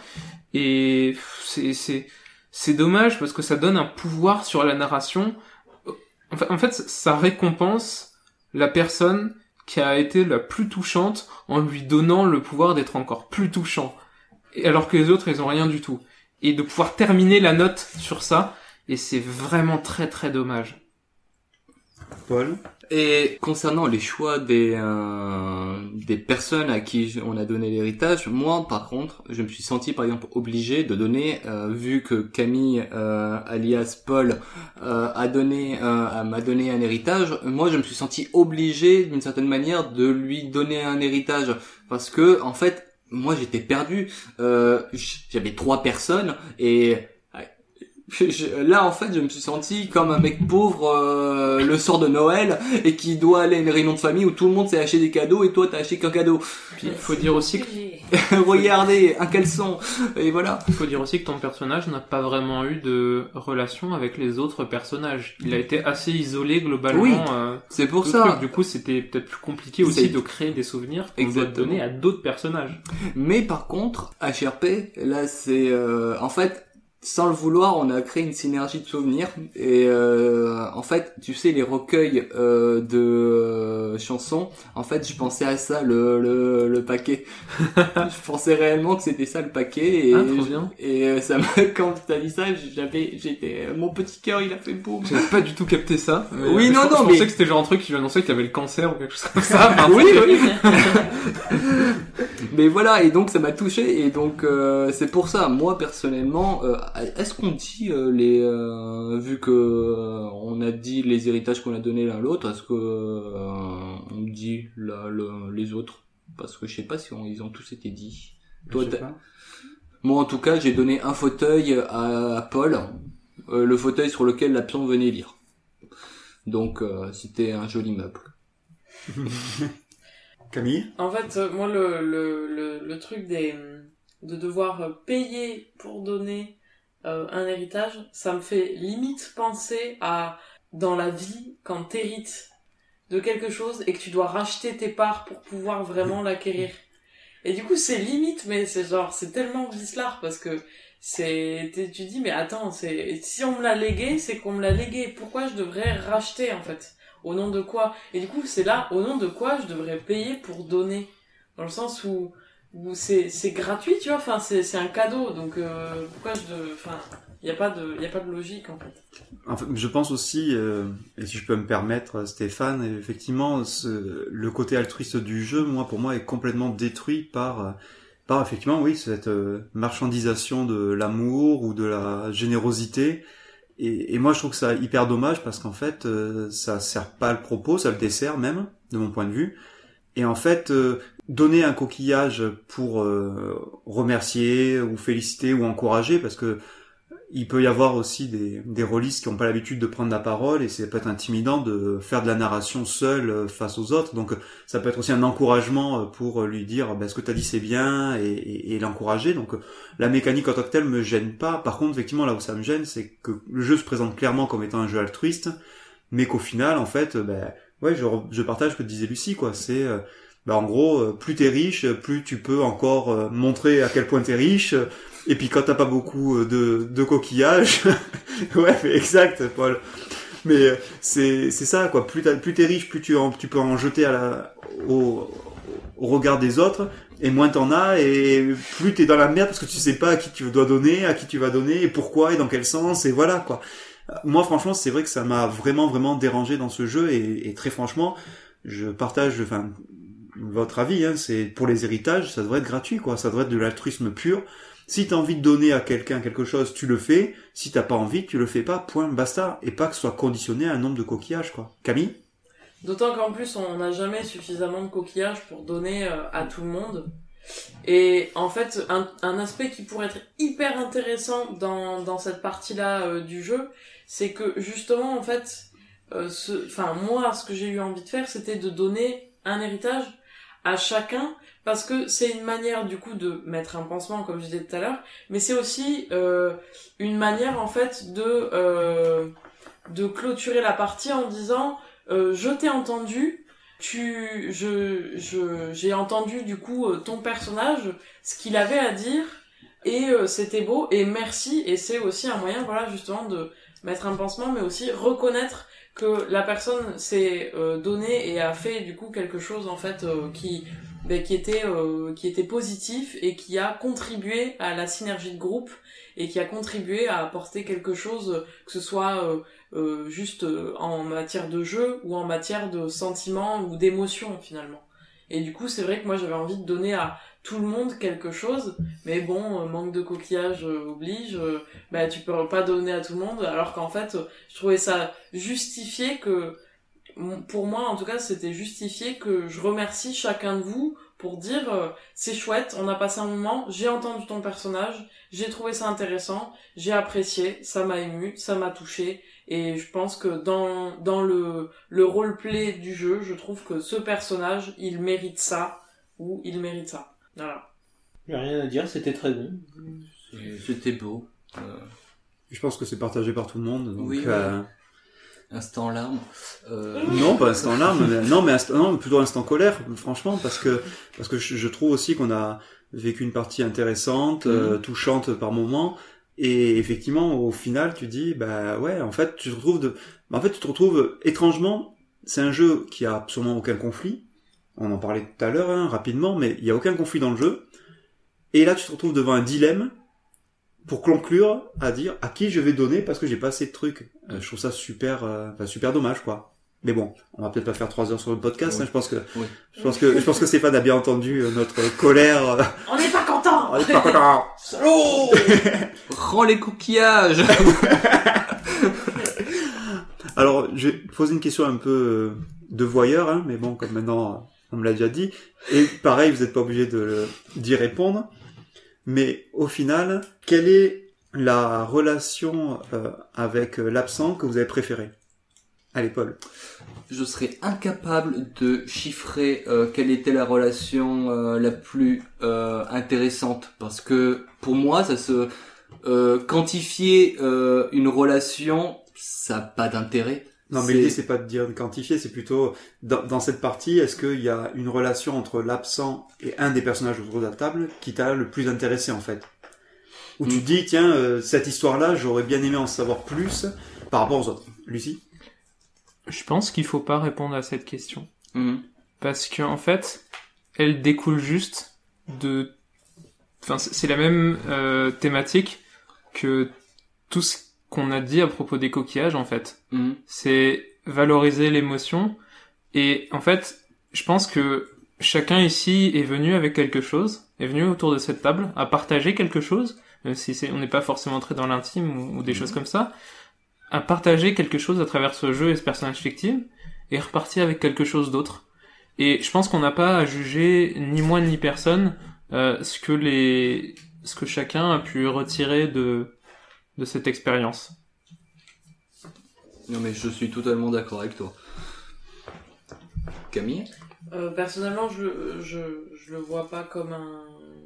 Et c'est, c'est, c'est dommage parce que ça donne un pouvoir sur la narration. En fait, en fait ça récompense la personne qui a été la plus touchante en lui donnant le pouvoir d'être encore plus touchant. Et alors que les autres, ils ont rien du tout. Et de pouvoir terminer la note sur ça, et c'est vraiment très très dommage. Paul ? Et concernant les choix des euh, des personnes à qui on a donné l'héritage, moi par contre, je me suis senti par exemple obligé de donner, euh, vu que Camille, euh, alias Paul, euh, a donné, euh, m'a donné un héritage, moi je me suis senti obligé d'une certaine manière de lui donner un héritage, parce que en fait, moi j'étais perdu, euh, j'avais trois personnes et Je, là en fait je me suis senti comme un mec pauvre euh, le soir de Noël et qui doit aller à une réunion de famille où tout le monde s'est acheté des cadeaux et toi t'as acheté qu'un cadeau. Puis il faut dire aussi que regardez un caleçon et voilà. Il faut dire aussi que ton personnage n'a pas vraiment eu de relation avec les autres personnages. Il a été assez isolé globalement. Oui, euh, c'est pour ça. Truc. Du coup c'était peut-être plus compliqué aussi c'est... de créer des souvenirs qu'on doit donner à d'autres personnages. Mais par contre H R P là c'est euh, en fait sans le vouloir, on a créé une synergie de souvenirs et euh, en fait, tu sais, les recueils euh, de euh, chansons, en fait, je pensais à ça, le le, le paquet. Je pensais réellement que c'était ça le paquet et ah, trop bien. et euh, ça m'a quand tu as dit ça, j'avais j'étais mon petit cœur, il a fait boum. J'avais pas du tout capté ça. Mais, oui, non, je, non, je mais pensais que c'était genre un truc qui lui annonçait qu'il avait le cancer ou quelque chose comme ça. Enfin, oui, oui. Mais voilà, et donc ça m'a touché et donc euh, c'est pour ça, moi personnellement, euh, est-ce qu'on dit euh, les euh, vu que euh, on a dit les héritages qu'on a donnés l'un l'autre, est-ce que euh, on dit la, le, les autres, parce que je sais pas si on, ils ont tous été dit. Toi, moi en tout cas, j'ai donné un fauteuil à, à Paul, euh, le fauteuil sur lequel l'absent venait lire. Donc euh, c'était un joli meuble. Camille ? En fait, euh, moi, le, le, le, le truc des, de devoir payer pour donner euh, un héritage, ça me fait limite penser à dans la vie, quand t'hérites de quelque chose et que tu dois racheter tes parts pour pouvoir vraiment l'acquérir. Et du coup, c'est limite, mais c'est genre, c'est tellement vicelard parce que c'est, tu dis, mais attends, c'est, si on me l'a légué, c'est qu'on me l'a légué. Pourquoi je devrais racheter, en fait? Au nom de quoi? Et du coup, c'est là, au nom de quoi je devrais payer pour donner? Dans le sens où, où c'est, c'est gratuit, tu vois, enfin, c'est, c'est un cadeau, donc, euh, pourquoi je de, enfin, il y a pas de, il y a pas de logique, en fait. En fait, je pense aussi, euh, et si je peux me permettre, Stéphane, effectivement, ce, le côté altruiste du jeu, moi, pour moi, est complètement détruit par, par effectivement, oui, cette euh, marchandisation de l'amour ou de la générosité. Et, et moi, je trouve que ça hyper dommage parce qu'en fait, euh, ça sert pas le propos, ça le dessert même, de mon point de vue. Et en fait, euh, donner un coquillage pour euh, remercier ou féliciter ou encourager, parce que il peut y avoir aussi des, des rôlistes qui n'ont pas l'habitude de prendre la parole et c'est peut être intimidant de faire de la narration seul face aux autres. Donc ça peut être aussi un encouragement pour lui dire bah, ce que tu as dit c'est bien et, et, et l'encourager. Donc la mécanique en tant que telle me gêne pas. Par contre, effectivement, là où ça me gêne, c'est que le jeu se présente clairement comme étant un jeu altruiste, mais qu'au final, en fait, bah, ouais, je, je partage ce que disait Lucie, quoi. C'est bah, en gros, plus t'es riche, plus tu peux encore montrer à quel point t'es riche. Et puis quand t'as pas beaucoup de, de coquillages, ouais, mais exact, Paul. Mais c'est c'est ça, quoi. Plus t'as, plus t'es riche, plus tu en, tu peux en jeter à la au, au regard des autres, et moins t'en as, et plus t'es dans la merde parce que tu sais pas à qui tu dois donner, à qui tu vas donner, et pourquoi, et dans quel sens, et voilà, quoi. Moi, franchement, c'est vrai que ça m'a vraiment, vraiment dérangé dans ce jeu, et, et très franchement, je partage, enfin, votre avis, hein. C'est pour les héritages, ça devrait être gratuit, quoi. Ça devrait être de l'altruisme pur. Si t'as envie de donner à quelqu'un quelque chose, tu le fais. Si t'as pas envie, tu le fais pas. Point, basta. Et pas que ce soit conditionné à un nombre de coquillages, quoi. Camille ? D'autant qu'en plus, on n'a jamais suffisamment de coquillages pour donner euh, à tout le monde. Et en fait, un, un aspect qui pourrait être hyper intéressant dans, dans cette partie-là euh, du jeu, c'est que justement, en fait, euh, ce, enfin, moi, ce que j'ai eu envie de faire, c'était de donner un héritage à chacun, parce que c'est une manière du coup de mettre un pansement comme je disais tout à l'heure, mais c'est aussi euh, une manière en fait de euh, de clôturer la partie en disant euh, je t'ai entendu, tu je je j'ai entendu du coup euh, ton personnage, ce qu'il avait à dire, et euh, c'était beau et merci. Et c'est aussi un moyen, voilà, justement de mettre un pansement, mais aussi reconnaître que la personne s'est euh, donnée et a fait du coup quelque chose en fait euh, qui ben, qui était euh, qui était positif et qui a contribué à la synergie de groupe et qui a contribué à apporter quelque chose, que ce soit euh, euh, juste euh, en matière de jeu ou en matière de sentiments ou d'émotions finalement. Et du coup, c'est vrai que moi j'avais envie de donner à tout le monde quelque chose, mais bon, euh, manque de coquillage euh, oblige, euh, bah tu peux pas donner à tout le monde, alors qu'en fait, euh, je trouvais ça justifié que, pour moi en tout cas, c'était justifié que je remercie chacun de vous pour dire euh, c'est chouette, on a passé un moment, j'ai entendu ton personnage, j'ai trouvé ça intéressant, j'ai apprécié, ça m'a ému, ça m'a touché, et je pense que dans dans le le roleplay du jeu, je trouve que ce personnage, il mérite ça, ou il mérite ça. Voilà. J'ai rien à dire, c'était très bon. C'était beau. Euh... Je pense que c'est partagé par tout le monde. Donc, oui, euh... instant larmes. Euh... Non, pas instant larmes, mais, non, mais instant, non, plutôt instant colère, franchement, parce que parce que je, je trouve aussi qu'on a vécu une partie intéressante, mmh. euh, touchante par moments, et effectivement, au final, tu dis, bah ouais, en fait, tu te retrouves de, en fait, tu te retrouves étrangement. C'est un jeu qui a absolument aucun conflit. On en parlait tout à l'heure, hein, rapidement, mais il y a aucun conflit dans le jeu. Et là, tu te retrouves devant un dilemme pour conclure à dire à qui je vais donner parce que j'ai pas assez de trucs. Euh, je trouve ça super, euh, enfin, super dommage, quoi. Mais bon, on va peut-être pas faire trois heures sur le podcast. Oui. Hein, je pense que, oui. je pense que, je pense que Stéphane a bien entendu notre colère. On n'est pas content. On n'est pas content. Salaud. Rends les coquillages. Alors, je vais poser une question un peu de voyeur, hein, mais bon, comme maintenant on me l'a déjà dit, et pareil, vous n'êtes pas obligé de d'y répondre. Mais au final, quelle est la relation euh, avec l'absent que vous avez préférée ? Allez, Paul. Je serais incapable de chiffrer euh, quelle était la relation euh, la plus euh, intéressante, parce que pour moi, ça se euh, quantifier euh, une relation, ça n'a pas d'intérêt. Non, mais c'est... l'idée, c'est pas de dire de quantifier, c'est plutôt, dans, dans cette partie, est-ce qu'il y a une relation entre l'absent et un des personnages autour de la table qui t'a le plus intéressé, en fait ? où tu te dis, tiens, euh, cette histoire-là, j'aurais bien aimé en savoir plus par rapport aux autres. Lucie? Je pense qu'il faut pas répondre à cette question. Mmh. Parce que, en fait, elle découle juste de... Enfin, c'est la même euh, thématique que tout ce qu'on a dit à propos des coquillages, en fait. Mmh. C'est valoriser l'émotion. Et, en fait, je pense que chacun ici est venu avec quelque chose, est venu autour de cette table à partager quelque chose, même si c'est, on n'est pas forcément entré dans l'intime ou, ou des mmh. choses comme ça, à partager quelque chose à travers ce jeu et ce personnage fictif, et repartir avec quelque chose d'autre. Et je pense qu'on n'a pas à juger ni moi ni personne euh, ce que les, ce que chacun a pu retirer de de cette expérience. Non mais je suis totalement d'accord avec toi. Camille? Euh, personnellement, je, je, je le vois pas comme un...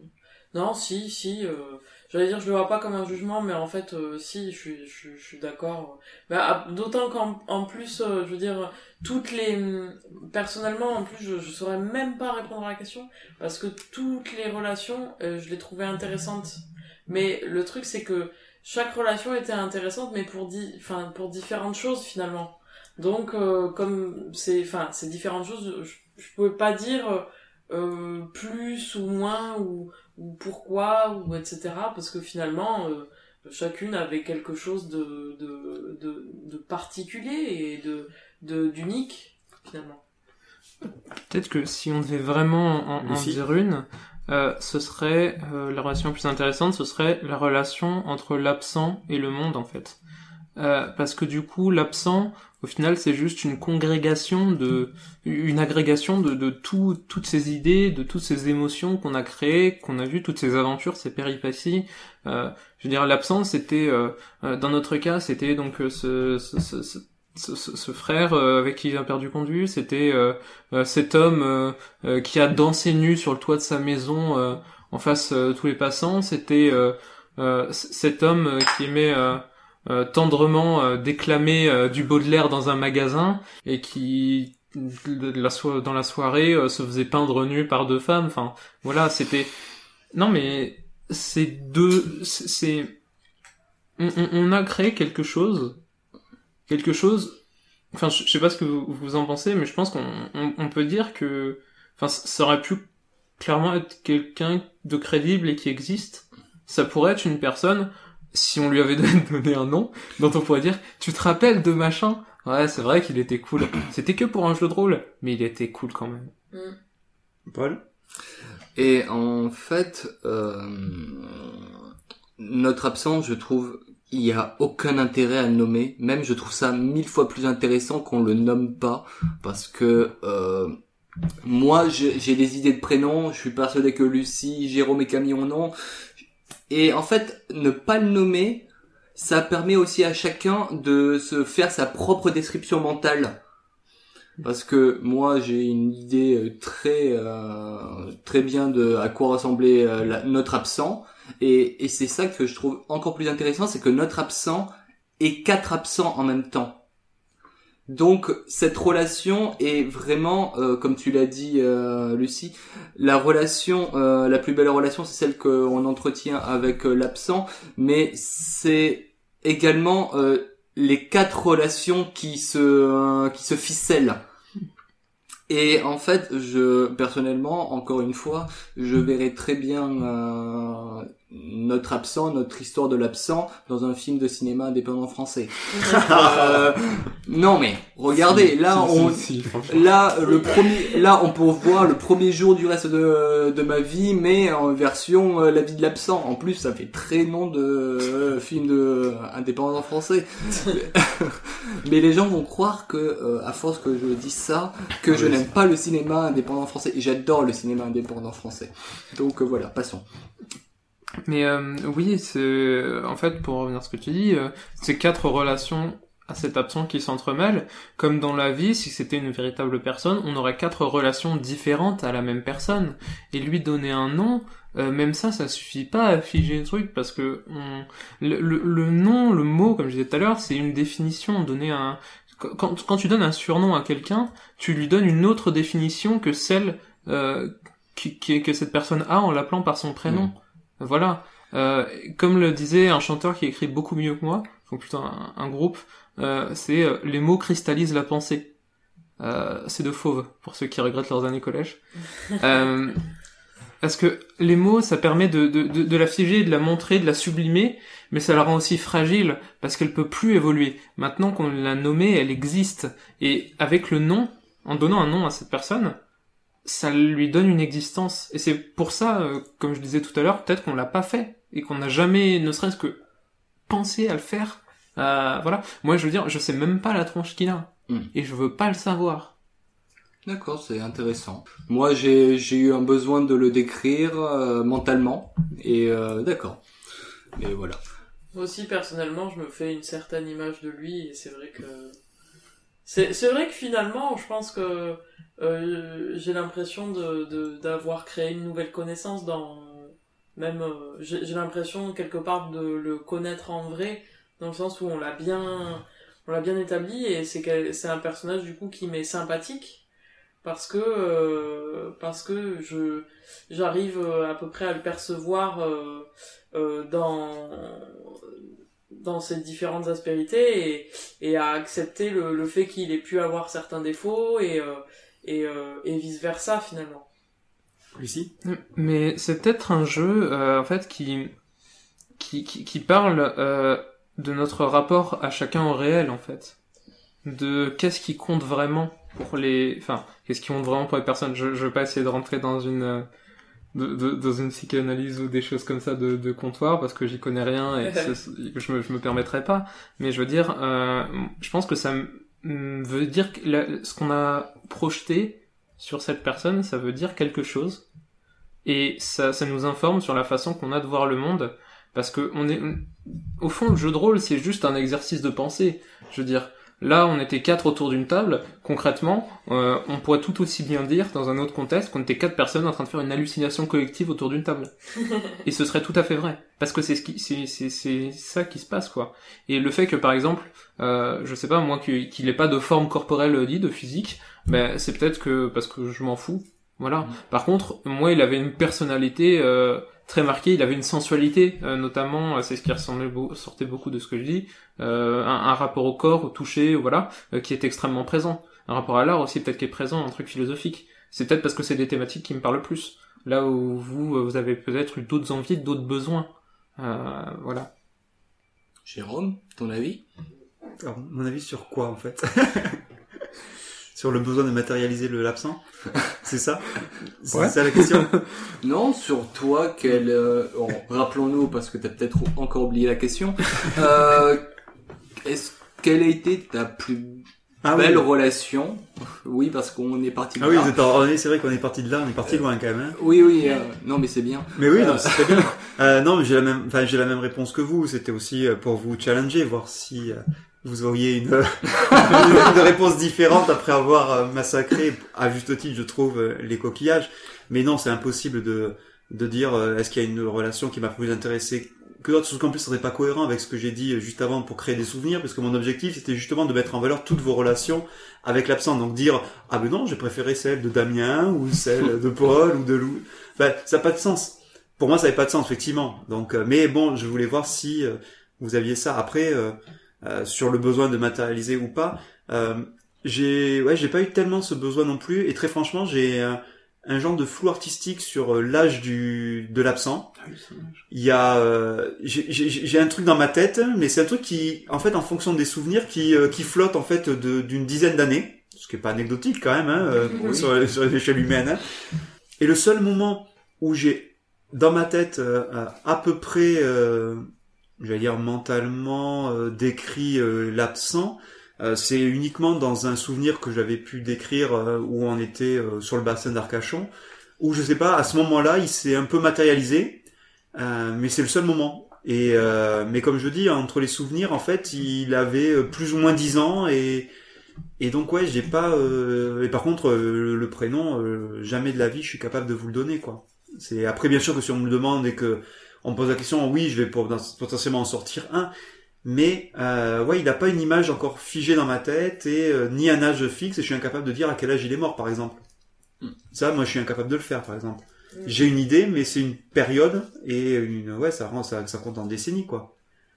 Non, si, si, euh... j'allais dire je le vois pas comme un jugement, mais en fait, euh, si, je suis, je, je suis d'accord. Bah, d'autant qu'en en plus, euh, je veux dire, toutes les... Personnellement, en plus, je, je saurais même pas répondre à la question, parce que toutes les relations, euh, je les trouvais intéressantes. Mais le truc, c'est que chaque relation était intéressante, mais pour, di... enfin, pour différentes choses, finalement. Donc, euh, comme c'est, enfin, c'est différentes choses, je, je pouvais pas dire euh, plus ou moins ou, ou pourquoi ou et cetera. Parce que finalement, euh, chacune avait quelque chose de de de, de particulier et de de d'unique finalement. Peut-être que si on devait vraiment en, en dire une, euh, ce serait euh, la relation plus intéressante, ce serait la relation entre l'absent et le monde en fait. Euh, parce que du coup, l'absent, au final, c'est juste une congrégation de, une agrégation de, de tout, toutes ces idées, de toutes ces émotions qu'on a créées, qu'on a vues, toutes ces aventures, ces péripéties. Euh, je veux dire, l'absent, c'était, euh, euh, dans notre cas, c'était donc euh, ce, ce, ce, ce Ce, ce, ce frère euh, avec qui il a perdu conduit, c'était euh, euh, cet homme euh, euh, qui a dansé nu sur le toit de sa maison euh, en face de euh, tous les passants, c'était euh, euh, c- cet homme euh, qui aimait euh, euh, tendrement euh, déclamer euh, du Baudelaire dans un magasin et qui de la so- dans la soirée euh, se faisait peindre nu par deux femmes. Enfin voilà, c'était non mais c'est deux c'est, c'est... On, on, on a créé quelque chose quelque chose, enfin je sais pas ce que vous, vous en pensez, mais je pense qu'on on, on peut dire que, enfin ça aurait pu clairement être quelqu'un de crédible et qui existe. Ça pourrait être une personne, si on lui avait donné un nom, dont on pourrait dire, tu te rappelles de machin? Ouais, c'est vrai qu'il était cool. C'était que pour un jeu de rôle, mais il était cool quand même. Mm. Paul? Et en fait, euh, notre absence, je trouve, il y a aucun intérêt à le nommer. Même, je trouve ça mille fois plus intéressant qu'on le nomme pas, parce que euh, moi, j'ai, j'ai des idées de prénoms. Je suis persuadé que Lucie, Jérôme et Camille en ont. Et en fait, ne pas le nommer, ça permet aussi à chacun de se faire sa propre description mentale. Parce que moi, j'ai une idée très euh, très bien de à quoi ressemblait euh, la, notre absent. Et, et c'est ça que je trouve encore plus intéressant, c'est que notre absent est quatre absents en même temps. Donc cette relation est vraiment, euh, comme tu l'as dit euh, Lucie, la relation, euh, la plus belle relation, c'est celle qu'on entretient avec euh, l'absent, mais c'est également euh, les quatre relations qui se euh, qui se ficellent. Et en fait, je personnellement, encore une fois, je verrais très bien euh, notre absent, notre histoire de l'absent dans un film de cinéma indépendant français. euh, non mais regardez, là on, là le premier, là on peut voir le premier jour du reste de de ma vie, mais en version euh, La vie de l'absent. En plus, ça fait très nom de euh, film de indépendant français. Mais les gens vont croire que, euh, à force que je dis ça, que je n'aime pas le cinéma indépendant français. Et j'adore le cinéma indépendant français. Donc euh, voilà, passons. Mais euh, oui, c'est en fait pour revenir à ce que tu dis, euh, c'est quatre relations à cet absent qui s'entremêlent. Comme dans la vie, si c'était une véritable personne, on aurait quatre relations différentes à la même personne. Et lui donner un nom, euh, même ça, ça suffit pas à figer le truc parce que on... le, le, le nom, le mot, comme je disais tout à l'heure, c'est une définition. Donner un quand, quand tu donnes un surnom à quelqu'un, tu lui donnes une autre définition que celle euh, qui, qui, que cette personne a en l'appelant par son prénom. Mmh. Voilà. Euh, comme le disait un chanteur qui écrit beaucoup mieux que moi, ou plutôt un, un groupe, euh, c'est euh, les mots cristallisent la pensée. Euh, c'est de Fauve, pour ceux qui regrettent leurs années collège. euh, parce que les mots, ça permet de, de, de, de la figer, de la montrer, de la sublimer, mais ça la rend aussi fragile, parce qu'elle peut plus évoluer. Maintenant qu'on l'a nommée, elle existe. Et avec le nom, en donnant un nom à cette personne, ça lui donne une existence. Et c'est pour ça, euh, comme je disais tout à l'heure, peut-être qu'on l'a pas fait, et qu'on n'a jamais, ne serait-ce que, pensé à le faire. Euh, voilà. Moi, je veux dire, je sais même pas la tronche qu'il a. Mm. Et je veux pas le savoir. D'accord, c'est intéressant. Moi, j'ai, j'ai eu un besoin de le décrire euh, mentalement. Et euh, d'accord. Et voilà. Moi aussi, personnellement, je me fais une certaine image de lui. Et c'est vrai que... C'est, c'est vrai que finalement, je pense que euh, j'ai l'impression de, de, d'avoir créé une nouvelle connaissance dans... Même, euh, j'ai, j'ai l'impression, quelque part, de le connaître en vrai, dans le sens où on l'a bien... On l'a bien établi, et c'est, que, c'est un personnage, du coup, qui m'est sympathique. Parce que euh, parce que je j'arrive à peu près à le percevoir euh, euh, dans dans ses différentes aspérités et et à accepter le le fait qu'il ait pu avoir certains défauts et euh, et euh, et vice versa finalement. Lucie ? Mais c'est peut-être un jeu euh, en fait qui qui qui, qui parle euh, de notre rapport à chacun au réel en fait. De qu'est-ce qui compte vraiment pour les, enfin, qu'est-ce qui compte vraiment pour les personnes. Je, je veux pas essayer de rentrer dans une, de, de, dans une psychanalyse ou des choses comme ça de, de comptoir parce que j'y connais rien et je me, je me permettrai pas. Mais je veux dire, euh, je pense que ça m- veut dire que la, ce qu'on a projeté sur cette personne, ça veut dire quelque chose et ça, ça nous informe sur la façon qu'on a de voir le monde parce que on est, au fond, le jeu de rôle, c'est juste un exercice de pensée. Je veux dire. Là, on était quatre autour d'une table. Concrètement, euh, on pourrait tout aussi bien dire, dans un autre contexte, qu'on était quatre personnes en train de faire une hallucination collective autour d'une table. Et ce serait tout à fait vrai. Parce que c'est ce qui, c'est, c'est, c'est ça qui se passe, quoi. Et le fait que, par exemple, euh, je sais pas, moi, qu'il, qu'il ait pas de forme corporelle dit, de physique, ben, c'est peut-être que, parce que je m'en fous. Voilà. Mmh. Par contre, moi, il avait une personnalité, euh, très marqué, il avait une sensualité, euh, notamment, c'est ce qui ressemblait beau, sortait beaucoup de ce que je dis, euh, un, un rapport au corps, au toucher, voilà, euh, qui est extrêmement présent. Un rapport à l'art aussi, peut-être qui est présent, un truc philosophique. C'est peut-être parce que c'est des thématiques qui me parlent plus. Là où vous, vous avez peut-être eu d'autres envies, d'autres besoins. Euh, voilà. Jérôme, ton avis ? Alors, mon avis sur quoi, en fait ? Sur le besoin de matérialiser le l'absent ? C'est ça ? C'est ouais. ça la question ? Non, sur toi, quel, euh, bon, rappelons-nous, parce que t'as peut-être encore oublié la question, euh, est-ce, quelle a été ta plus ah, belle oui. relation ? Oui, parce qu'on est parti de ah là. Ah oui, c'est vrai qu'on est parti de là, on est parti euh, loin quand même. Hein. Oui, oui, euh, non mais c'est bien. Mais oui, euh... non, c'est très bien. Euh, non, mais j'ai la même, enfin, j'ai la même réponse que vous, c'était aussi pour vous challenger, voir si... Euh... vous auriez une, une réponse différente après avoir massacré, à juste titre, je trouve, les coquillages. Mais non, c'est impossible de, de dire, est-ce qu'il y a une relation qui m'a plus intéressé que d'autres, parce qu'en plus, ça serait pas cohérent avec ce que j'ai dit juste avant pour créer des souvenirs, parce que mon objectif, c'était justement de mettre en valeur toutes vos relations avec l'absent. Donc dire, ah ben non, j'ai préféré celle de Damien, ou celle de Paul, ou de Lou. Ben, ça n'a pas de sens. Pour moi, ça n'avait pas de sens, effectivement. Donc, mais bon, je voulais voir si euh, vous aviez ça. Après, euh, Euh, sur le besoin de matérialiser ou pas, euh, j'ai ouais j'ai pas eu tellement ce besoin non plus et très franchement j'ai euh, un genre de flou artistique sur euh, l'âge du de l'absent. Il y a euh, j'ai, j'ai j'ai un truc dans ma tête mais c'est un truc qui en fait en fonction des souvenirs qui euh, qui flotte en fait de d'une dizaine d'années, ce qui est pas anecdotique quand même hein, euh, oui. sur sur l'échelle humaine. Hein. Et le seul moment où j'ai dans ma tête euh, à peu près euh, j'allais dire mentalement euh, décrit euh, l'absent, euh, c'est uniquement dans un souvenir que j'avais pu décrire euh, où on était euh, sur le bassin d'Arcachon, où je sais pas, à ce moment-là, il s'est un peu matérialisé, euh, mais c'est le seul moment. Et euh, mais comme je dis, entre les souvenirs, en fait, il avait plus ou moins dix ans et et donc ouais, j'ai pas. Euh, et par contre, euh, le prénom, euh, jamais de la vie, je suis capable de vous le donner quoi. C'est après bien sûr que si on me le demande et que on me pose la question, oui, je vais potentiellement en sortir un, mais euh, ouais, il n'a pas une image encore figée dans ma tête et euh, ni un âge fixe et je suis incapable de dire à quel âge il est mort, par exemple. Mm. Ça, moi, je suis incapable de le faire, par exemple. j'ai une idée, mais c'est une période et une ouais, ça rend ça, ça compte en décennies quoi.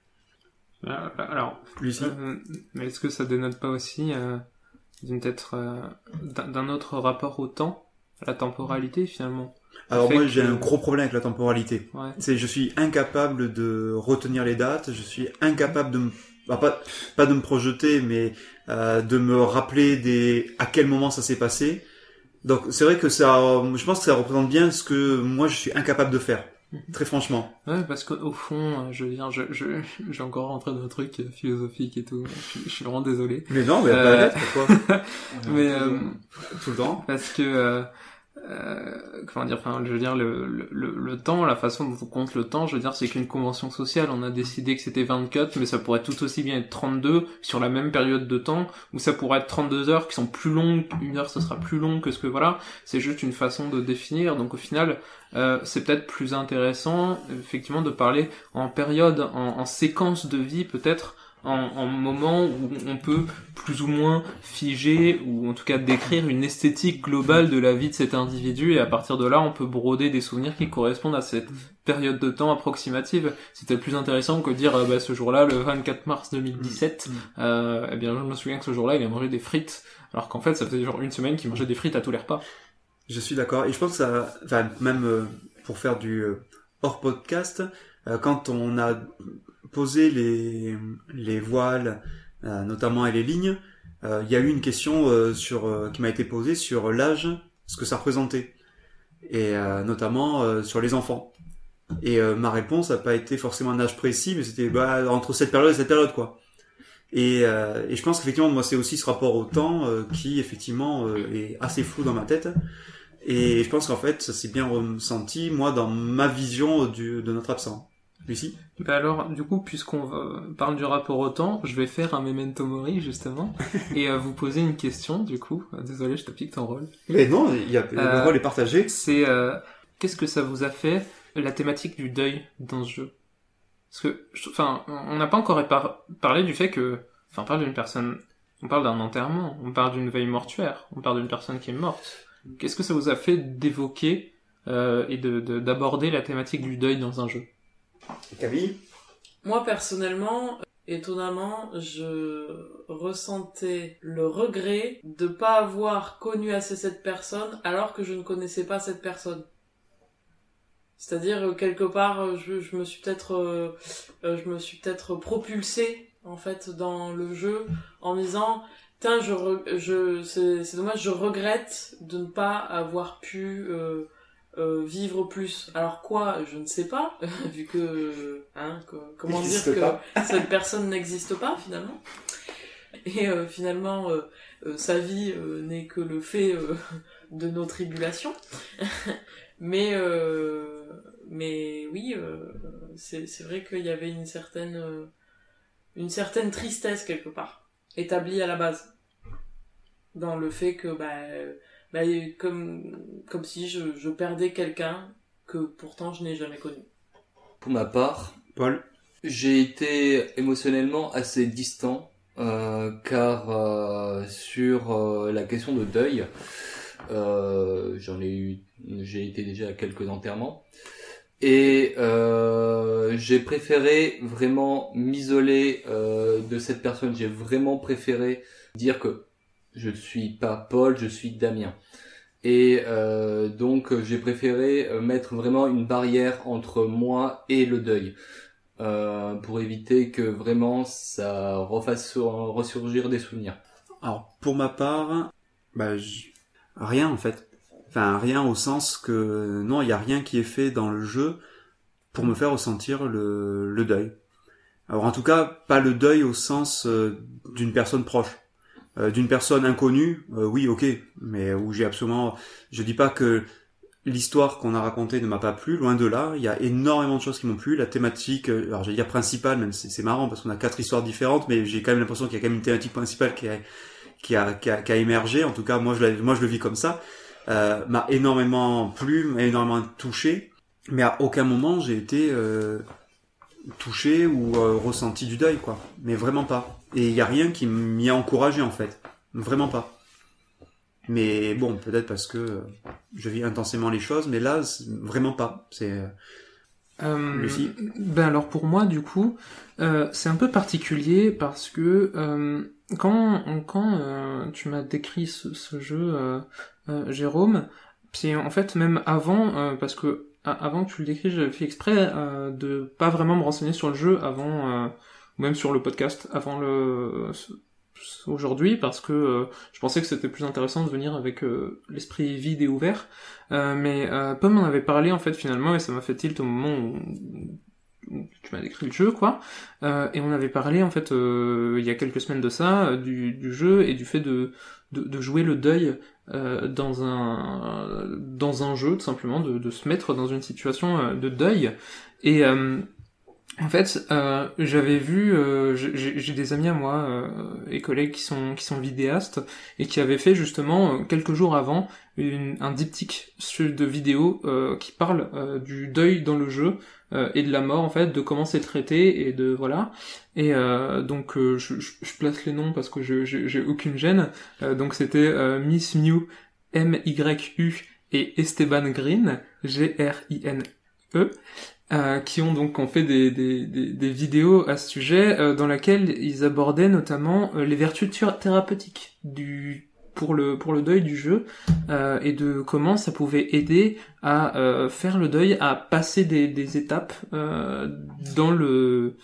Euh, alors, Lucie. euh, mais est-ce que ça dénote pas aussi euh, d'une peut-être euh, d'un, d'un autre rapport au temps, à la temporalité finalement? Alors moi que... j'ai un gros problème avec la temporalité. Ouais. C'est je suis incapable de retenir les dates, je suis incapable de me bah, pas pas de me projeter, mais euh, de me rappeler des à quel moment ça s'est passé. Donc c'est vrai que ça, je pense que ça représente bien ce que moi je suis incapable de faire. Très franchement. Ouais, parce qu'au fond, je veux dire, je, je, j'ai encore rentré dans un truc philosophique et tout. Je, je suis vraiment désolé. Mais non, mais Euh, pas pourquoi? Mais euh, Tout le temps. parce que euh, euh, comment dire, enfin, je veux dire, le, le, le temps, la façon dont on compte le temps, je veux dire, c'est qu'une convention sociale. On a décidé que c'était vingt-quatre, mais ça pourrait tout aussi bien être trente-deux sur la même période de temps, ou ça pourrait être trente-deux heures qui sont plus longues. Une heure, ça sera plus long que ce que voilà. C'est juste une façon de définir. Donc au final, euh, c'est peut-être plus intéressant, effectivement, de parler en période, en, en séquence de vie, peut-être. En, en moment où on peut plus ou moins figer ou en tout cas décrire une esthétique globale de la vie de cet individu, et à partir de là on peut broder des souvenirs qui correspondent à cette période de temps approximative. C'était plus intéressant que de dire euh, bah, ce jour-là, le vingt-quatre mars deux mille dix-sept, euh, eh bien je me souviens que ce jour-là il a mangé des frites, alors qu'en fait ça faisait genre une semaine qu'il mangeait des frites à tous les repas. Je suis d'accord, et je pense que ça, enfin même euh, pour faire du euh, hors podcast, euh, quand on a poser les les voiles, euh, notamment et les lignes, il euh, y a eu une question euh, sur euh, qui m'a été posée sur l'âge, ce que ça représentait, et euh, notamment euh, sur les enfants. Et euh, ma réponse n'a pas été forcément un âge précis, mais c'était bah, entre cette période et cette période quoi. Et, euh, et je pense qu'effectivement moi c'est aussi ce rapport au temps euh, qui effectivement euh, est assez flou dans ma tête. Et je pense qu'en fait ça s'est bien ressenti moi dans ma vision du, de notre absent. Lucie? Bah alors, du coup, puisqu'on va, parle du rapport au temps, je vais faire un memento mori, justement, et euh, vous poser une question, du coup. Désolé, je te pique ton rôle. Mais non, il y a, le Euh, rôle est partagé. C'est, euh, qu'est-ce que ça vous a fait, la thématique du deuil dans ce jeu? Parce que, je- enfin, on n'a pas encore par- parlé du fait que, enfin, on parle d'une personne, on parle d'un enterrement, on parle d'une veille mortuaire, on parle d'une personne qui est morte. Qu'est-ce que ça vous a fait d'évoquer, euh, et de, de, d'aborder la thématique du deuil dans un jeu? Camille? Moi, personnellement, étonnamment, je ressentais le regret de pas avoir connu assez cette personne alors que je ne connaissais pas cette personne. C'est-à-dire, euh, quelque part, euh, je, je me suis peut-être, euh, euh, je me suis peut-être propulsée, en fait, dans le jeu, en me disant, tiens, je, re- je, c'est, c'est dommage, je regrette de ne pas avoir pu, euh, Euh, vivre plus. Alors quoi, je ne sais pas, vu que, hein, que, comment dire N'existe que pas. cette personne n'existe pas finalement. Et euh, finalement, euh, euh, sa vie euh, n'est que le fait euh, de nos tribulations. mais, euh, mais oui, euh, c'est, c'est vrai qu'il y avait une certaine, euh, une certaine tristesse quelque part, établie à la base, dans le fait que, bah, bah, comme, comme si je, je perdais quelqu'un que pourtant je n'ai jamais connu. Pour ma part, Paul? j'ai été émotionnellement assez distant, euh, car euh, sur euh, la question de deuil, euh, j'en ai eu, j'ai été déjà à quelques enterrements, et euh, j'ai préféré vraiment m'isoler euh, de cette personne. J'ai vraiment préféré dire que je ne suis pas Paul, je suis Damien. Et euh, donc j'ai préféré mettre vraiment une barrière entre moi et le deuil, euh, pour éviter que vraiment ça refasse ressurgir des souvenirs. Alors, pour ma part, bah, je- rien en fait. Enfin, rien au sens que non, il y a rien qui est fait dans le jeu pour me faire ressentir le, le deuil. Alors en tout cas, pas le deuil au sens euh, d'une personne proche. Euh, d'une personne inconnue, euh, oui, ok, mais où j'ai absolument... Je dis pas que l'histoire qu'on a racontée ne m'a pas plu, loin de là. Il y a énormément de choses qui m'ont plu. La thématique, euh, alors j'allais dire principale, même c'est, c'est marrant parce qu'on a quatre histoires différentes, mais j'ai quand même l'impression qu'il y a quand même une thématique principale qui a, qui a, qui a, qui a émergé. En tout cas, moi je, la- moi je le vis comme ça. Euh, m'a énormément plu, m'a énormément touché, mais à aucun moment j'ai été euh, touché ou euh, ressenti du deuil, quoi. Mais vraiment pas. Et il y a rien qui m'y a encouragé en fait, vraiment pas. Mais bon, peut-être parce que euh, je vis intensément les choses, mais là, c'est vraiment pas. C'est euh, Euh, Lucie. Ben alors pour moi du coup euh, c'est un peu particulier parce que euh, quand quand euh, tu m'as décrit ce, ce jeu euh, euh, Jérôme, c'est en fait même avant euh, parce que a- avant que tu le décris j'avais fait exprès euh, de pas vraiment me renseigner sur le jeu avant euh, ou même sur le podcast avant le ce- ce- aujourd'hui parce que euh, je pensais que c'était plus intéressant de venir avec euh, l'esprit vide et ouvert. Euh, mais euh, Pomme en avait parlé en fait finalement et ça m'a fait tilt au moment où, où tu m'as décrit le jeu quoi. Euh, et on avait parlé en fait euh, il y a quelques semaines de ça euh, du, du jeu et du fait de de, de jouer le deuil euh, dans un dans un jeu tout simplement de, de se mettre dans une situation euh, de deuil et euh, en fait, euh, j'avais vu, euh, j'ai j'ai des amis à moi euh, et collègues qui sont qui sont vidéastes et qui avaient fait justement euh, quelques jours avant une, un diptyque de vidéos euh, qui parle euh, du deuil dans le jeu euh, et de la mort en fait, de comment c'est traité et de voilà. Et euh, donc euh, je, je, je place les noms parce que je je- j'ai aucune gêne. Euh, donc c'était euh, Miss Mew, M Y U et Esteban Green, G R I N E. Euh, qui ont donc ont fait des, des, des, des vidéos à ce sujet euh, dans laquelle ils abordaient notamment euh, les vertus thé- thérapeutiques du pour le pour le deuil du jeu euh, et de comment ça pouvait aider à euh, faire le deuil, à passer des, des étapes euh, dans le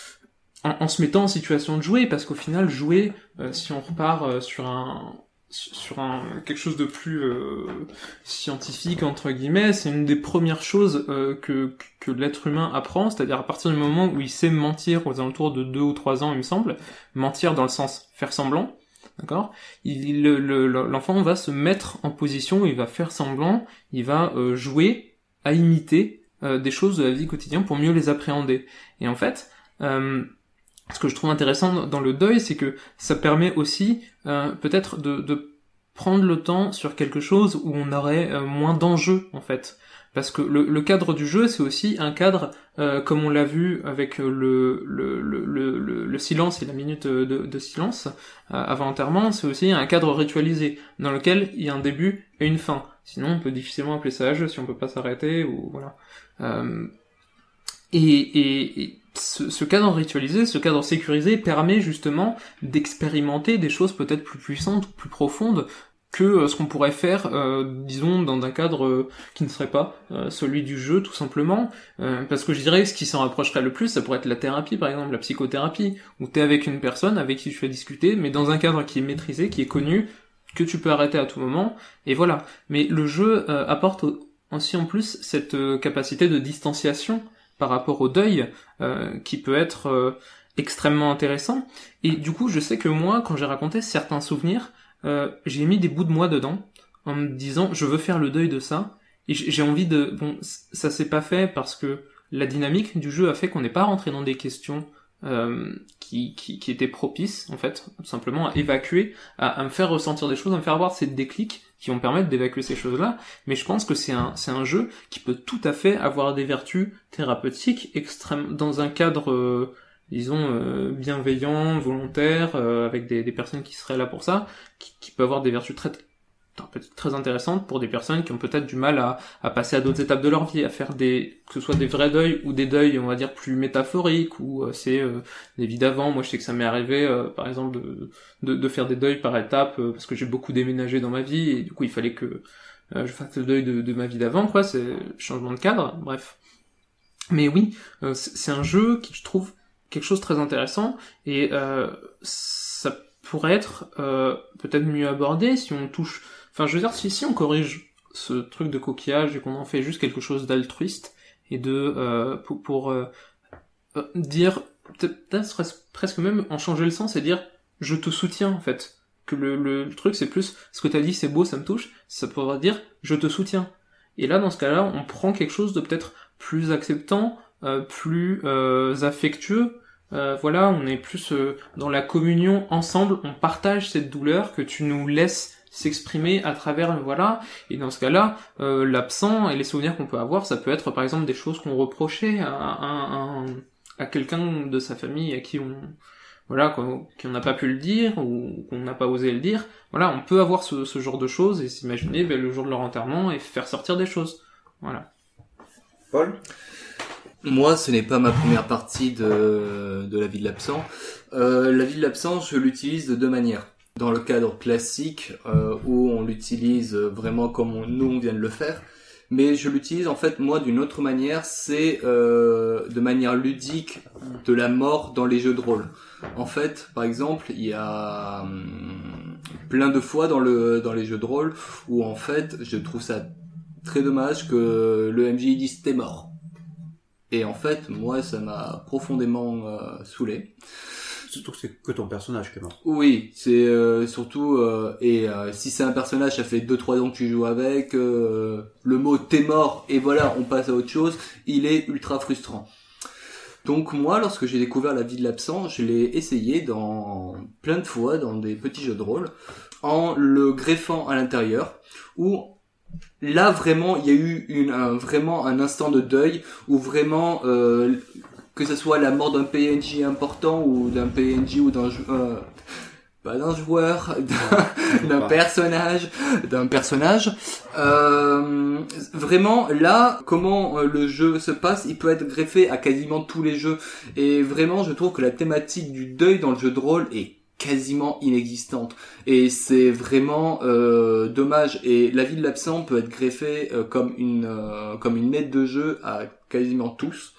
en, en se mettant en situation de jouer parce qu'au final jouer euh, si on repart euh, sur un sur un quelque chose de plus euh, scientifique entre guillemets, c'est une des premières choses euh, que que l'être humain apprend, c'est-à-dire à partir du moment où il sait mentir aux alentours de deux ou trois ans, il me semble, mentir dans le sens faire semblant, d'accord. Il le, le, l'enfant va se mettre en position, il va faire semblant, il va euh, jouer à imiter euh, des choses de la vie quotidienne pour mieux les appréhender. Et en fait, euh, ce que je trouve intéressant dans le deuil, c'est que ça permet aussi euh, peut-être de, de prendre le temps sur quelque chose où on aurait euh, moins d'enjeux en fait. Parce que le, le cadre du jeu, c'est aussi un cadre, euh, comme on l'a vu avec le, le, le, le, le silence et la minute de, de silence, euh, avant l'enterrement, c'est aussi un cadre ritualisé, dans lequel il y a un début et une fin. Sinon, on peut difficilement appeler ça un jeu si on peut pas s'arrêter, ou voilà. Euh, et, et, et ce, ce cadre ritualisé, ce cadre sécurisé permet justement d'expérimenter des choses peut-être plus puissantes ou plus profondes que euh, ce qu'on pourrait faire, euh, disons, dans un cadre euh, qui ne serait pas euh, celui du jeu, tout simplement. Euh, parce que je dirais que ce qui s'en rapprocherait le plus, ça pourrait être la thérapie, par exemple, la psychothérapie, où t'es avec une personne avec qui tu fais discuter, mais dans un cadre qui est maîtrisé, qui est connu, que tu peux arrêter à tout moment, et voilà. Mais le jeu euh, apporte aussi en plus cette euh, capacité de distanciation par rapport au deuil, euh, qui peut être euh, extrêmement intéressant. Et du coup, je sais que moi, quand j'ai raconté certains souvenirs, euh, j'ai mis des bouts de moi dedans, en me disant, je veux faire le deuil de ça, et j'ai envie de... Bon, ça s'est pas fait parce que la dynamique du jeu a fait qu'on n'est pas rentré dans des questions euh, qui, qui, qui étaient propices, en fait, tout simplement à évacuer, à, à me faire ressentir des choses, à me faire avoir ces déclics qui vont permettre d'évacuer ces choses-là, mais je pense que c'est un, c'est un jeu qui peut tout à fait avoir des vertus thérapeutiques extrêmes, dans un cadre, euh, disons, euh, bienveillant, volontaire, euh, avec des, des personnes qui seraient là pour ça, qui, qui peut avoir des vertus très, très intéressantes pour des personnes qui ont peut-être du mal à, à passer à d'autres étapes de leur vie, à faire des, que ce soit des vrais deuils ou des deuils, on va dire, plus métaphoriques, ou euh, c'est euh, des vies d'avant. Moi, je sais que ça m'est arrivé, euh, par exemple, de, de, de faire des deuils par étapes, euh, parce que j'ai beaucoup déménagé dans ma vie, et du coup, il fallait que euh, je fasse le deuil de, de ma vie d'avant, quoi, c'est changement de cadre, bref. Mais oui, euh, c'est un jeu qui, je trouve, quelque chose de très intéressant, et euh, ça pourrait être euh, peut-être mieux abordé si on touche... Enfin, je veux dire, si, si on corrige ce truc de coquillage et qu'on en fait juste quelque chose d'altruiste et de euh, pour, pour euh, dire, peut-être presque même en changer le sens et dire je te soutiens en fait. Que le, le, le truc c'est plus ce que t'as dit c'est beau, ça me touche, ça pourrait dire je te soutiens. Et là dans ce cas-là, on prend quelque chose de peut-être plus acceptant, euh, plus euh, affectueux. Euh, voilà, on est plus euh, dans la communion ensemble, on partage cette douleur que tu nous laisses s'exprimer à travers, voilà, et dans ce cas-là, euh, l'absent et les souvenirs qu'on peut avoir, ça peut être par exemple des choses qu'on reprochait à, à, à, à quelqu'un de sa famille à qui on, voilà, qu'on qu'on n'a pas pu le dire ou qu'on n'a pas osé le dire. Voilà, on peut avoir ce, ce genre de choses et s'imaginer ben, le jour de leur enterrement et faire sortir des choses. Voilà. Paul ? Moi, ce n'est pas ma première partie de, de la vie de l'absent. Euh, la vie de l'absent, je l'utilise de deux manières. Dans le cadre classique, euh, où on l'utilise vraiment comme on, nous on vient de le faire, mais je l'utilise en fait moi d'une autre manière, c'est euh, de manière ludique de la mort dans les jeux de rôle. En fait, par exemple, il y a hum, plein de fois dans le dans les jeux de rôle où en fait, je trouve ça très dommage que le M J dise t'es mort. Et en fait, moi, ça m'a profondément euh, saoulé. Surtout que c'est que ton personnage qui est mort. Oui, c'est euh, surtout euh, et euh, si c'est un personnage, ça fait deux trois ans que tu joues avec, euh, le mot t'es mort et voilà, on passe à autre chose, il est ultra frustrant. Donc moi, lorsque j'ai découvert la vie de l'absent, je l'ai essayé dans plein de fois dans des petits jeux de rôle, en le greffant à l'intérieur, où là vraiment il y a eu une un, vraiment un instant de deuil où vraiment euh, que ce soit la mort d'un P N J important ou d'un P N J ou d'un euh, pas d'un joueur, d'un, d'un personnage, d'un personnage. Euh, vraiment là, comment euh, le jeu se passe, il peut être greffé à quasiment tous les jeux. Et vraiment, je trouve que la thématique du deuil dans le jeu de rôle est quasiment inexistante et c'est vraiment euh, dommage. Et la vie de l'absent peut être greffée euh, comme une euh, comme une aide de jeu à quasiment tous.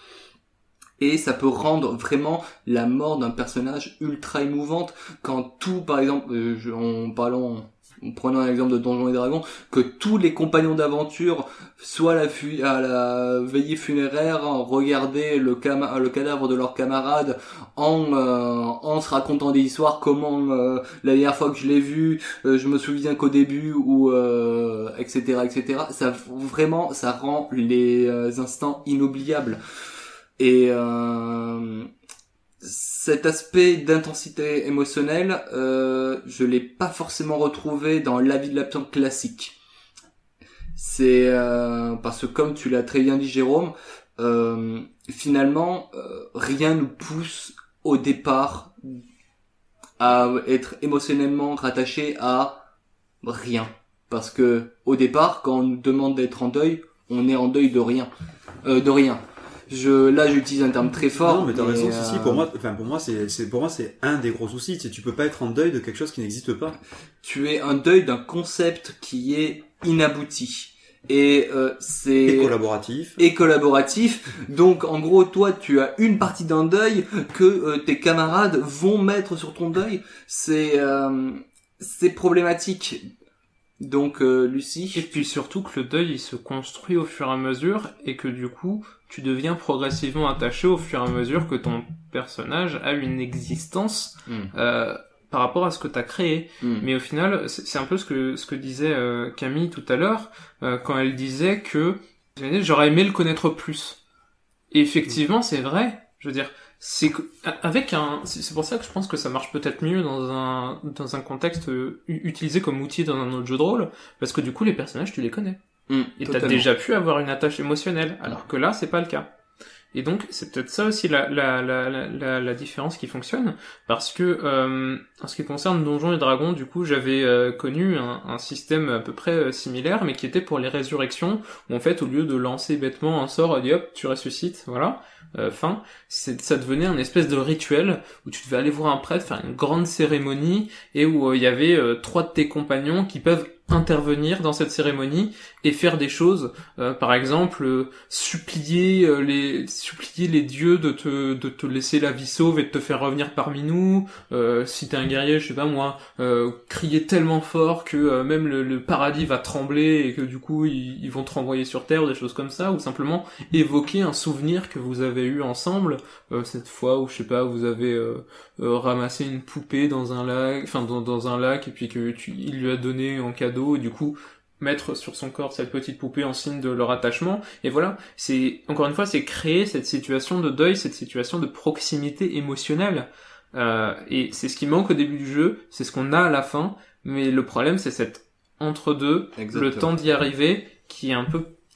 Et ça peut rendre vraiment la mort d'un personnage ultra émouvante quand tout, par exemple, euh, je, en parlant, en prenant un exemple de Donjons et Dragons, que tous les compagnons d'aventure, soit à la, fu- à la veillée funéraire, regarder le, cam- le cadavre de leur camarade en, euh, en se racontant des histoires, comment euh, la dernière fois que je l'ai vu, euh, je me souviens qu'au début, ou euh, et cetera, et cetera. Ça vraiment, ça rend les euh, instants inoubliables. Et euh, cet aspect d'intensité émotionnelle, euh, je l'ai pas forcément retrouvé dans La vie de l'absent classique. C'est euh, parce que comme tu l'as très bien dit Jérôme, euh, finalement euh, rien nous pousse au départ à être émotionnellement rattaché à rien. Parce que au départ, quand on nous demande d'être en deuil, on est en deuil de rien, euh, de rien. Je, là, j'utilise un terme très fort. Non, mais t'as mais raison, euh... si, si, pour moi, enfin, pour moi, c'est, c'est, pour moi, c'est un des gros soucis, c'est, tu peux pas être en deuil de quelque chose qui n'existe pas. Tu es en deuil d'un concept qui est inabouti. Et, euh, c'est... Et collaboratif. Et collaboratif. Donc, en gros, toi, tu as une partie d'un deuil que euh, tes camarades vont mettre sur ton deuil. C'est, euh, c'est problématique. Donc, euh, Lucie. Et puis surtout que le deuil, il se construit au fur et à mesure et que du coup, tu deviens progressivement attaché au fur et à mesure que ton personnage a une existence Mm. euh, par rapport à ce que t'as créé. Mm. Mais au final, c'est, c'est un peu ce que ce que disait euh, Camille tout à l'heure euh, quand elle disait que j'aurais aimé le connaître plus. Et effectivement, c'est vrai. Je veux dire, c'est que, avec un, c'est pour ça que je pense que ça marche peut-être mieux dans un dans un contexte euh, utilisé comme outil dans un autre jeu de rôle, parce que du coup les personnages tu les connais. Mm, Et totalement. t'as déjà pu avoir une attache émotionnelle, alors que là, c'est pas le cas. Et donc, c'est peut-être ça aussi la, la, la, la, la différence qui fonctionne, parce que, euh, en ce qui concerne Donjons et Dragons, du coup, j'avais euh, connu un, un système à peu près euh, similaire, mais qui était pour les résurrections, où en fait, au lieu de lancer bêtement un sort, et hop, tu ressuscites, voilà, euh, fin, c'est, ça devenait un espèce de rituel, où tu devais aller voir un prêtre, faire une grande cérémonie, et où il euh, y avait euh, trois de tes compagnons qui peuvent intervenir dans cette cérémonie et faire des choses, euh, par exemple euh, supplier euh, les supplier les dieux de te de te laisser la vie sauve et de te faire revenir parmi nous, euh, si t'es un guerrier, je sais pas moi, euh, crier tellement fort que euh, même le, le paradis va trembler et que du coup ils, ils vont te renvoyer sur terre, ou des choses comme ça, ou simplement évoquer un souvenir que vous avez eu ensemble, euh, cette fois où je sais pas, vous avez euh, euh, ramassé une poupée dans un lac, enfin dans, dans un lac, et puis que tu, il lui a donné en cadeau, et du coup mettre sur son corps cette petite poupée en signe de leur attachement. Et voilà, c'est encore une fois, c'est créer cette situation de deuil, cette situation de proximité émotionnelle, euh, et c'est ce qui manque au début du jeu, c'est ce qu'on a à la fin, mais le problème c'est cet entre-deux, Exactement. le temps d'y arriver qui est un peu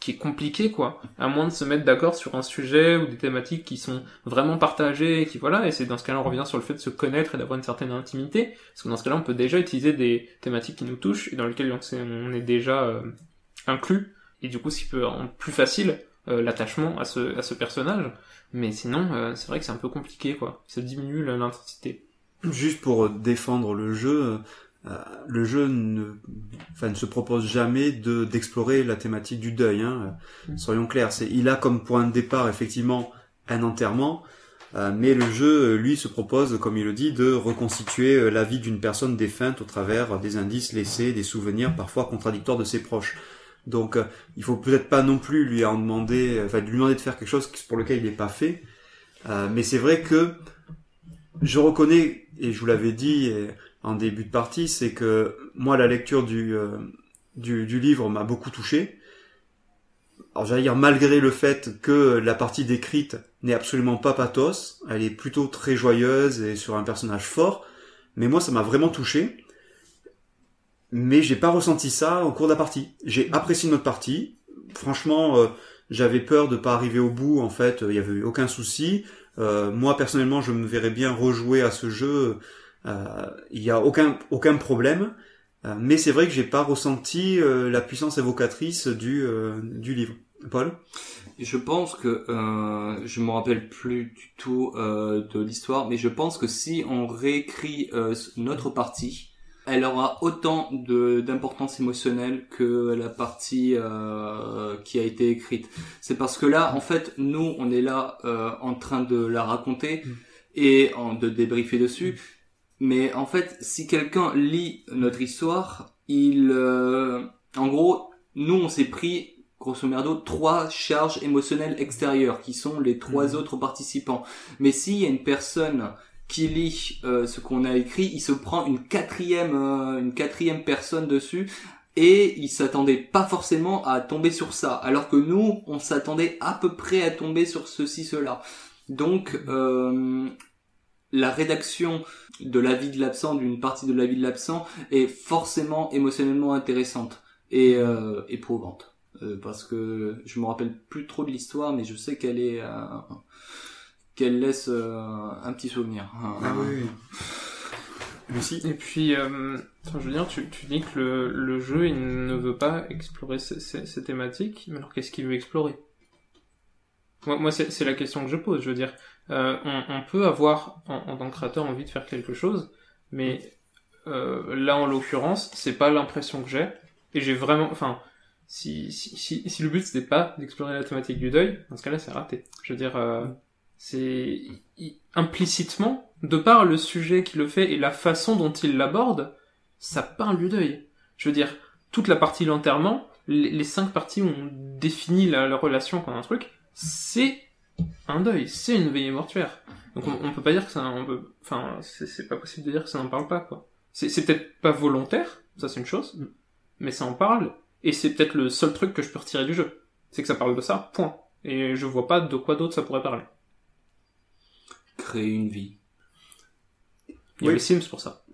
qui est compliqué, quoi. À moins de se mettre d'accord sur un sujet ou des thématiques qui sont vraiment partagées et qui, voilà, et c'est dans ce cas-là, on revient sur le fait de se connaître et d'avoir une certaine intimité. Parce que dans ce cas-là, on peut déjà utiliser des thématiques qui nous touchent et dans lesquelles on, sait, on est déjà euh, inclus. Et du coup, ce qui peut rendre plus facile euh, l'attachement à ce, à ce personnage. Mais sinon, euh, c'est vrai que c'est un peu compliqué, quoi. Ça diminue l'intensité. Juste pour défendre le jeu, euh, le jeu ne, enfin, ne se propose jamais de d'explorer la thématique du deuil. Hein. Mm. Soyons clairs, c'est, il a comme point de départ effectivement un enterrement, euh, mais le jeu, lui, se propose, comme il le dit, de reconstituer la vie d'une personne défunte au travers des indices laissés, des souvenirs parfois contradictoires de ses proches. Donc, euh, il faut peut-être pas non plus lui en demander, enfin, lui demander de faire quelque chose pour lequel il n'est pas fait. Euh, mais c'est vrai que je reconnais, et je vous l'avais dit en début de partie, c'est que moi, la lecture du, euh, du, du livre m'a beaucoup touché. Alors, j'allais dire, malgré le fait que la partie décrite n'est absolument pas pathos, elle est plutôt très joyeuse et sur un personnage fort, mais moi, ça m'a vraiment touché. Mais j'ai pas ressenti ça au cours de la partie. J'ai apprécié notre partie. Franchement, euh, j'avais peur de pas arriver au bout, en fait, il y avait aucun souci. Euh, moi personnellement, je me verrais bien rejouer à ce jeu. Euh, il y a aucun aucun problème, euh, mais c'est vrai que j'ai pas ressenti euh, la puissance évocatrice du euh, du livre. Paul ? Je pense que euh, je me rappelle plus du tout euh, de l'histoire, mais je pense que si on réécrit euh, notre partie, elle aura autant de d'importance émotionnelle que la partie euh, qui a été écrite. C'est parce que là, en fait, nous, on est là euh, en train de la raconter et en, de débriefer dessus. Mais en fait, si quelqu'un lit notre histoire, il, euh, en gros, nous, on s'est pris, grosso merdo, trois charges émotionnelles extérieures qui sont les trois mmh. autres participants. Mais s'il y a une personne qui lit euh, ce qu'on a écrit, il se prend une quatrième euh, une quatrième personne dessus et il s'attendait pas forcément à tomber sur ça, alors que nous on s'attendait à peu près à tomber sur ceci cela. Donc euh, la rédaction de la vie de l'absent, d'une partie de la vie de l'absent, est forcément émotionnellement intéressante et euh, éprouvante, euh, parce que je me rappelle plus trop de l'histoire, mais je sais qu'elle est euh, qu'elle laisse euh, un petit souvenir. Ah oui. Lucie. Et puis, euh, enfin, je veux dire, tu, tu dis que le, le jeu, il ne veut pas explorer ces, ces, ces thématiques, mais alors qu'est-ce qu'il veut explorer ? Moi, moi c'est, c'est la question que je pose. Je veux dire, euh, on, on peut avoir, en, en tant que créateur, envie de faire quelque chose, mais euh, là, en l'occurrence, c'est pas l'impression que j'ai. Et j'ai vraiment, enfin, si, si, si, si le but c'était pas d'explorer la thématique du deuil, dans ce cas-là, c'est raté. Je veux dire. Euh, c'est implicitement, de par le sujet qu'il le fait et la façon dont il l'aborde, ça parle du deuil. Je veux dire, toute la partie l'enterrement, les, les cinq parties où on définit la, la relation comme un truc, c'est un deuil, c'est une veillée mortuaire. Donc on, on peut pas dire que ça, on peut, enfin, c'est, c'est pas possible de dire que ça n'en parle pas, quoi. C'est, c'est peut-être pas volontaire, ça c'est une chose, mais ça en parle, et c'est peut-être le seul truc que je peux retirer du jeu. C'est que ça parle de ça, point. Et je vois pas de quoi d'autre ça pourrait parler. Créer une vie. Il y a oui. les Sims pour ça.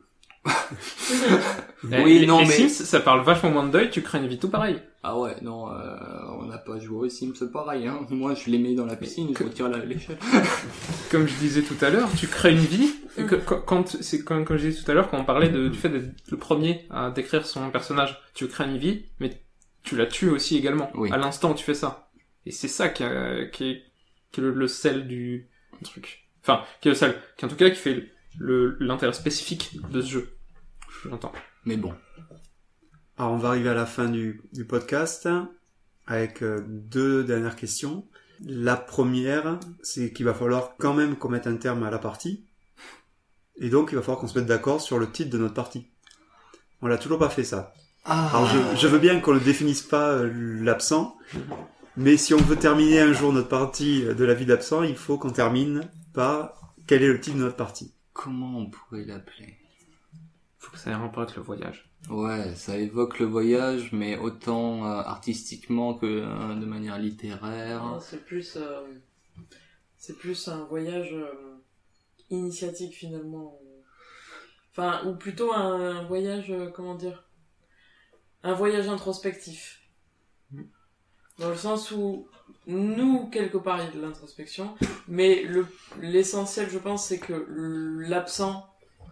oui, les, non, les mais... Sims, ça parle vachement moins de deuil, tu crées une vie tout pareil. Ah ouais, non, euh, on n'a pas joué aux Sims pareil, hein. Moi, je les mets dans la piscine, je retire la, l'échelle. Comme je disais tout à l'heure, tu crées une vie, que, quand, quand, c'est comme, comme je disais tout à l'heure, quand on parlait de, du fait d'être le premier à décrire son personnage, tu crées une vie, mais tu la tues aussi également, oui. à l'instant où tu fais ça. Et c'est ça qui, a, qui est, qui est le, le sel du, du truc. Enfin, qui est le seul, qui en tout cas qui fait le, l'intérêt spécifique de ce jeu. J'entends. Mais bon. Alors on va arriver à la fin du, du podcast avec euh, deux dernières questions. La première, c'est qu'il va falloir quand même qu'on mette un terme à la partie. Et donc il va falloir qu'on se mette d'accord sur le titre de notre partie. On l'a toujours pas fait ça. Ah. Alors je, je veux bien qu'on ne définisse pas euh, l'absent, mais si on veut terminer un jour notre partie de la vie d'absent, il faut qu'on termine par quel est le titre de notre partie. Comment on pourrait l'appeler ? Faut que ça ait un rapport avec le voyage. Ouais, ça évoque le voyage, mais autant euh, artistiquement que euh, de manière littéraire. Non, c'est plus, euh, c'est plus un voyage euh, initiatique finalement. Enfin, ou plutôt un, un voyage, euh, comment dire, un voyage introspectif. Dans le sens où, nous, quelque part, il y a de l'introspection, mais le, l'essentiel, je pense, c'est que l'absent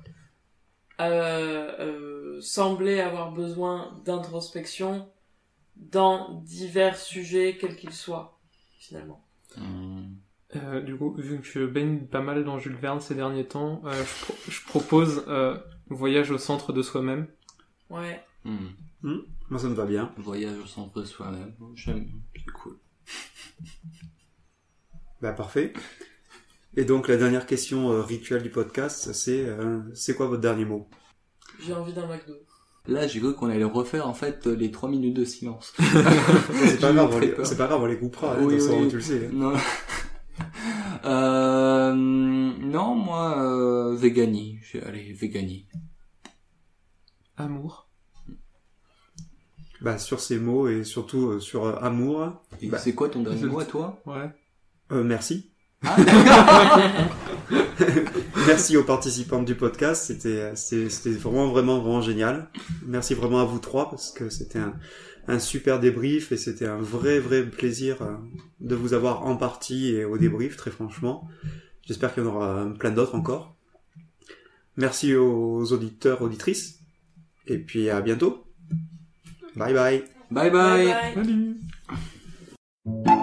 euh, euh, semblait avoir besoin d'introspection dans divers sujets, quels qu'ils soient, finalement. Mmh. Euh, du coup, vu que je baigne pas mal dans Jules Verne ces derniers temps, euh, je, pro- je propose euh, Voyage au centre de soi-même. Ouais. Mmh. Mmh, moi ça me va bien. Voyage au centre de soi-même, j'aime, c'est cool. Bah parfait. Et donc la dernière question euh, rituelle du podcast, c'est euh, c'est quoi votre dernier mot? J'ai envie d'un McDo. Là, j'ai cru qu'on allait refaire en fait les trois minutes de silence. C'est pas J'ai grave, eu on très les, peur. c'est pas grave, on les coupera. hein, Oui, de toute façon, oui. tu le sais. hein. Non. euh, non, moi, euh, Végani. J'ai- Allez, Végani. Amour. Bah sur ces mots et surtout euh, sur euh, amour. Et Bah, c'est quoi ton dernier je- mot à toi? Ouais. Euh, merci. Ah, d'accord. Merci aux participantes du podcast. C'était c'était c'était vraiment vraiment vraiment génial. Merci vraiment à vous trois parce que c'était un un super débrief et c'était un vrai vrai plaisir euh, de vous avoir en partie et au débrief très franchement. J'espère qu'il y en aura euh, plein d'autres encore. Merci aux auditeurs auditrices et puis à bientôt. Bye bye. Bye bye. Bye bye. Salut.